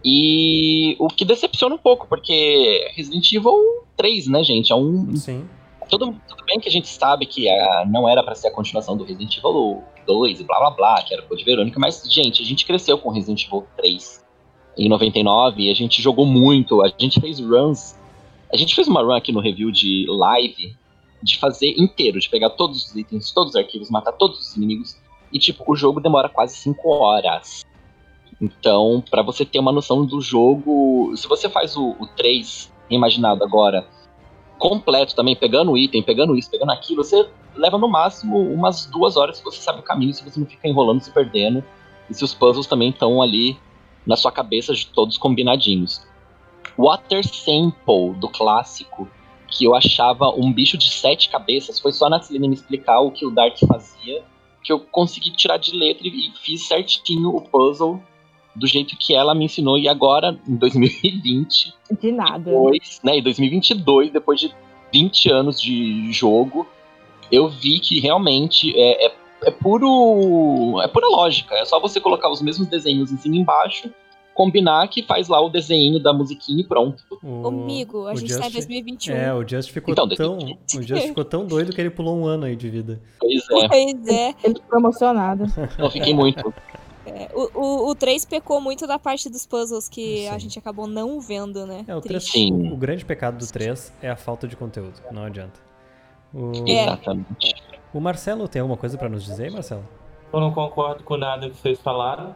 E o que decepciona um pouco, porque Resident Evil três, né, gente? É um... Sim. Tudo, tudo bem que a gente sabe que a, não era pra ser a continuação do Resident Evil dois e blá blá blá, que era o Code Verônica, mas, gente, a gente cresceu com Resident Evil três em noventa e nove, e a gente jogou muito, a gente fez runs, a gente fez uma run aqui no review de live, de fazer inteiro, de pegar todos os itens, todos os arquivos, matar todos os inimigos, e tipo, o jogo demora quase cinco horas. Então, pra você ter uma noção do jogo, se você faz o, o três reimaginado agora, completo também, pegando o item, pegando isso, pegando aquilo, você leva no máximo umas duas horas se você sabe o caminho, se você não fica enrolando, se perdendo, e se os puzzles também estão ali na sua cabeça de todos combinadinhos. Water Sample, do clássico, que eu achava um bicho de sete cabeças, foi só na Celine me explicar o que o Dark fazia, que eu consegui tirar de letra e fiz certinho o puzzle do jeito que ela me ensinou, e agora, em dois mil e vinte, De nada. depois, né, em dois mil e vinte e dois, depois de vinte anos de jogo, eu vi que realmente é, é, é puro é pura lógica, é só você colocar os mesmos desenhos em cima e embaixo, combinar que faz lá o desenho da musiquinha e pronto. O, Amigo, a o gente Just, tá em dois mil e vinte e um. É, o Just ficou Então, tão, o Just ficou tão doido que ele pulou um ano aí de vida. Pois é, Pois é. Ele ficou emocionado. eu fiquei muito. É, o, o, o três pecou muito da parte dos puzzles que a Sim. gente acabou não vendo, né? É, o, três, Triste. Sim. o grande pecado do três é a falta de conteúdo, não adianta. O, É. Exatamente. o Marcelo tem alguma coisa pra nos dizer, Marcelo? Eu não concordo com nada que vocês falaram.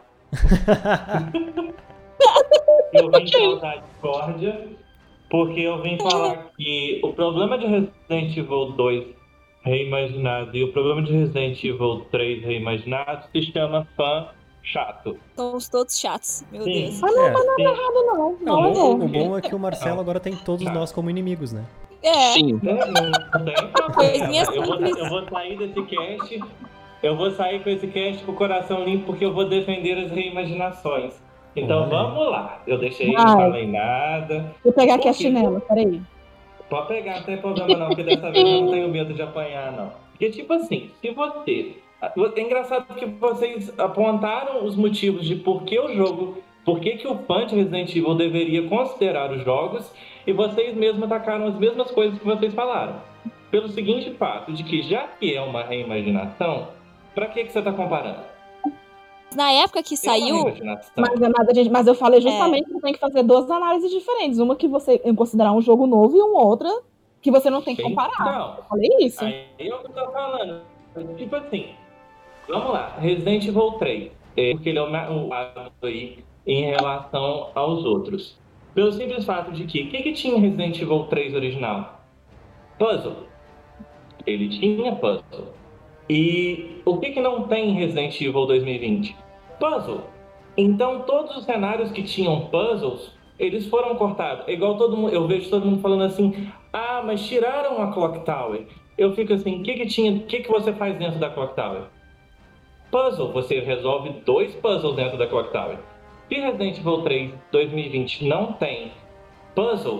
Eu vim causar discórdia, porque eu vim falar que o problema de Resident Evil dois reimaginado e o problema de Resident Evil três reimaginado se chama fã chato. Somos todos chatos, meu Sim. Deus. Ah, não, É. mas não é errado, não. Não, Não, o, é bom, não. o bom é que o Marcelo agora tem todos nós como inimigos, né? É, Sim, Né? Não tem problema. Coisinha Eu vou, simples. eu vou sair desse cast. Eu vou sair com esse cast com o coração limpo porque eu vou defender as reimaginações. Então Olha. vamos lá. Eu deixei, Vai. não falei nada. Vou pegar aqui a Por quê? chinela, peraí. Pode pegar, não tem problema não, porque dessa vez eu não tenho medo de apanhar, não. Porque, tipo assim, se você... É engraçado que vocês apontaram os motivos de por que o jogo... Por que, que o fã de Resident Evil deveria considerar os jogos e vocês mesmos atacaram as mesmas coisas que vocês falaram. Pelo seguinte fato, de que já que é uma reimaginação, pra que, que você tá comparando? na época que É uma saiu, reimaginação. Mas, mas, a gente- mas eu falei justamente que tem que fazer duas análises diferentes. Uma que você considerar um jogo novo e uma outra que você não tem que comparar. Então, Eu falei isso. aí é o que eu tô falando. Tipo assim, vamos lá, Resident Evil três, é, porque ele é o ma- o lado aí em relação aos outros. Pelo simples fato de que, o que, que tinha em Resident Evil três original? Puzzle. Ele tinha puzzle. E o que, que não tem em Resident Evil dois mil e vinte? Puzzle. Então todos os cenários que tinham puzzles, eles foram cortados. É igual todo mundo, eu vejo todo mundo falando assim, ah, mas tiraram a Clock Tower. Eu fico assim, o que que tinha, o que que você faz dentro da Clock Tower? Puzzle, você resolve dois puzzles dentro da Clock Tower. Se Resident Evil três dois mil e vinte não tem puzzle,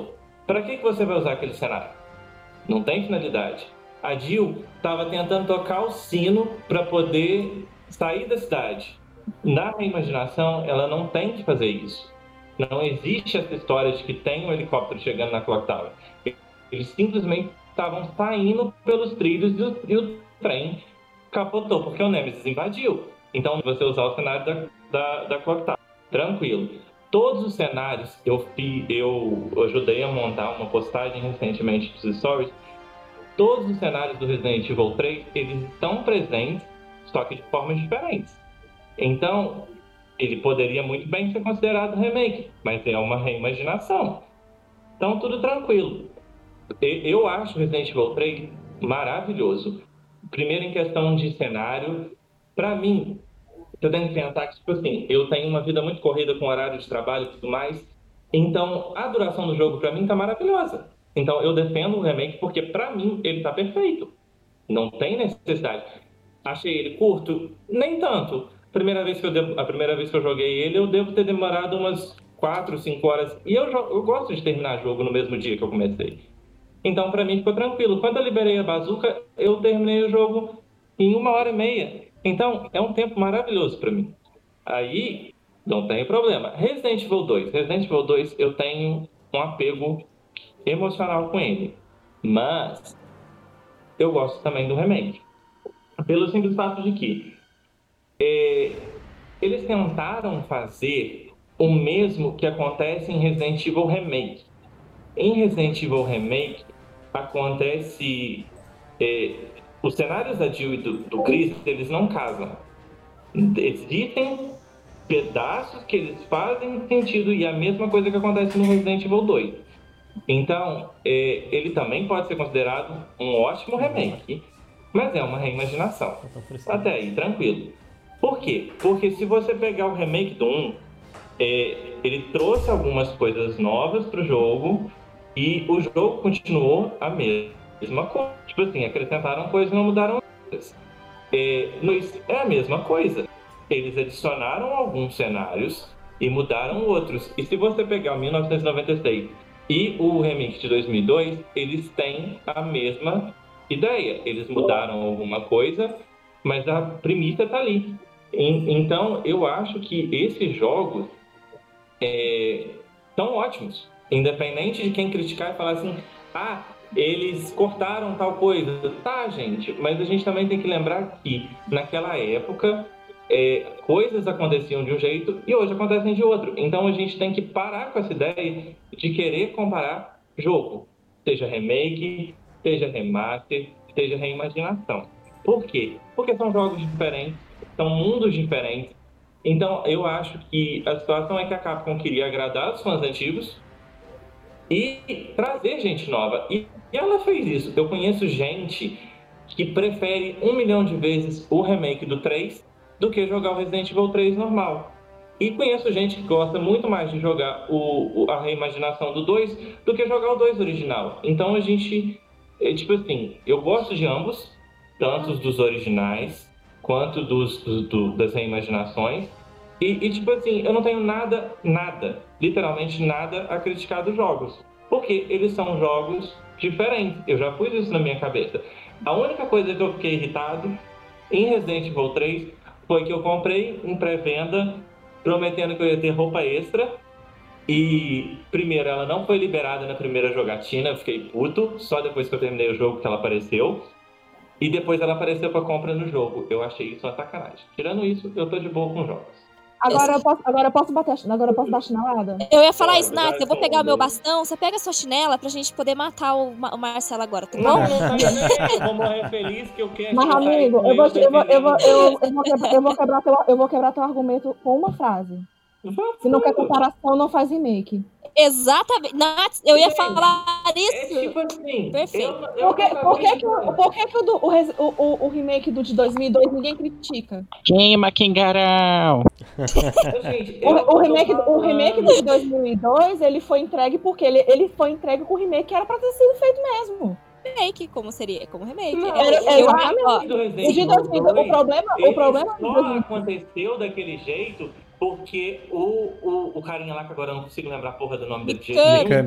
Pra que, que você vai usar aquele cenário? Não tem finalidade. A Jill estava tentando tocar o sino para poder sair da cidade. Na reimaginação, ela não tem que fazer isso. Não existe essa história de que tem um helicóptero chegando na Clock Tower. Eles simplesmente estavam saindo pelos trilhos e o, e o trem capotou, porque o Nemesis invadiu. Então, você usar o cenário da, da, da Clock Tower. Tranquilo. Todos os cenários, eu, eu, eu ajudei a montar uma postagem recentemente dos stories. Todos os cenários do Resident Evil três, eles estão presentes, só que de formas diferentes. Então, ele poderia muito bem ser considerado remake, mas é uma reimaginação. Então, tudo tranquilo. Eu acho Resident Evil três maravilhoso. Primeiro, em questão de cenário, pra mim, eu tenho que pensar que, tipo assim, eu tenho uma vida muito corrida com horário de trabalho e tudo mais, então a duração do jogo pra mim tá maravilhosa. Então eu defendo o remake porque pra mim ele tá perfeito. Não tem necessidade. Achei ele curto? Nem tanto. Primeira vez que eu de... A primeira vez que eu joguei ele, eu devo ter demorado umas quatro, cinco horas. E eu, jo... eu gosto de terminar jogo no mesmo dia que eu comecei. Então pra mim ficou tranquilo. Quando eu liberei a bazuca, eu terminei o jogo em uma hora e meia. Então, é um tempo maravilhoso pra mim. Aí, não tem problema. Resident Evil dois. Resident Evil dois, eu tenho um apego emocional com ele. Mas, eu gosto também do remake. Pelo simples fato de que é, eles tentaram fazer o mesmo que acontece em Resident Evil Remake. Em Resident Evil Remake, acontece... É, os cenários da Jill e do, do Chris, eles não casam. Existem pedaços que eles fazem sentido e é a mesma coisa que acontece no Resident Evil dois. Então, é, ele também pode ser considerado um ótimo remake, mas é uma reimaginação. Até aí, tranquilo. Por quê? Porque se você pegar o remake do um, é, ele trouxe algumas coisas novas pro jogo e o jogo continuou a mesma. mesma coisa. Tipo assim, acrescentaram coisas e não mudaram coisas. É, é a mesma coisa. Eles adicionaram alguns cenários e mudaram outros. E se você pegar o mil novecentos e noventa e seis e o remake de dois mil e dois, eles têm a mesma ideia. Eles mudaram alguma coisa, mas a premissa tá ali. E, então, eu acho que esses jogos é, são ótimos. Independente de quem criticar e falar assim, ah, eles cortaram tal coisa. Tá, gente, mas a gente também tem que lembrar que naquela época é, coisas aconteciam de um jeito e hoje acontecem de outro. Então a gente tem que parar com essa ideia de querer comparar jogo, seja remake, seja remaster, seja reimaginação. Por quê? Porque são jogos diferentes, são mundos diferentes. Então eu acho que a situação é que a Capcom queria agradar os fãs antigos e trazer gente nova. E ela fez isso. Eu conheço gente que prefere um milhão de vezes o remake do três do que jogar o Resident Evil três normal. E conheço gente que gosta muito mais de jogar o, o, a reimaginação do dois do que jogar o dois original. Então a gente, é, tipo assim, eu gosto de ambos, tanto dos originais quanto dos, do, do, das reimaginações. E, e tipo assim, eu não tenho nada, nada, literalmente nada a criticar dos jogos. Porque eles são jogos diferentes. Eu já pus isso na minha cabeça. A única coisa que eu fiquei irritado em Resident Evil três foi que eu comprei em pré-venda prometendo que eu ia ter roupa extra. E, primeiro, ela não foi liberada na primeira jogatina. Eu fiquei puto. Só depois que eu terminei o jogo que ela apareceu. E depois ela apareceu pra compra no jogo. Eu achei isso uma sacanagem. Tirando isso, eu tô de boa com jogos. Agora eu posso, agora eu posso bater, agora eu posso dar chinelada? Eu ia falar Pode, isso, Nath, vai, eu vou pegar o meu pode. bastão, você pega a sua chinela pra gente poder matar o, Ma- o Marcelo agora, tá Não, bom? não, tá bem. Eu vou morrer feliz que eu quero. Mas, amigo, eu vou, eu, vou, eu, vou, eu, eu, vou quebrar, eu, vou quebrar teu, eu vou quebrar teu argumento com uma frase. Se não quer comparação, não faz remake. Exatamente. Nath, eu ia Gente, falar É isso. tipo assim. Perfeito. Eu, eu Por que, não por que, sabia que, o, por que, que o, do, o, res- o, o, o remake do de dois mil e dois ninguém critica? Queima, Kingarão! Gente, eu O, o, tô remake, do- o falando. remake do de dois mil e dois, ele foi entregue porque ele, ele foi entregue com o remake que era pra ter sido feito mesmo. Remake, como seria? Como remake. Não, Era- o era- remake ó, do Resident O de Evil dois mil, o dois, problema, ele o problema do só dois mil. aconteceu daquele jeito porque o, o, o carinha lá, que agora eu não consigo lembrar a porra do nome dele de jeito Mikami. nenhum, Mikami.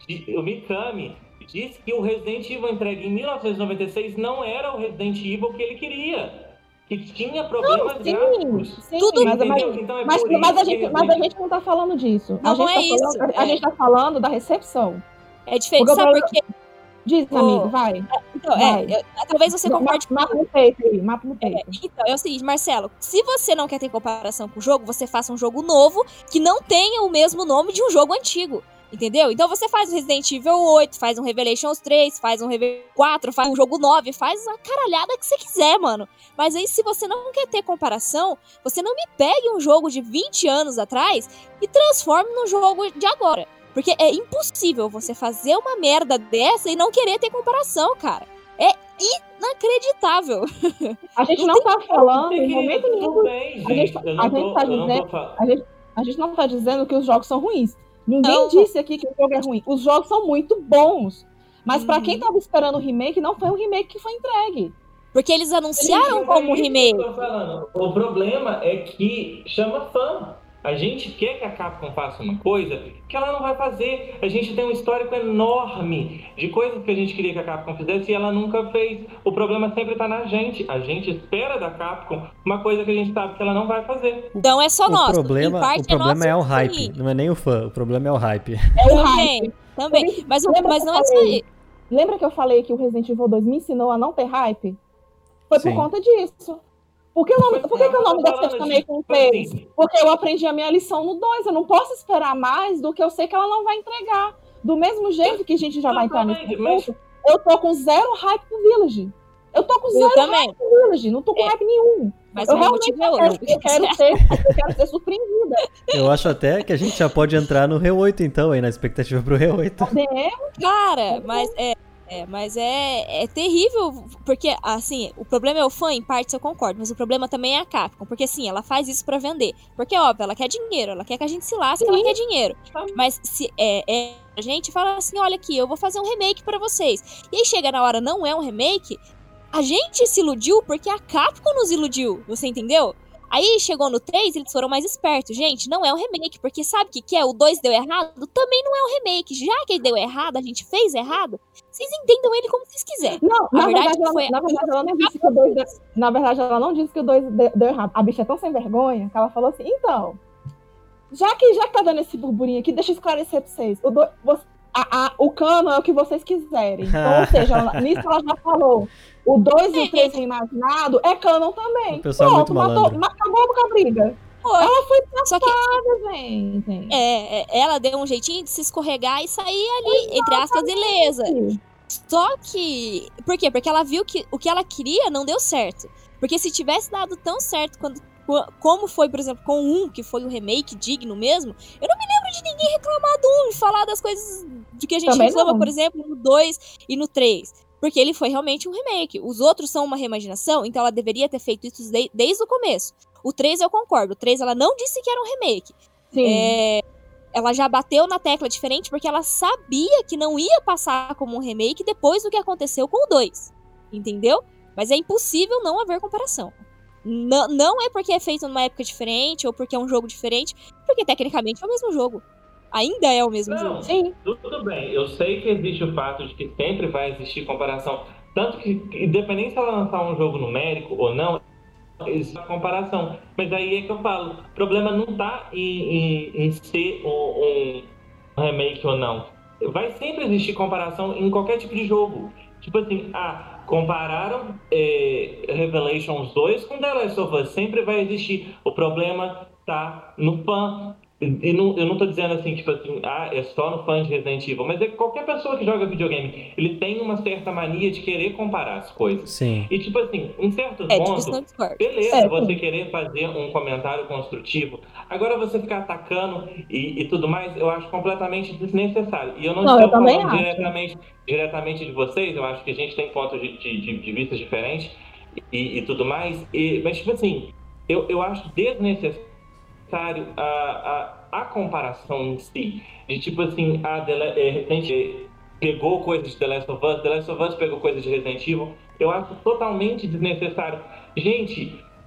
o Mikami disse que o Resident Evil entregue em mil novecentos e noventa e seis não era o Resident Evil que ele queria. Que tinha problemas não, sim, gráficos. Sim, Tudo mas, mas, então é mas, mas, a gente, mas a gente não tá falando disso. Não, a gente não é tá isso. Falando, a é. gente tá falando da recepção. É diferente, Porque sabe eu- por quê? Diz, Ô, amigo, vai. Então, vai. é, eu- talvez você concorde Ma- Mapa no peito aí, mapa no peito. Então, é o seguinte, Marcelo, se você não quer ter comparação com o jogo, você faça um jogo novo que não tenha o mesmo nome de um jogo antigo. Entendeu? Então você faz um Resident Evil oito, faz um Revelations três, faz um Revelations quatro, faz um jogo nove, faz a caralhada que você quiser, mano. Mas aí, se você não quer ter comparação, você não me pegue um jogo de vinte anos atrás e transforme num jogo de agora. Porque é impossível você fazer uma merda dessa e não querer ter comparação, cara. É inacreditável. A gente Não não tá falando Tem em que- momento tudo nenhum. bem, A gente, gente. Eu a não gente tô, tá eu não tô dizendo, falando. a gente, a gente não tá dizendo que os jogos são ruins. Ninguém Não. disse aqui que o jogo é ruim. Os jogos são muito bons. Mas pra Uhum. quem tava esperando o remake, não foi um remake que foi entregue. Porque eles anunciaram Mas como é isso remake. que eu tô falando. O problema é que chama fã. A gente quer que a Capcom faça uma coisa que ela não vai fazer. A gente tem um histórico enorme de coisas que a gente queria que a Capcom fizesse e ela nunca fez. O problema sempre tá na gente. A gente espera da Capcom uma coisa que a gente sabe que ela não vai fazer. Então é só O nosso. problema, Em parte o problema nosso, é o sim. hype, não é nem o fã, o problema é o hype. É o hype. Também, também. Mas, o- Lembra mas que eu não é só falei? isso. Lembra que eu falei que o Resident Evil dois me ensinou a não ter hype? Foi Sim. por conta disso. Por que, o nome, por que, que eu não me decepcionei com o três? Porque eu aprendi a minha lição no dois. Eu não posso esperar mais do que eu sei que ela não vai entregar. Do mesmo jeito que a gente já vai entrar nesse Mas- assunto, eu tô com zero hype pro Village. Eu tô com Eu zero também. hype pro Village. Não tô com É. hype nenhum. Mas Eu o meu realmente motivo é quero, outro. eu quero ser, eu quero ser surpreendida. Eu acho até que a gente já pode entrar no R oito então, aí, na expectativa pro R oito. Podemos. Cara, mas é. É, mas é, é terrível, porque, assim, o problema é o fã, em parte eu concordo, mas o problema também é a Capcom, porque, assim, ela faz isso pra vender. Porque, óbvio, ela quer dinheiro, ela quer que a gente se lasque, ela Sim. quer dinheiro. Mas se é, é, a gente fala assim, olha aqui, eu vou fazer um remake pra vocês. E aí chega na hora, não é um remake, a gente se iludiu porque a Capcom nos iludiu, você entendeu? Aí chegou no três, eles foram mais espertos. Gente, não é um remake, porque sabe o que, que é? O dois deu errado? Também não é um remake. Já que ele deu errado, a gente fez errado, vocês entendam ele como vocês quiserem. Não, A na verdade verdade, ela, foi- na verdade, ela não disse que o dois deu, na verdade, ela não disse que o dois deu, deu errado. A bicha é tão sem vergonha que ela falou assim, então, já que, já que tá dando esse burburinho aqui, deixa eu esclarecer pra vocês. O, do, você- a- a- o cano é o que vocês quiserem. Então, ou seja, ela- nisso ela já falou. O dois e o três reimaginado é canon também. O pessoal é muito matou, malandro. ma- acabou com a briga. Pô, Ela foi só que passada, gente. é, é, ela deu um jeitinho de se escorregar e sair ali, entre aspas, ilesa. Só que. Por quê? Porque ela viu que o que ela queria não deu certo. Porque se tivesse dado tão certo quando, como foi, por exemplo, com o um, que foi um remake digno mesmo, eu não me lembro de ninguém reclamar do um e falar das coisas de que a gente Também reclama, não. por exemplo, no dois e no três. Porque ele foi realmente um remake. Os outros são uma reimaginação, então ela deveria ter feito isso de- desde o começo. O três eu concordo. O três ela não disse que era um remake. Sim. É, ela já bateu na tecla diferente porque ela sabia que não ia passar como um remake depois do que aconteceu com o dois. Entendeu? Mas é impossível não haver comparação. Não, não é porque é feito numa época diferente ou porque é um jogo diferente, porque tecnicamente é o mesmo jogo. Ainda é o mesmo Não. jogo. Sim. Tudo bem, eu sei que existe o fato de que sempre vai existir comparação. Tanto que, independente se ela lançar um jogo numérico ou não, existe a comparação. Mas aí é que eu falo, o problema não tá em, em, em ser um, um remake ou não. Vai sempre existir comparação em qualquer tipo de jogo. Tipo assim, ah, compararam é, Revelations dois com The Last of Us. Sempre vai existir. O problema tá no fã. E não, eu não tô dizendo assim, tipo assim, ah, é só no fã de Resident Evil, mas é que qualquer pessoa que joga videogame, ele tem uma certa mania de querer comparar as coisas. Sim. E tipo assim, em certos É, pontos, disso não discordo. beleza, É, você sim. querer fazer um comentário construtivo. Agora você ficar atacando e, e tudo mais, eu acho completamente desnecessário. E eu não, Não, eu estou também falando acho. diretamente, diretamente de vocês, eu acho que a gente tem pontos de, de, de, de vista diferentes e, e tudo mais. E, mas tipo assim, eu, eu acho desnecessário a, a, a comparação em si. De tipo assim, a The La- é, Resident pegou coisa de The Last of Us, The Last of Us pegou coisa de Resident Evil. Eu acho totalmente desnecessário. Gente,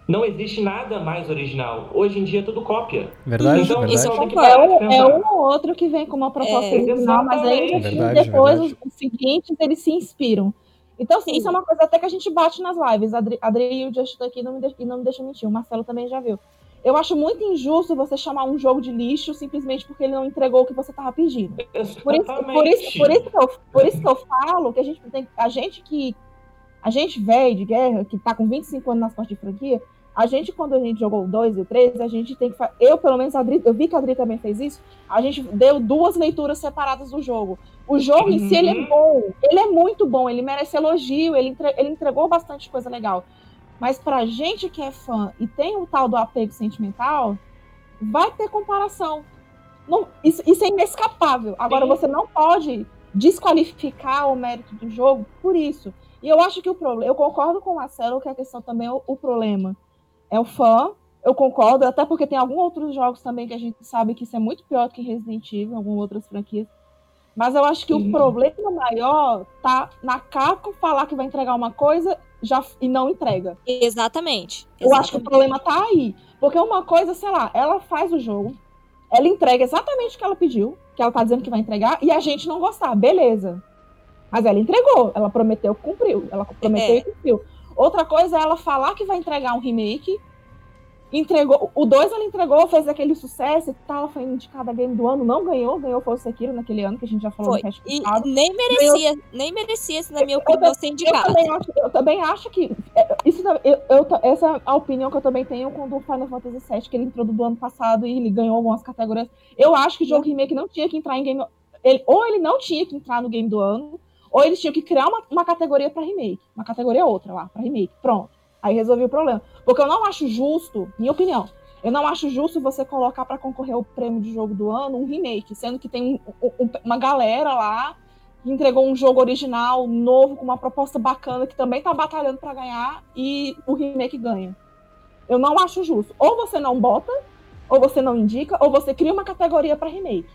Não existe nada mais original. Hoje em dia é tudo cópia. Verdade, então, verdade. então tem que É parar de um, é pensar. um ou outro que vem com uma proposta É, original, mas ainda exatamente. assim, Verdade, depois verdade. Os, os seguintes eles se inspiram. Então, assim, Sim. isso é uma coisa até que a gente bate nas lives. A Adri, a Adri e o Just aqui não me, de, e não me deixa mentir. O Marcelo também já viu. Eu acho muito injusto você chamar um jogo de lixo simplesmente porque ele não entregou o que você estava pedindo. Por isso, por, isso, por, isso que eu, por isso que eu falo que a gente tem. A gente que. A gente velho de guerra, que tá com vinte e cinco anos nas costas de franquia, a gente, quando a gente jogou o dois e o três, a gente tem que fazer. Eu, pelo menos, a Adri, eu vi que a Adri também fez isso. A gente deu duas leituras separadas do jogo. O jogo em si, ele é bom. Ele é muito bom. Ele merece elogio. Ele, entre, ele entregou bastante coisa legal. Mas pra gente que é fã e tem o tal do apego sentimental, vai ter comparação. Não, isso, isso é inescapável. Agora, Sim. você não pode desqualificar o mérito do jogo por isso. E eu acho que o problema... Eu concordo com o Marcelo que a questão também é o, o problema. É o fã, eu concordo, até porque tem alguns outros jogos também que a gente sabe que isso é muito pior do que Resident Evil, algumas outras franquias. Mas eu acho que Sim. o problema maior tá na Capcom falar que vai entregar uma coisa já, e não entrega. Exatamente. Eu Exatamente. acho que o problema tá aí. Porque uma coisa, sei lá, ela faz o jogo, ela entrega exatamente o que ela pediu, que ela tá dizendo que vai entregar, e a gente não gostar, beleza. Mas ela entregou, ela prometeu, cumpriu. Ela prometeu É. e cumpriu. Outra coisa é ela falar que vai entregar um remake. Entregou, o dois ela entregou, fez aquele sucesso e tal, foi indicada a game do ano, não ganhou, ganhou foi o Sekiro naquele ano que a gente já falou Foi. no cast E passado. nem merecia, nem merecia, na minha opinião, ser Eu indicado. também acho, eu também acho que é, isso, eu, eu, essa é a opinião que eu também tenho com o Final Fantasy sete, que ele entrou do ano passado e ele ganhou algumas categorias. Eu acho que o jogo remake não tinha que entrar em game, ele, ou ele não tinha que entrar no game do ano, ou eles tinham que criar uma, uma categoria para remake, uma categoria outra lá para remake, pronto. Aí resolvi o problema. Porque eu não acho justo, minha opinião, eu não acho justo você colocar para concorrer ao prêmio de jogo do ano um remake, sendo que tem um, um, uma galera lá que entregou um jogo original, novo, com uma proposta bacana, que também tá batalhando para ganhar, e o remake ganha. Eu não acho justo. Ou você não bota, ou você não indica, ou você cria uma categoria para remake.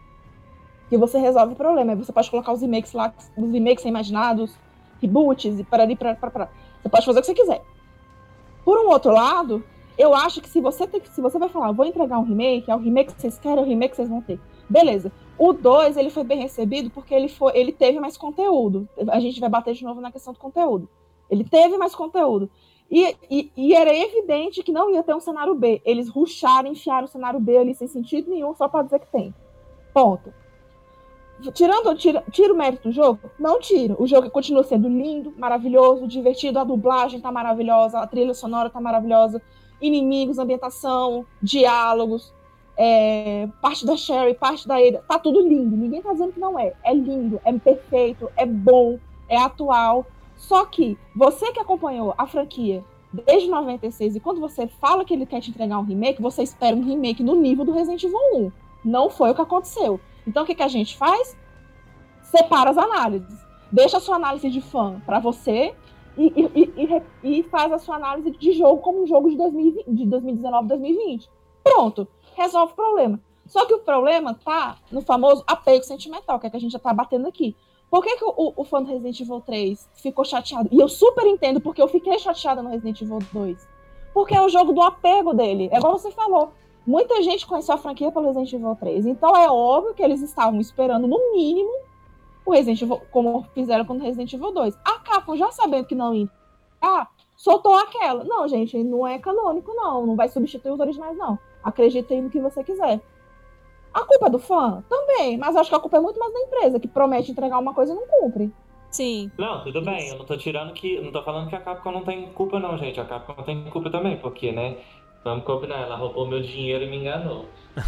Que você resolve o problema. Aí você pode colocar os remakes lá, os remakes imaginados, reboots, e para ali, para para. Você pode fazer o que você quiser. Por um outro lado, eu acho que se você, tem, se você vai falar, vou entregar um remake, é o remake que vocês querem, é o remake que vocês vão ter. Beleza. O dois, ele foi bem recebido porque ele, foi, ele teve mais conteúdo. A gente vai bater de novo na questão do conteúdo. Ele teve mais conteúdo. E, e, e era evidente que não ia ter um cenário B. Eles rusharam, enfiaram o cenário B ali sem sentido nenhum, só para dizer que tem. Ponto. Tirando, tira, tira o mérito do jogo? Não tira. O jogo continua sendo lindo, maravilhoso, divertido, a dublagem tá maravilhosa, a trilha sonora tá maravilhosa, inimigos, ambientação, diálogos, é, parte da Sherry, parte da Ada, tá tudo lindo. Ninguém tá dizendo que não é. É lindo, é perfeito, é bom, é atual. Só que você que acompanhou a franquia desde noventa e seis, e quando você fala que ele quer te entregar um remake, você espera um remake no nível do Resident Evil um. Não foi o que aconteceu. Então, o que, que a gente faz? Separa as análises. Deixa a sua análise de fã para você e, e, e, e faz a sua análise de jogo como um jogo de, dois mil e vinte, de dois mil e dezenove, dois mil e vinte. Pronto. Resolve o problema. Só que o problema tá no famoso apego sentimental, que é que a gente já tá batendo aqui. Por que, que o, o fã do Resident Evil três ficou chateado? E eu super entendo porque eu fiquei chateada no Resident Evil dois. Porque é o jogo do apego dele. É igual você falou. Muita gente conheceu a franquia pelo Resident Evil três. Então é óbvio que eles estavam esperando, no mínimo, o Resident Evil, como fizeram com o Resident Evil dois. A Capcom, já sabendo que não ia, ah, soltou aquela. Não, gente, não é canônico, não. Não vai substituir os originais, não. Acreditem no que você quiser. A culpa é do fã? Também. Mas eu acho que a culpa é muito mais da empresa, que promete entregar uma coisa e não cumpre. Sim. Não, tudo bem. Eu não tô tirando que... Não tô falando que a Capcom não tem culpa, não, gente. A Capcom tem culpa também, porque, né... Vamos combinar, ela roubou meu dinheiro e me enganou.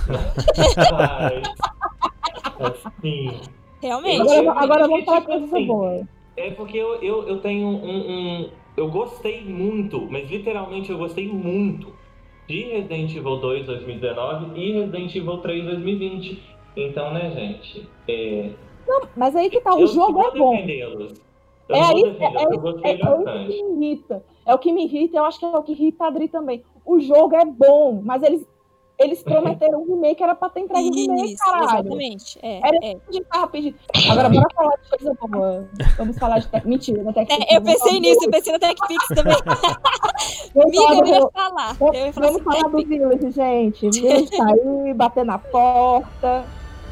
Mas, assim... Realmente. Agora, agora vamos falar de tipo coisa assim, boa. É porque eu, eu, eu tenho um, um... Eu gostei muito, mas literalmente eu gostei muito de Resident Evil dois dois mil e dezenove e Resident Evil três dois mil e vinte. Então, né, gente? É... Não, mas aí que tá, o eu jogo é bom. defendê-los. Eu É, não aí, vou defendê-los, é, eu gostei é, é, é o bastante. que me irrita. É o que me irrita, eu acho que é o que irrita a Adri também. O jogo é bom, mas eles Eles prometeram um remake, era pra ter entregue o remake, Isso, caralho. exatamente. É, Era é. isso que a gente tava pedindo. Agora, bora falar de coisa boa. Vamos falar de... Tec... Mentira, da TechPix. É, eu pensei nisso, eu pensei na TechPix também. Amiga, eu ia falar. Eu ia falar Vamos falar do Village, gente. O Village tá aí, bater na porta.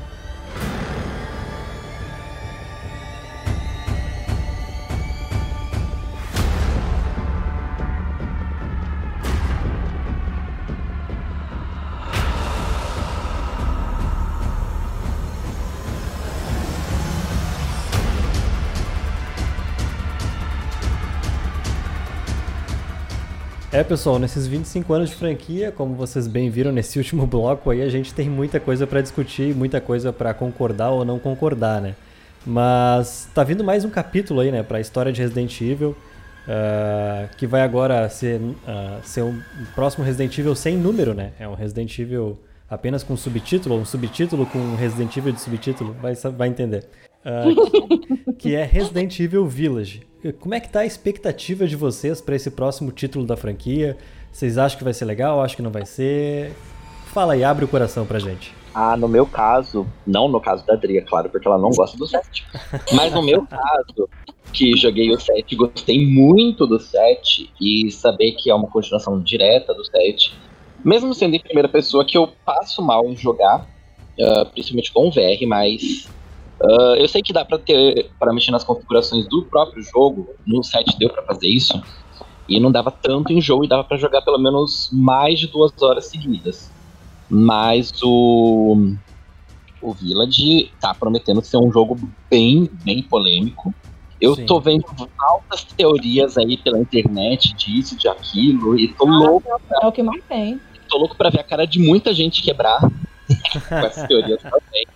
É, pessoal, nesses vinte e cinco anos de franquia, como vocês bem viram nesse último bloco aí, a gente tem muita coisa pra discutir, muita coisa pra concordar ou não concordar, né? Mas tá vindo mais um capítulo aí, né, pra história de Resident Evil, uh, que vai agora ser, uh, ser um próximo Resident Evil sem número, né? É um Resident Evil apenas com subtítulo, ou um subtítulo com Resident Evil de subtítulo, vai, vai entender. Uh, que é Resident Evil Village. Como é que tá a expectativa de vocês para esse próximo título da franquia? Vocês acham que vai ser legal? Acham que não vai ser? Fala aí, abre o coração pra gente. Ah, no meu caso, não no caso da Adri, é claro, porque ela não gosta do sete. Mas no meu caso, que joguei o sete, gostei muito do sete, e saber que é uma continuação direta do sete, mesmo sendo em primeira pessoa, que eu passo mal em jogar, uh, principalmente com o V R, mas... Uh, eu sei que dá pra ter, para mexer nas configurações do próprio jogo, no sete deu pra fazer isso, e não dava tanto enjoo e dava pra jogar pelo menos mais de duas horas seguidas. Mas o, o Village tá prometendo ser um jogo bem, bem polêmico. Eu Sim. tô vendo altas teorias aí pela internet disso, de aquilo, e tô ah, louco. Pra, é o que mais tem. Tô louco pra ver a cara de muita gente quebrar com essas teorias também.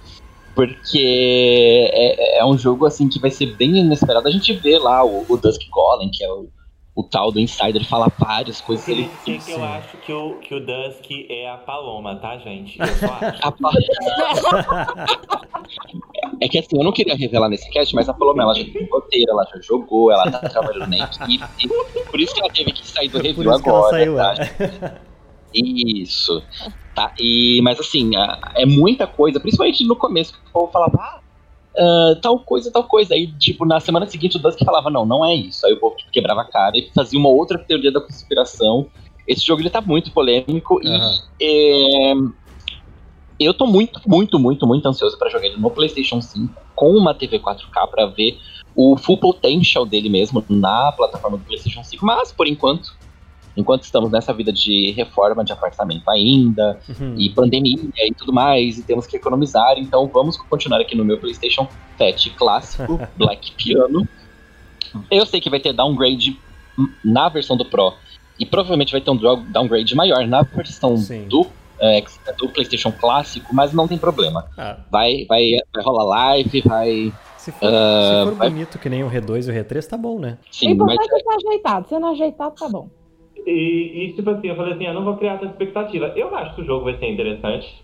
Porque é, é um jogo assim que vai ser bem inesperado. A gente vê lá o, o Dusk Golem, que é o, o tal do Insider, ele fala várias coisas. Eu ele que que eu acho que o, que o Dusk é a Paloma, tá, gente? Eu só acho. A pa... É que assim, eu não queria revelar nesse cast, mas a Paloma, ela já tem roteiro, ela já jogou, ela tá trabalhando na equipe. Por isso que ela teve que sair do review por isso agora. Que ela saiu, tá? É. Isso, tá, e, mas assim, é muita coisa, principalmente no começo, que o povo falava, ah, uh, tal coisa, tal coisa, aí tipo, na semana seguinte o Dusk falava, não, não é isso, aí o povo tipo, quebrava a cara e fazia uma outra teoria da conspiração. Esse jogo ele tá muito polêmico uhum. e é, eu tô muito, muito, muito, muito ansioso pra jogar ele no PlayStation cinco com uma T V quatro K pra ver o full potential dele mesmo na plataforma do PlayStation cinco, mas por enquanto Enquanto estamos nessa vida de reforma de apartamento ainda, uhum. e pandemia e tudo mais, e temos que economizar, então vamos continuar aqui no meu PlayStation sete clássico, Black Piano. Eu sei que vai ter downgrade na versão do Pro, e provavelmente vai ter um downgrade maior na versão do, é, do PlayStation clássico, mas não tem problema. Ah. Vai, vai, vai rolar live, vai... Se for, uh, se for vai... bonito que nem o R dois e o R três, tá bom, né? Sim, o importante mas... é ser ajeitado, sendo ajeitado tá bom. E, e, tipo assim, eu falei assim, eu não vou criar tanta expectativa. Eu acho que o jogo vai ser interessante.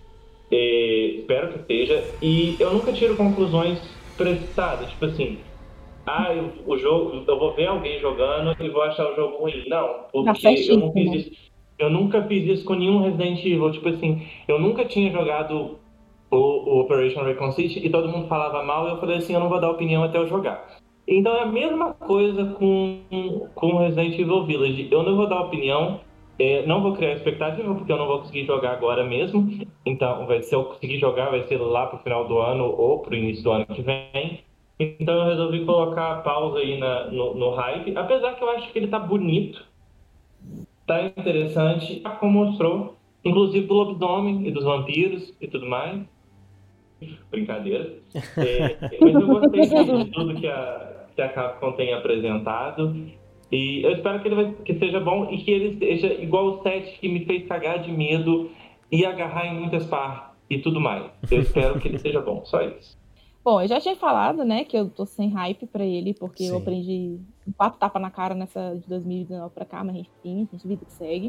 E, espero que seja. E eu nunca tiro conclusões precipitadas. Tipo assim, ah, eu, o jogo, eu vou ver alguém jogando e vou achar o jogo ruim. Não, porque eu, não fiz isso, eu nunca fiz isso com nenhum Resident Evil. Tipo assim, eu nunca tinha jogado o, o Operation Raccoon City e todo mundo falava mal. E eu falei assim, eu não vou dar opinião até eu jogar. Então é a mesma coisa com, com Resident Evil Village. Eu não vou dar opinião, é, não vou criar expectativa, porque eu não vou conseguir jogar agora mesmo. Então, vai, se eu conseguir jogar, vai ser lá pro final do ano ou pro início do ano que vem. Então eu resolvi colocar a pausa aí na, no, no hype. Apesar que eu acho que ele tá bonito, tá interessante, como mostrou, inclusive do lobisomem e dos vampiros e tudo mais. Brincadeira. É, mas eu gostei de tudo que a... que a Capcom tem apresentado, e eu espero que ele vai, que seja bom e que ele seja igual o sete, que me fez cagar de medo e agarrar em muitas partes e tudo mais. Eu espero que ele seja bom, só isso. Bom, eu já tinha falado, né, que eu tô sem hype pra ele, porque Sim. eu aprendi quatro tapas na cara nessa de dois mil e dezenove pra cá, mas enfim, a gente vida que segue.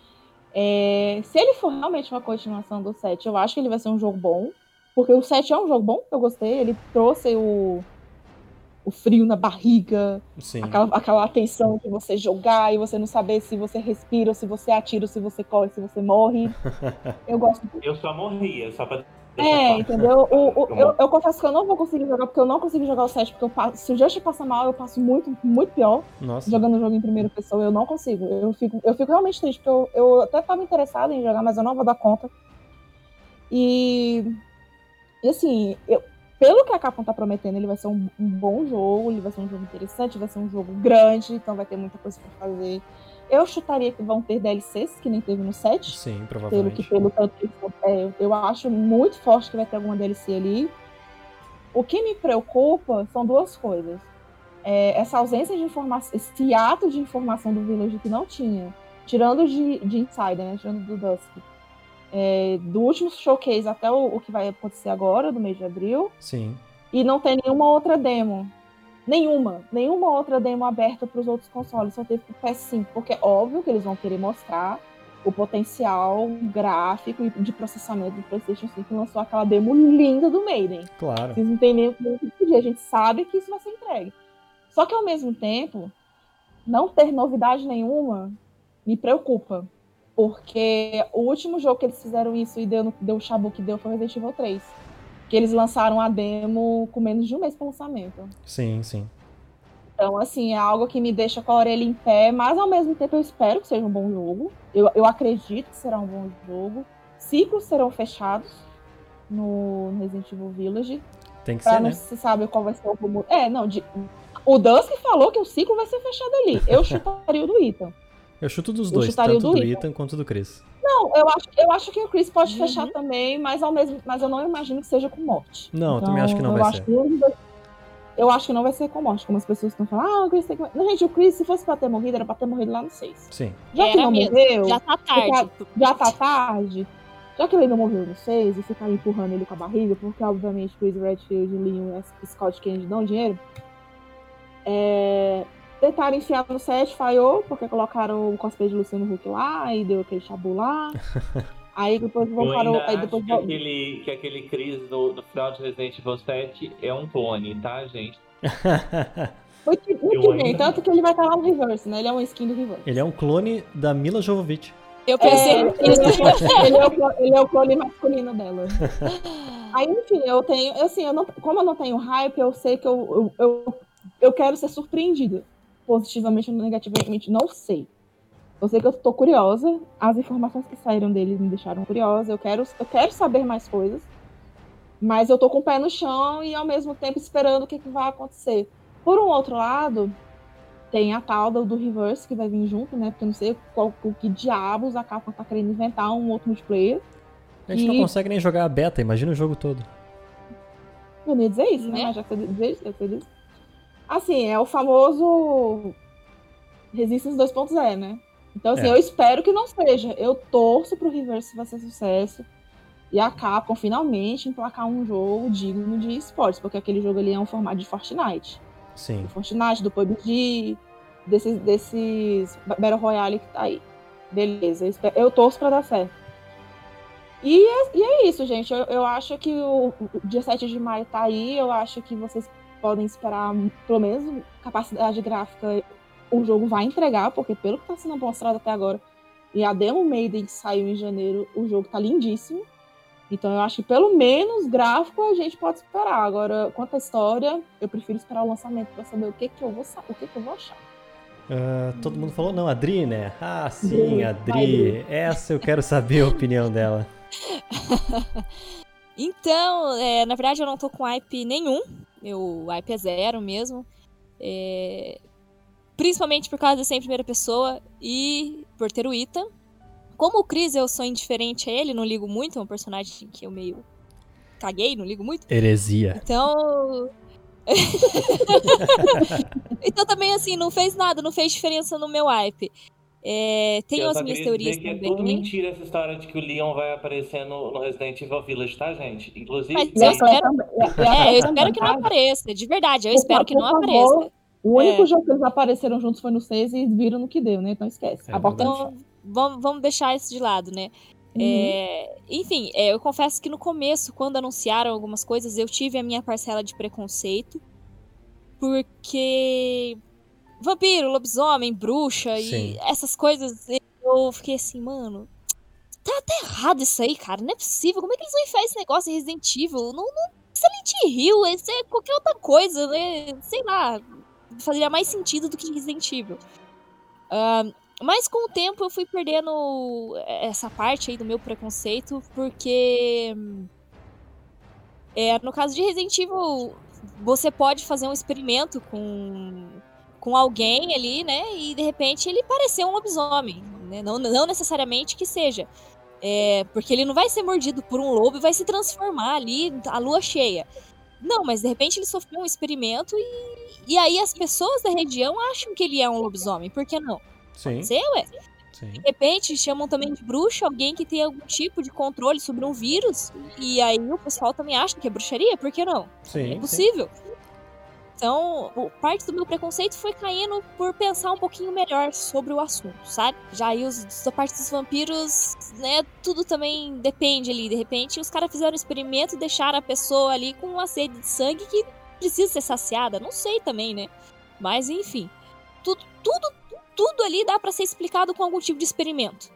É, se ele for realmente uma continuação do sete, eu acho que ele vai ser um jogo bom, porque o sete é um jogo bom, eu gostei, ele trouxe o o frio na barriga, Sim. aquela, aquela atenção de você jogar e você não saber se você respira, ou se você atira, ou se você corre, se você morre. Eu gosto disso. Eu só morria, só pra... É, entendeu? O, o, eu, eu confesso que eu não vou conseguir jogar, porque eu não consigo jogar o sete, porque eu passo, se o Just passa mal, eu passo muito, muito pior. Nossa. Jogando o jogo em primeira pessoa, eu não consigo. Eu fico, eu fico realmente triste, porque eu, eu até estava interessada em jogar, mas eu não vou dar conta. E, e assim, eu, pelo que a Capcom tá prometendo, ele vai ser um, um bom jogo, ele vai ser um jogo interessante, vai ser um jogo grande, então vai ter muita coisa pra fazer. Eu chutaria que vão ter D L Cs, que nem teve no sete. Sim, Pelo provavelmente. que, pelo tanto que é, eu acho muito forte que vai ter alguma D L C ali. O que me preocupa são duas coisas. É, essa ausência de informação, esse hiato de informação do Village que não tinha, tirando de, de Insider, né, tirando do Dusk. É, do último showcase até o, o que vai acontecer agora, do mês de abril. Sim. E não tem nenhuma outra demo. Nenhuma. Nenhuma outra demo aberta para os outros consoles. Só teve pro P S cinco. Porque é óbvio que eles vão querer mostrar o potencial gráfico e de processamento do PlayStation cinco, que lançou aquela demo linda do Maiden. Claro. Vocês não tem nem o que pedir. A gente sabe que isso vai ser entregue. Só que, ao mesmo tempo, não ter novidade nenhuma me preocupa. Porque o último jogo que eles fizeram isso e deu, deu o chabu que deu foi Resident Evil três. Que eles lançaram a demo com menos de um mês para o lançamento. Sim, sim. Então, assim, é algo que me deixa com a orelha em pé, mas ao mesmo tempo eu espero que seja um bom jogo. Eu, eu acredito que será um bom jogo. Ciclos serão fechados no Resident Evil Village. Tem que pra ser, não né? se sabe qual vai ser o rumor. É, não, de... o Dusk falou que o ciclo vai ser fechado ali. Eu chutaria o do Ethan. Eu chuto dos Eu dois, chutaria tanto o do do Ethan quanto do Chris. Não, eu acho, eu acho que o Chris pode Uhum. fechar também, mas, ao mesmo, mas eu não imagino que seja com morte. Não, eu Então, também acho que não eu vai acho ser. que um dos- Eu acho que não vai ser com morte, como as pessoas estão falando. Ah, o Chris tem que... Não, gente, o Chris, se fosse pra ter morrido, era pra ter morrido lá no seis. Sim. Já que Era não mesmo. morreu, Já tá tarde. já tá tarde, já que ele não morreu no seis e ficar empurrando ele com a barriga, porque obviamente Chris Redfield, Leon e Scott Kennedy dão dinheiro, é... tentaram enfiar no sete, falhou, porque colocaram o cosplay de Luciano Huck lá, e deu aquele chabu lá. Aí depois Eu voltaram... ainda Aí acho depois que aquele, que aquele Chris do, do final de Resident Evil sete é um clone, tá, gente? Muito, muito Eu bem, ainda- tanto que ele vai estar lá no Reverse, né? Ele é um skin do Reverse. Ele é um clone da Mila Jovovich. Eu É, pensei ele, nisso. é o clone- ele, é o clone, ele é o clone masculino dela. Aí, enfim, eu tenho... Assim, eu não, como eu não tenho hype, eu sei que eu, eu, eu, eu quero ser surpreendida. Positivamente ou negativamente, não sei. Eu sei que eu tô curiosa. As informações que saíram dele me deixaram curiosa. Eu quero, eu quero saber mais coisas. Mas eu tô com o pé no chão e, ao mesmo tempo, esperando o que, que vai acontecer. Por um outro lado, tem a tal do, do Reverse que vai vir junto, né? Porque eu não sei qual, o que diabos a Capcom tá querendo inventar um outro multiplayer. A gente E- não consegue nem jogar a beta, imagina o jogo todo. Eu não ia dizer isso, né? Né? Mas já que você dizer isso, você disse. Assim, é o famoso Resistance dois ponto zero, né? Então, assim, É. eu espero que não seja. Eu torço pro Reverse vai ser sucesso. E a Capcom finalmente emplacar um jogo digno de esportes, porque aquele jogo ali é um formato de Fortnite. Sim. Do Fortnite, do P U B G, desses, desses Battle Royale que tá aí. Beleza, eu, espero, eu torço pra dar certo. E é, e é isso, gente. Eu, eu acho que o, o dia sete de maio tá aí. Eu acho que vocês podem esperar, pelo menos, capacidade gráfica. O jogo vai entregar, porque pelo que tá sendo mostrado até agora, e a demo Maiden que saiu em janeiro, o jogo tá lindíssimo. Então eu acho que pelo menos gráfico a gente pode esperar. Agora, quanto à história, eu prefiro esperar o lançamento pra saber o que que eu vou, sa- o que que eu vou achar. Ah, todo mundo falou, não, a Dri, né? Ah, sim, Dri, a vai, Dri. Dri. Essa eu quero saber a opinião dela. Então, é, na verdade, eu não tô com hype nenhum. Meu hype é zero mesmo. É, principalmente por causa de ser em primeira pessoa e por ter o Ethan. Como o Chris, eu sou indiferente a ele, não ligo muito. É um personagem que eu meio caguei, não ligo muito. Heresia. Então. Então também, assim, não fez nada, não fez diferença no meu hype. É, tenho Eu as só minhas queria teorias dizer que é também. tudo mentira essa história de que o Leon vai aparecer no, no Resident Evil Village, tá, gente? Inclusive, Mas E a eu Claire espero- também. E a- e a É, Claire eu espero também, que não tá? apareça. De verdade, eu Por espero fa- que por não favor, apareça. O único É. jogo que eles apareceram juntos foi no seis e viram no que deu, né? Então esquece. É Aborta verdade. no chão. Então, vamos, vamos deixar isso de lado, né? Uhum. É, enfim, é, eu confesso que no começo, quando anunciaram algumas coisas, eu tive a minha parcela de preconceito. porque vampiro, lobisomem, bruxa Sim. e essas coisas, eu fiquei assim, mano, tá até errado isso aí, cara, não é possível, como é que eles vão enfiar esse negócio em Resident Evil? Não, não Silent Hill, isso é qualquer outra coisa, né, sei lá, faria mais sentido do que Resident Evil. Uh, mas com o tempo eu fui perdendo essa parte aí do meu preconceito, porque é, no caso de Resident Evil, você pode fazer um experimento com, com alguém ali, né, e de repente ele parecer um lobisomem, né, não, não necessariamente que seja. É, porque ele não vai ser mordido por um lobo e vai se transformar ali a lua cheia. Não, mas de repente ele sofreu um experimento e, e aí as pessoas da região acham que ele é um lobisomem. Por que não? Sim. Pode ser, ué. Sim. De repente chamam também de bruxa alguém que tem algum tipo de controle sobre um vírus e aí o pessoal também acha que é bruxaria. Por que não? Sim, é possível. Sim. Então, parte do meu preconceito foi caindo por pensar um pouquinho melhor sobre o assunto, sabe? Já aí, os, a parte dos vampiros, né, tudo também depende ali. De repente, os caras fizeram um experimento e deixaram a pessoa ali com uma sede de sangue que precisa ser saciada. Não sei também, né? Mas, enfim, tudo, tudo, tudo ali dá pra ser explicado com algum tipo de experimento.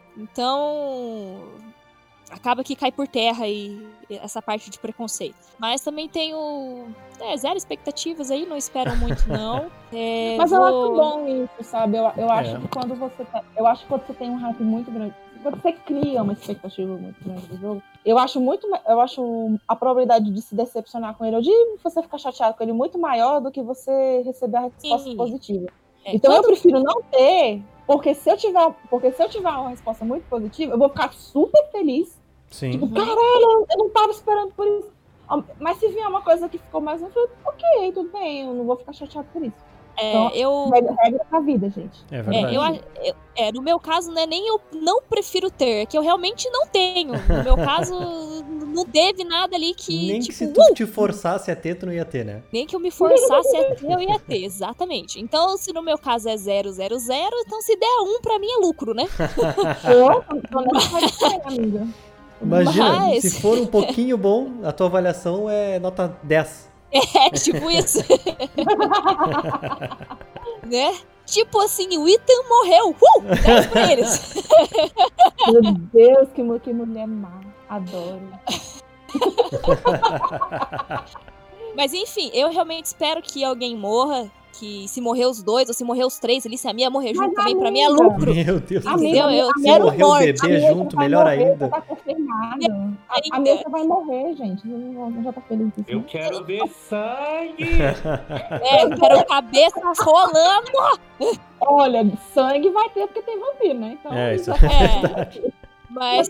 Então, acaba que cai por terra aí essa parte de preconceito. Mas também tenho é, zero expectativas aí, não espero muito não. É, Mas vou... eu acho bom isso, sabe? Eu, eu acho É. que quando você tá, eu acho que quando você tem um hype muito grande, quando você cria uma expectativa muito grande do jogo, eu acho muito, eu acho a probabilidade de se decepcionar com ele ou de você ficar chateado com ele muito maior do que você receber a resposta Sim. positiva. É, então quando... eu prefiro não ter, porque se eu tiver, porque se eu tiver uma resposta muito positiva, eu vou ficar super feliz. Sim. Tipo, caralho, eu não tava esperando por isso. Mas se vier uma coisa que ficou mais, eu falei, ok, tudo bem, eu não vou ficar chateado por isso. É, então, eu... regra, regra da vida, gente. É verdade. É, eu, eu, é, no meu caso, não é nem eu não prefiro ter, é que eu realmente não tenho. No meu caso, não teve nada ali que, Nem tipo, que se tu uh, te forçasse a ter, tu não ia ter, né? nem que eu me forçasse a ter, eu ia ter, exatamente. Então, se no meu caso é zero, zero, zero, então se der um, pra mim é lucro, né? Eu tô nessa parte aí, amiga. Imagina, Mas- se for um pouquinho bom, a tua avaliação é nota dez. É, tipo isso. Né? Tipo assim, o Ethan morreu. Uh! dez pra eles. Meu Deus, que, mu- que mulher má. Adoro. Mas enfim, eu realmente espero que alguém morra. Que se morrer os dois, ou se morrer os três ali, se a minha morrer junto Mas, também, pra mim é amiga, lucro. Meu Deus do Amiga, céu. Entendeu? Eu a quero morreu o morte. bebê Amiga junto, vai melhor morrer, ainda. Já tá confirmado. A, a Ainda. Mesa vai morrer, gente. Não, já tá feliz disso. Eu quero ver sangue! É, eu quero cabeça rolando. Olha, sangue vai ter porque tem vampiro, né? Então, É, isso já- É, mas,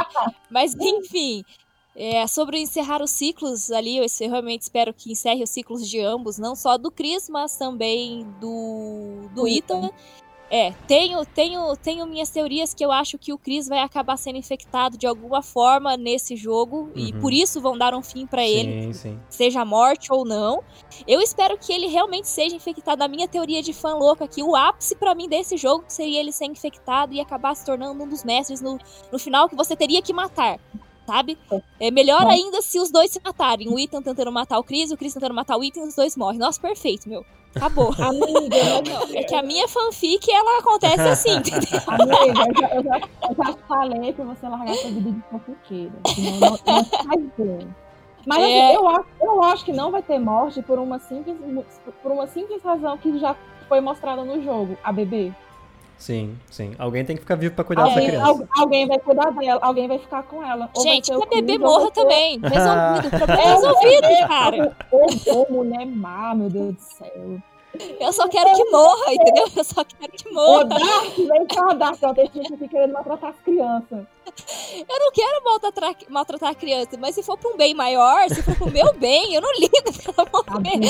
mas enfim, é, sobre encerrar os ciclos ali, eu realmente espero que encerre os ciclos de ambos, não só do Chris, mas também do, do Ethan. É, tenho, tenho, tenho minhas teorias que eu acho que o Chris vai acabar sendo infectado de alguma forma nesse jogo, e Uhum. por isso vão dar um fim pra ele, Sim, sim. seja morte ou não. Eu espero que ele realmente seja infectado. A minha teoria de fã louca aqui, o ápice pra mim desse jogo seria ele ser infectado e acabar se tornando um dos mestres no, no final que você teria que matar, sabe? É melhor Bom. ainda se os dois se matarem. O Ethan tentando matar o Chris, o Chris tentando matar o Ethan e os dois morrem. Nossa, perfeito, meu. Acabou. Amiga, Não, é que a minha fanfic, ela acontece assim, entendeu? amiga, eu já, eu, já, eu já falei pra você largar sua vida de fofoqueira. Senão não, não faz bem. Mas assim, É. eu, acho, eu acho que não vai ter morte por uma simples, por uma simples razão que já foi mostrada no jogo, a bebê. Sim, sim. Alguém tem que ficar vivo pra cuidar dessa Alguém, criança. al- alguém vai cuidar dela, alguém vai ficar com ela. Ou vai Gente, ser que o a bebê Chris, ou morra vai ser- também. Resolvido. Problema É, resolvido, cara. Ô, ô, mulher má, meu Deus do céu. Eu só quero que morra, entendeu? Eu só quero que Ô, morra. Dark, vem cá, Dark, ó, tem gente aqui querendo maltratar as crianças. Eu não quero maltratar, maltratar a criança, mas se for pra um bem maior, se for pro meu bem, eu não ligo, pelo amor de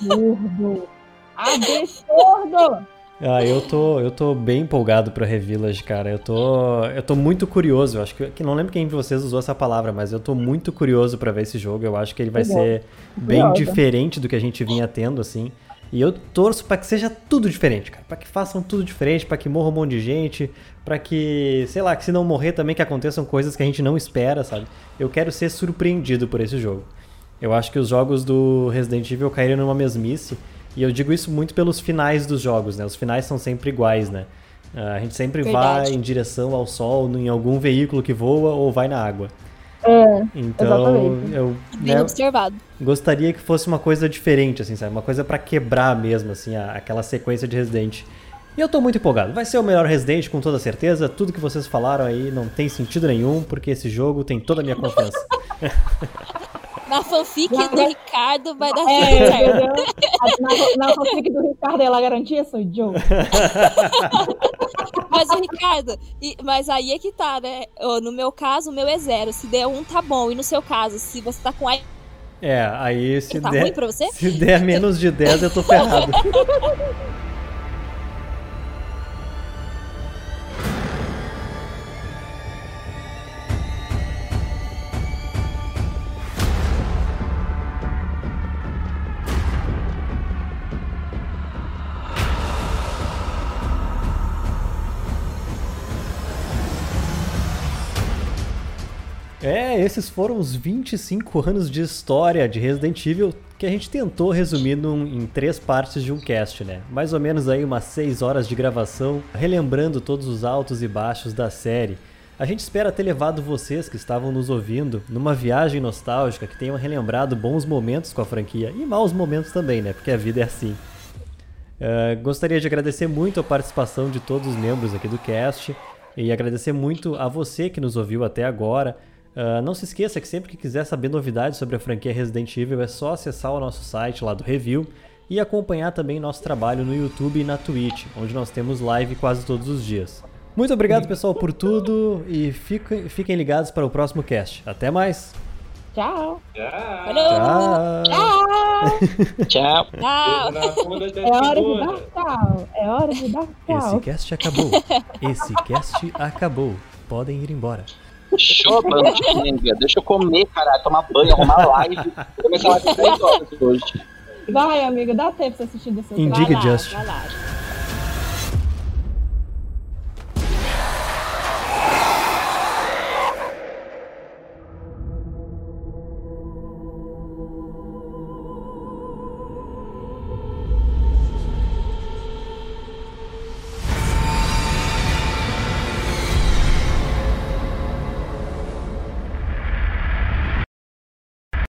Deus. Absurdo! Absurdo! Ah, eu tô, eu tô bem empolgado pra Revillage, cara. Eu tô, eu tô muito curioso. Eu acho que, que não lembro quem de vocês usou essa palavra, mas eu tô muito curioso pra ver esse jogo. Eu acho que ele vai Curiosa. ser bem Curiosa. diferente do que a gente vinha tendo, assim. E eu torço pra que seja tudo diferente, cara. Pra que façam tudo diferente, pra que morra um monte de gente, pra que, sei lá, que se não morrer também que aconteçam coisas que a gente não espera, sabe? Eu quero ser surpreendido por esse jogo. Eu acho que os jogos do Resident Evil caíram numa mesmice. E eu digo isso muito pelos finais dos jogos, né? Os finais são sempre iguais, né? A gente sempre Verdade. vai em direção ao sol, em algum veículo que voa ou vai na água. É, Então, exatamente. eu Bem né, observado. gostaria que fosse uma coisa diferente, assim, sabe? Uma coisa pra quebrar mesmo, assim, a- aquela sequência de Resident. E eu tô muito empolgado. Vai ser o melhor Resident, com toda certeza. Tudo que vocês falaram aí não tem sentido nenhum, porque esse jogo tem toda a minha confiança. Na fanfic Na- do Ricardo vai dar É, certo. entendeu? Na, na fanfic do Ricardo, ela garantia sou Joe. Mas o Ricardo, e- mas aí é que tá, né? Ô, No meu caso, o meu é zero. Se der um, tá bom. E no seu caso, se você tá com A I, É, aí se tá der, ruim pra você? se der menos de dez, eu tô ferrado. É, esses foram os vinte e cinco anos de história de Resident Evil que a gente tentou resumir num- em três partes de um cast, né? Mais ou menos aí umas seis horas de gravação, relembrando todos os altos e baixos da série. A gente espera ter levado vocês que estavam nos ouvindo numa viagem nostálgica, que tenham relembrado bons momentos com a franquia e maus momentos também, né? Porque a vida é assim. Uh, gostaria de agradecer muito a participação de todos os membros aqui do cast e agradecer muito a você que nos ouviu até agora. Uh, não se esqueça que sempre que quiser saber novidades sobre a franquia Resident Evil é só acessar o nosso site lá do Review e acompanhar também nosso trabalho no YouTube e na Twitch, onde nós temos live quase todos os dias. Muito obrigado, pessoal, por tudo e fiquem, fiquem ligados para o próximo cast. Até mais! Tchau. Tchau. Falou! Tchau! Tchau. Tchau! Na funda da É hora de segunda. dar tchau. É hora de dar Esse tchau. cast acabou. Esse cast acabou. Podem ir embora. Show, bando de nega. Deixa eu comer, caralho, tomar banho, arrumar live. Vou começar a live três horas hoje. Vai, amiga, dá tempo pra você assistir desse Indiga Vai lá, Just. vai lá.